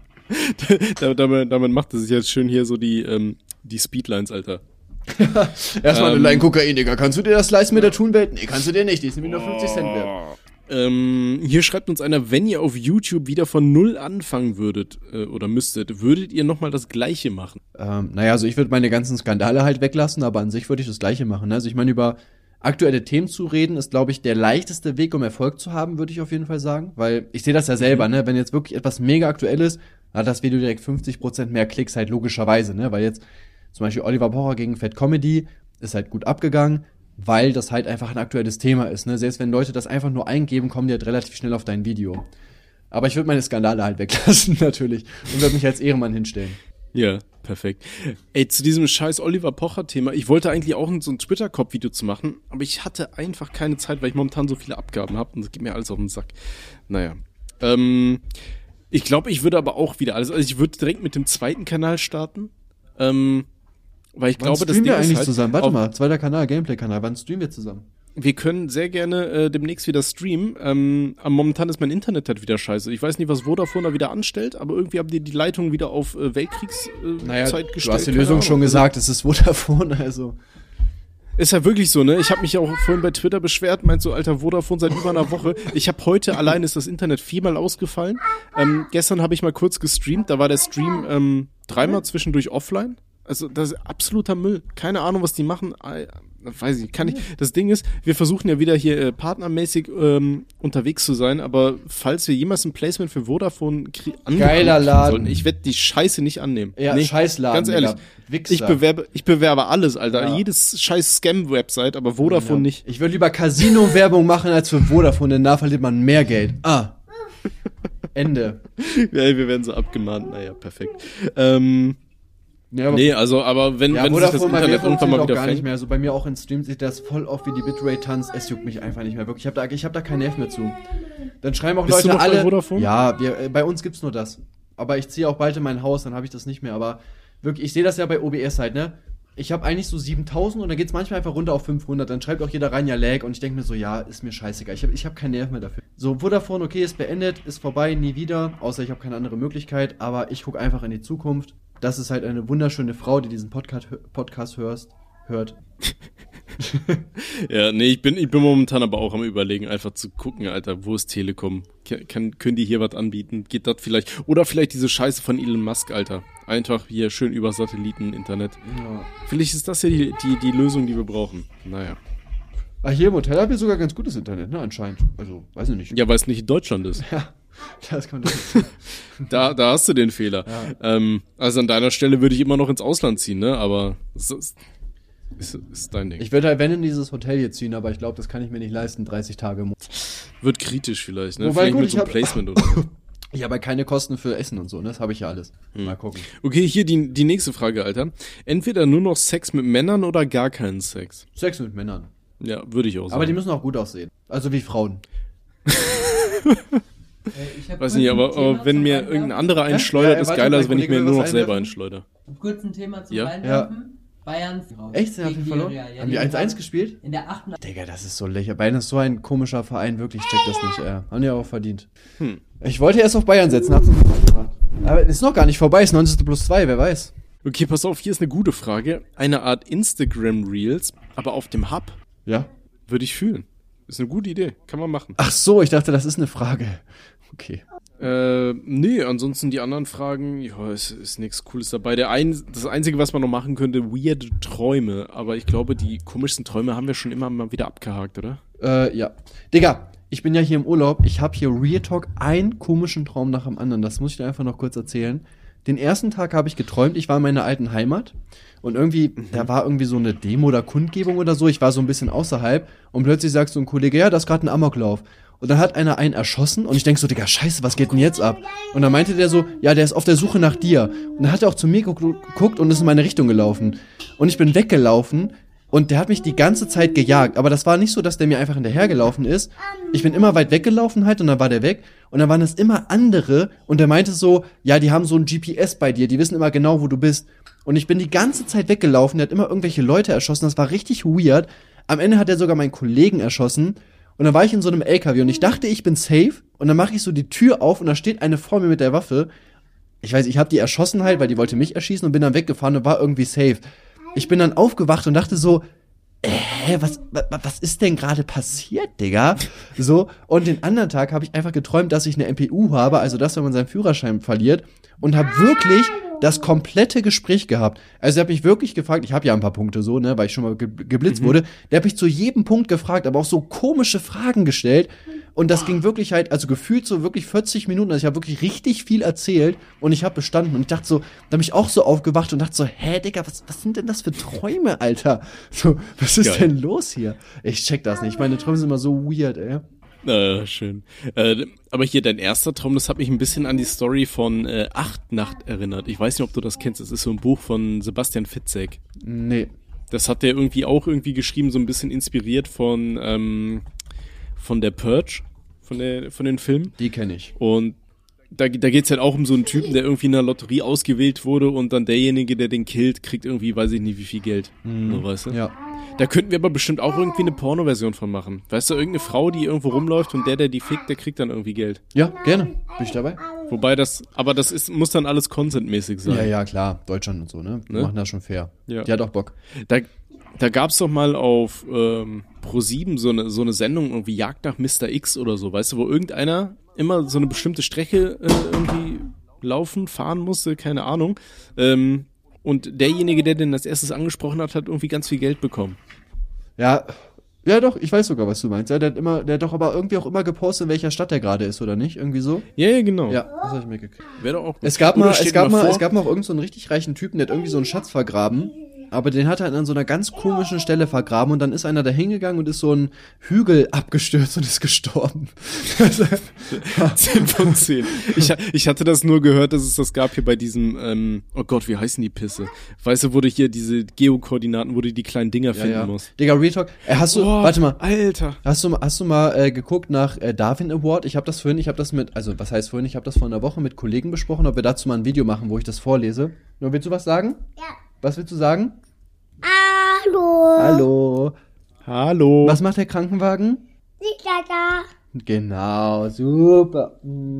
damit macht es sich jetzt schön hier so die Speedlines, Alter. Erstmal eine Line Kokain, Digga. Kannst du dir das leisten mit der Toonwelt? Nee, kannst du dir nicht, die ist nämlich nur 50 Cent wert. Hier schreibt uns einer, wenn ihr auf YouTube wieder von null anfangen würdet oder müsstet, würdet ihr nochmal das Gleiche machen? Naja, also ich würde meine ganzen Skandale halt weglassen, aber an sich würde ich das Gleiche machen. Ne? Also ich meine, über aktuelle Themen zu reden, ist, glaube ich, der leichteste Weg, um Erfolg zu haben, würde ich auf jeden Fall sagen. Weil ich sehe das ja selber, ne? Wenn jetzt wirklich etwas mega Aktuelles, hat das Video direkt 50% mehr Klicks halt logischerweise, ne? Weil jetzt zum Beispiel Oliver Pocher gegen Fat Comedy ist halt gut abgegangen, weil das halt einfach ein aktuelles Thema ist, ne? Selbst wenn Leute das einfach nur eingeben, kommen die halt relativ schnell auf dein Video. Aber ich würde meine Skandale halt weglassen, natürlich. Und würde mich als Ehrenmann hinstellen. Ja, perfekt. Ey, zu diesem scheiß Oliver Pocher-Thema, ich wollte eigentlich auch so ein Twitter-Cop-Video zu machen, aber ich hatte einfach keine Zeit, weil ich momentan so viele Abgaben habe und das geht mir alles auf den Sack. Naja. Ich glaube, ich würde aber auch wieder alles, also ich würde direkt mit dem zweiten Kanal starten, weil ich glaube, das Ding wir ist eigentlich halt zusammen? Warte mal, zweiter Kanal, Gameplay-Kanal, wann streamen wir zusammen? Wir können sehr gerne demnächst wieder streamen. Momentan ist mein Internet halt wieder scheiße. Ich weiß nicht, was Vodafone da wieder anstellt, aber irgendwie haben die Leitung wieder auf Weltkriegszeit gestellt. Du hast die Lösung schon gesagt, es ist Vodafone, also. Ist ja wirklich so, ne? Ich habe mich ja auch vorhin bei Twitter beschwert, meint so, Alter, Vodafone seit über einer Woche. Ich habe heute allein ist das Internet 4-mal ausgefallen. Gestern habe ich mal kurz gestreamt, da war der Stream 3-mal zwischendurch offline. Also das ist absoluter Müll. Keine Ahnung, was die machen. Weiß ich, kann ich. Das Ding ist, wir versuchen ja wieder hier partnermäßig unterwegs zu sein, aber falls wir jemals ein Placement für Vodafone Geiler Laden. sollten, ich werde die Scheiße nicht annehmen. Ja, nee, Scheißladen. ganz ehrlich. Wichser. Ich bewerbe alles, Alter. Ja. Jedes scheiß Scam-Website, aber Vodafone nicht. Ich würde lieber Casino-Werbung machen als für Vodafone, denn da verliert man mehr Geld. Ende. Ja, wir werden so abgemahnt. Naja, perfekt. Ja, Nee, also, aber wenn sich das Vodafone bei mir Internet irgendwann funktioniert mal auch wieder gar nicht fängt. mehr. So bei mir auch in Streams sieht das voll oft, wie die Bitrate tanzt. Es juckt mich einfach nicht mehr. Wirklich, ich hab da keinen Nerv mehr zu. Dann schreiben auch Bist Leute du noch bei alle. Vodafone? Ja, bei uns gibt's nur das. Aber ich ziehe auch bald in mein Haus, dann habe ich das nicht mehr. Aber wirklich, ich sehe das ja bei OBS halt, ne? Ich habe eigentlich so 7000 und dann geht's manchmal einfach runter auf 500. Dann schreibt auch jeder rein, ja, Lag. Und ich denke mir so, ja, ist mir scheißegal. Ich hab keinen Nerv mehr dafür. So, Vodafone, okay, ist beendet, ist vorbei, nie wieder. Außer ich habe keine andere Möglichkeit. Aber ich gucke einfach in die Zukunft. Das ist halt eine wunderschöne Frau, die diesen Podcast hört. Ja, nee, ich bin momentan aber auch am Überlegen, einfach zu gucken, Alter, wo ist Telekom? Können die hier was anbieten? Geht das vielleicht? Oder vielleicht diese Scheiße von Elon Musk, Alter. Einfach hier schön über Satelliten-Internet. Ja. Vielleicht ist das ja die Lösung, die wir brauchen. Naja. Hier im Hotel haben wir sogar ganz gutes Internet, ne, anscheinend. Also, weiß ich nicht. Ja, weil es nicht in Deutschland ist. Ja, das kommt Da hast du den Fehler. Ja. Also an deiner Stelle würde ich immer noch ins Ausland ziehen, ne? Aber es ist dein Ding. Ich würde halt, wenn, in dieses Hotel hier ziehen, aber ich glaube, das kann ich mir nicht leisten, 30 Tage im Monat. Wird kritisch vielleicht, ne? Wobei, Vielleicht gut, mit so einem ich hab- Placement oder so. Ich habe halt keine Kosten für Essen und so, ne? Das habe ich ja alles. Mal gucken. Okay, hier die nächste Frage, Alter. Entweder nur noch Sex mit Männern oder gar keinen Sex. Sex mit Männern. Ja, würde ich auch sagen. Aber die müssen auch gut aussehen. Also wie Frauen. Weiß nicht, aber wenn mir irgendein anderer einschleudert, Ja, ist warte, geiler, mein als wenn ich Kollege mir will nur was noch selber einwerfen. einschleuder. Kurz ein Thema zum Ja? Reinwerfen. Bayern Echt? Sie haben gegen verloren? Nigeria. Ja, Haben die 1-1 gespielt? In der 8. Digga, das ist so lächerlich. Bayern ist so ein komischer Verein, wirklich, ich check das nicht. Haben die auch verdient. Hm. Ich wollte erst auf Bayern setzen, hab's nicht gemacht. Aber ist noch gar nicht vorbei, ist 90+2, wer weiß. Okay, pass auf, hier ist eine gute Frage. Eine Art Instagram-Reels, aber auf dem Hub Ja? würde ich fühlen. Ist eine gute Idee, kann man machen. Ach so, ich dachte, das ist eine Frage. Okay. Nee, ansonsten die anderen Fragen, ja, es ist nichts Cooles dabei. Das Einzige, was man noch machen könnte, weirde Träume. Aber ich glaube, die komischsten Träume haben wir schon immer mal wieder abgehakt, oder? Ja. Digga, ich bin ja hier im Urlaub. Ich habe hier Real Talk einen komischen Traum nach dem anderen. Das muss ich dir einfach noch kurz erzählen. Den ersten Tag habe ich geträumt, ich war in meiner alten Heimat und irgendwie, da war irgendwie so eine Demo oder Kundgebung oder so. Ich war so ein bisschen außerhalb und plötzlich sagt so ein Kollege, ja, das ist gerade ein Amoklauf. Und dann hat einer einen erschossen und ich denk so, Digga, scheiße, was geht denn jetzt ab? Und dann meinte der so, ja, der ist auf der Suche nach dir. Und dann hat er auch zu mir geguckt und ist in meine Richtung gelaufen. Und ich bin weggelaufen und der hat mich die ganze Zeit gejagt. Aber das war nicht so, dass der mir einfach hinterhergelaufen ist. Ich bin immer weit weggelaufen halt und dann war der weg. Und dann waren es immer andere und der meinte so, ja, die haben so ein GPS bei dir, die wissen immer genau, wo du bist. Und ich bin die ganze Zeit weggelaufen, der hat immer irgendwelche Leute erschossen, das war richtig weird. Am Ende hat er sogar meinen Kollegen erschossen. Und dann war ich in so einem LKW und ich dachte, ich bin safe. Und dann mache ich so die Tür auf und da steht eine Frau mir mit der Waffe. Ich weiß, ich habe die erschossen halt, weil die wollte mich erschießen und bin dann weggefahren und war irgendwie safe. Ich bin dann aufgewacht und dachte so, was ist denn gerade passiert, Digga? So, und den anderen Tag habe ich einfach geträumt, dass ich eine MPU habe, also das, wenn man seinen Führerschein verliert, und habe wirklich das komplette Gespräch gehabt. Also er hat mich wirklich gefragt, ich habe ja ein paar Punkte so, ne, weil ich schon mal geblitzt wurde, der hat mich zu jedem Punkt gefragt, aber auch so komische Fragen gestellt und das ging wirklich halt, also gefühlt so wirklich 40 Minuten, also ich habe wirklich richtig viel erzählt und ich habe bestanden und ich dachte so, da bin ich auch so aufgewacht und dachte so, Digga, was sind denn das für Träume, Alter? So, was ist Geil. denn los hier? Ich check das nicht, meine Träume sind immer so weird, ey. Schön. Aber hier dein erster Traum, das hat mich ein bisschen an die Story von Acht-Nacht erinnert. Ich weiß nicht, ob du das kennst. Das ist so ein Buch von Sebastian Fitzek. Nee. Das hat der irgendwie geschrieben, so ein bisschen inspiriert von der Purge, von den Filmen. Die kenne ich. Und da geht's halt auch um so einen Typen, der irgendwie in einer Lotterie ausgewählt wurde und dann derjenige, der den killt, kriegt irgendwie, weiß ich nicht, wie viel Geld. So, weißt du? Ja. Da könnten wir aber bestimmt auch irgendwie eine Porno-Version von machen. Weißt du, irgendeine Frau, die irgendwo rumläuft und der die fickt, der kriegt dann irgendwie Geld. Ja, gerne. Bin ich dabei? Wobei muss dann alles contentmäßig sein. Ja, ja, klar. Deutschland und so, ne? Wir Ne? machen das schon fair. Ja. Die hat auch Bock. Da gab's doch mal auf Pro7 so eine Sendung, irgendwie Jagd nach Mr. X oder so, weißt du, wo irgendeiner immer so eine bestimmte Strecke irgendwie fahren musste, keine Ahnung. Und derjenige, der den als erstes angesprochen hat, hat irgendwie ganz viel Geld bekommen. Ja, doch, ich weiß sogar, was du meinst. Ja, der hat doch aber irgendwie auch immer gepostet, in welcher Stadt der gerade ist, oder nicht? Irgendwie so? Ja, genau. Ja, das habe ich mir gekriegt. Wäre doch auch gut. Es gab mal vor- auch irgendeinen so einen richtig reichen Typen, der hat irgendwie so einen Schatz vergraben, aber den hat er an so einer ganz komischen Stelle vergraben und dann ist einer da hingegangen und ist so ein Hügel abgestürzt und ist gestorben. 10 von 10. Ich hatte das nur gehört, dass es das gab hier bei diesem, oh Gott, wie heißen die Pisse? Weißt du, wo du hier diese Geokoordinaten, wo du die kleinen Dinger finden musst. Digga, Real Talk. Warte mal. Alter. Hast du mal geguckt nach Darwin Award? Ich habe das vor einer Woche mit Kollegen besprochen, ob wir dazu mal ein Video machen, wo ich das vorlese. Nur, willst du was sagen? Ja. Was willst du sagen? Hallo. Hallo. Was macht der Krankenwagen? Da. Genau, super.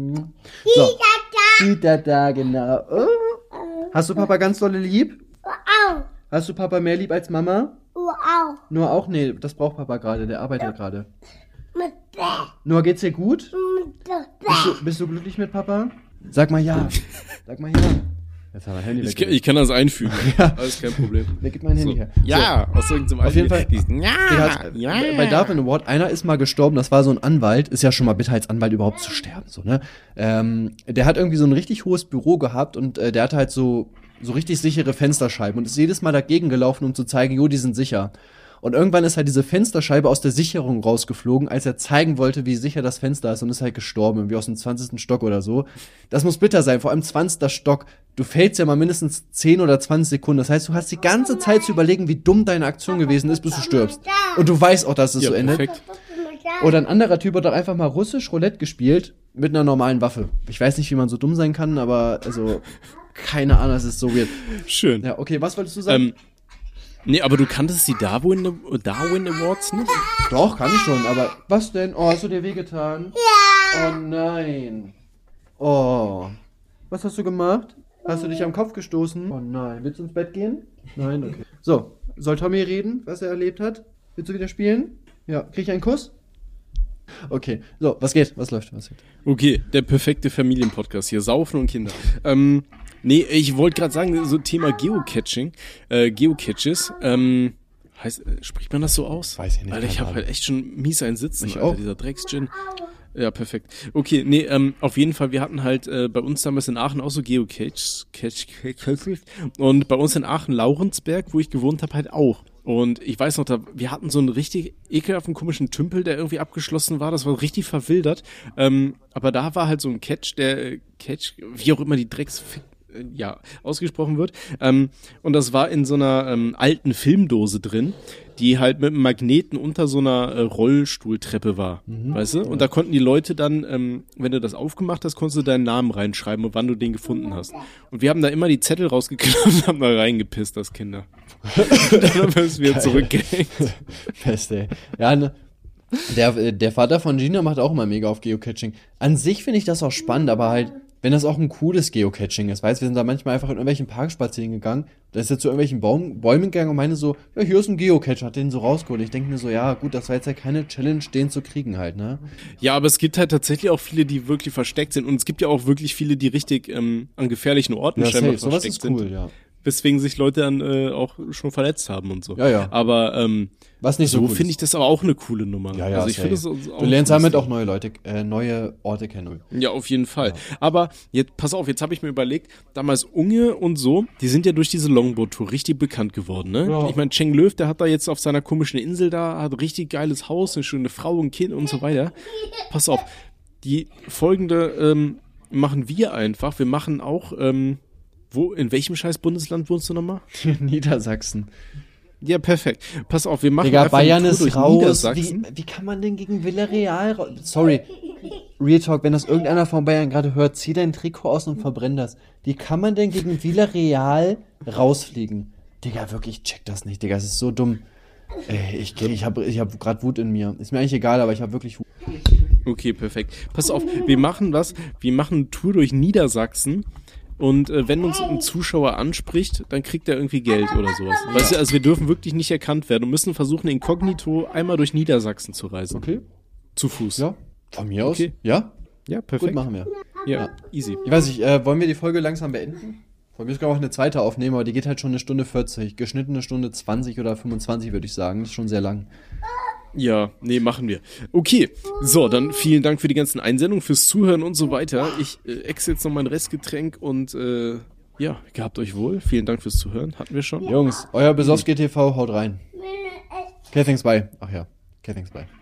So. Da, genau. Oh. Hast du Papa ganz dolle lieb? Au. Hast du Papa mehr lieb als Mama? Au. Nur auch? Nee, das braucht Papa gerade, der arbeitet gerade. Mit Nur, geht's dir gut? Bist du glücklich mit Papa? Sag mal ja. Sag mal ja. Jetzt haben wir Handy Ich kann das einfügen. Ja. Alles kein Problem. Wer gibt mein Handy So. her? Ja, aus irgendeinem Auf jeden Fall. Ja. Bei Darwin Award, einer ist mal gestorben, das war so ein Anwalt, ist ja schon mal bitter als Anwalt überhaupt zu sterben, so, ne? Der hat irgendwie so ein richtig hohes Büro gehabt und der hatte halt so richtig sichere Fensterscheiben und ist jedes Mal dagegen gelaufen, um zu zeigen, jo, die sind sicher. Und irgendwann ist halt diese Fensterscheibe aus der Sicherung rausgeflogen, als er zeigen wollte, wie sicher das Fenster ist und ist halt gestorben, irgendwie aus dem 20. Stock oder so. Das muss bitter sein, vor allem 20. Stock. Du fällst ja mal mindestens 10 oder 20 Sekunden. Das heißt, du hast die ganze Zeit zu überlegen, wie dumm deine Aktion gewesen ist, bis du stirbst. Und du weißt auch, dass es so endet. Perfekt. Oder ein anderer Typ hat doch einfach mal russisch Roulette gespielt mit einer normalen Waffe. Ich weiß nicht, wie man so dumm sein kann, aber also keine Ahnung, das ist so weird. Schön. Ja, okay, was wolltest du sagen? Nee, aber du kanntest die Darwin Awards nicht? Doch, kann ich schon, aber was denn? Oh, hast du dir wehgetan? Ja. Oh nein. Oh. Was hast du gemacht? Hast du dich am Kopf gestoßen? Oh nein. Willst du ins Bett gehen? Nein, okay. So, soll Tommy reden, was er erlebt hat? Willst du wieder spielen? Ja. Krieg ich einen Kuss? Okay. So, was geht? Was läuft? Okay, der perfekte Familienpodcast hier. Saufen und Kinder. Nee, ich wollte gerade sagen, so Thema Geocaching, Geocaches, spricht man das so aus? Weiß ich nicht. Alter, ich habe halt echt schon mies einen Sitzen, Ich Alter, auch. dieser Drecksgin. Ja, perfekt. Okay, nee, auf jeden Fall, wir hatten halt bei uns damals in Aachen auch so Geocaches. Und bei uns in Aachen Laurensberg, wo ich gewohnt habe, halt auch. Und ich weiß noch, wir hatten so einen richtig ekelhaften, komischen Tümpel, der irgendwie abgeschlossen war. Das war richtig verwildert. Aber da war halt so ein Catch, wie auch immer die ausgesprochen wird. Und das war in so einer alten Filmdose drin, die halt mit einem Magneten unter so einer Rollstuhltreppe war, weißt du? Und da konnten die Leute dann, wenn du das aufgemacht hast, konntest du deinen Namen reinschreiben und wann du den gefunden hast. Und wir haben da immer die Zettel rausgeklaut und haben da reingepisst als Kinder. Und dann haben wir es wieder zurückgehängt. Fest, ey. Ja, ne? Der Vater von Gina macht auch immer mega auf Geocaching. An sich finde ich das auch spannend, aber halt, wenn das auch ein cooles Geocaching ist, weißt du, wir sind da manchmal einfach in irgendwelchen Parks spazieren gegangen, da ist er zu irgendwelchen Bäumen gegangen und meine so, ja, hier ist ein Geocache, hat den so rausgeholt. Ich denke mir so, ja, gut, das war jetzt ja keine Challenge, den zu kriegen halt, ne? Ja, aber es gibt halt tatsächlich auch viele, die wirklich versteckt sind und es gibt ja auch wirklich viele, die richtig an gefährlichen Orten scheinbar safe, sowas versteckt ist cool, sind. ja. Weswegen sich Leute dann auch schon verletzt haben und so. Ja. Aber Was nicht so so cool finde ist. ich das aber auch eine coole Nummer. Ja, also ich safe. finde es auch Du lernst damit lustig. auch neue Orte kennen. Ja, auf jeden Fall. Aber jetzt, pass auf, jetzt habe ich mir überlegt, damals Unge und so, die sind ja durch diese Longboard-Tour richtig bekannt geworden, ne? Ja. Ich meine, Cheng Löw, der hat da jetzt auf seiner komischen Insel da, hat ein richtig geiles Haus, eine schöne Frau, ein Kind und so weiter. Pass auf, die folgende machen wir einfach. Wir machen auch, in welchem scheiß Bundesland wohnst du nochmal? Niedersachsen. Ja, perfekt. Pass auf, wir machen Digga, einfach eine Bayern Tour ist durch raus. Niedersachsen. Wie kann man denn gegen Villarreal Sorry. Real Talk, wenn das irgendeiner von Bayern gerade hört, zieh dein Trikot aus und verbrenn das. Wie kann man denn gegen Villarreal rausfliegen? Digga, wirklich, ich check das nicht, Digga, es ist so dumm. Ey, ich hab grad Wut in mir. Ist mir eigentlich egal, aber ich hab wirklich Wut. Okay, perfekt. Pass auf, wir machen eine Tour durch Niedersachsen. Und wenn uns ein Zuschauer anspricht, dann kriegt er irgendwie Geld oder sowas. Weißt du, also wir dürfen wirklich nicht erkannt werden und müssen versuchen, inkognito einmal durch Niedersachsen zu reisen. Okay. Zu Fuß. Ja. Von mir aus. Okay. Ja? Ja, perfekt. Gut, machen wir. Ja, easy. Ich weiß nicht, wollen wir die Folge langsam beenden? Von mir ist auch eine zweite aufnehmen, aber die geht halt schon 1:40. Geschnittene Stunde 20 oder 25, würde ich sagen. Das ist schon sehr lang. Ja, nee, machen wir. Okay, so, dann vielen Dank für die ganzen Einsendungen, fürs Zuhören und so weiter. Ich exe jetzt noch mein Restgetränk und ja, gehabt euch wohl. Vielen Dank fürs Zuhören, hatten wir schon. Jungs, euer Besowski TV, haut rein. Okay, thanks, bye. Ach ja, okay, thanks, bye.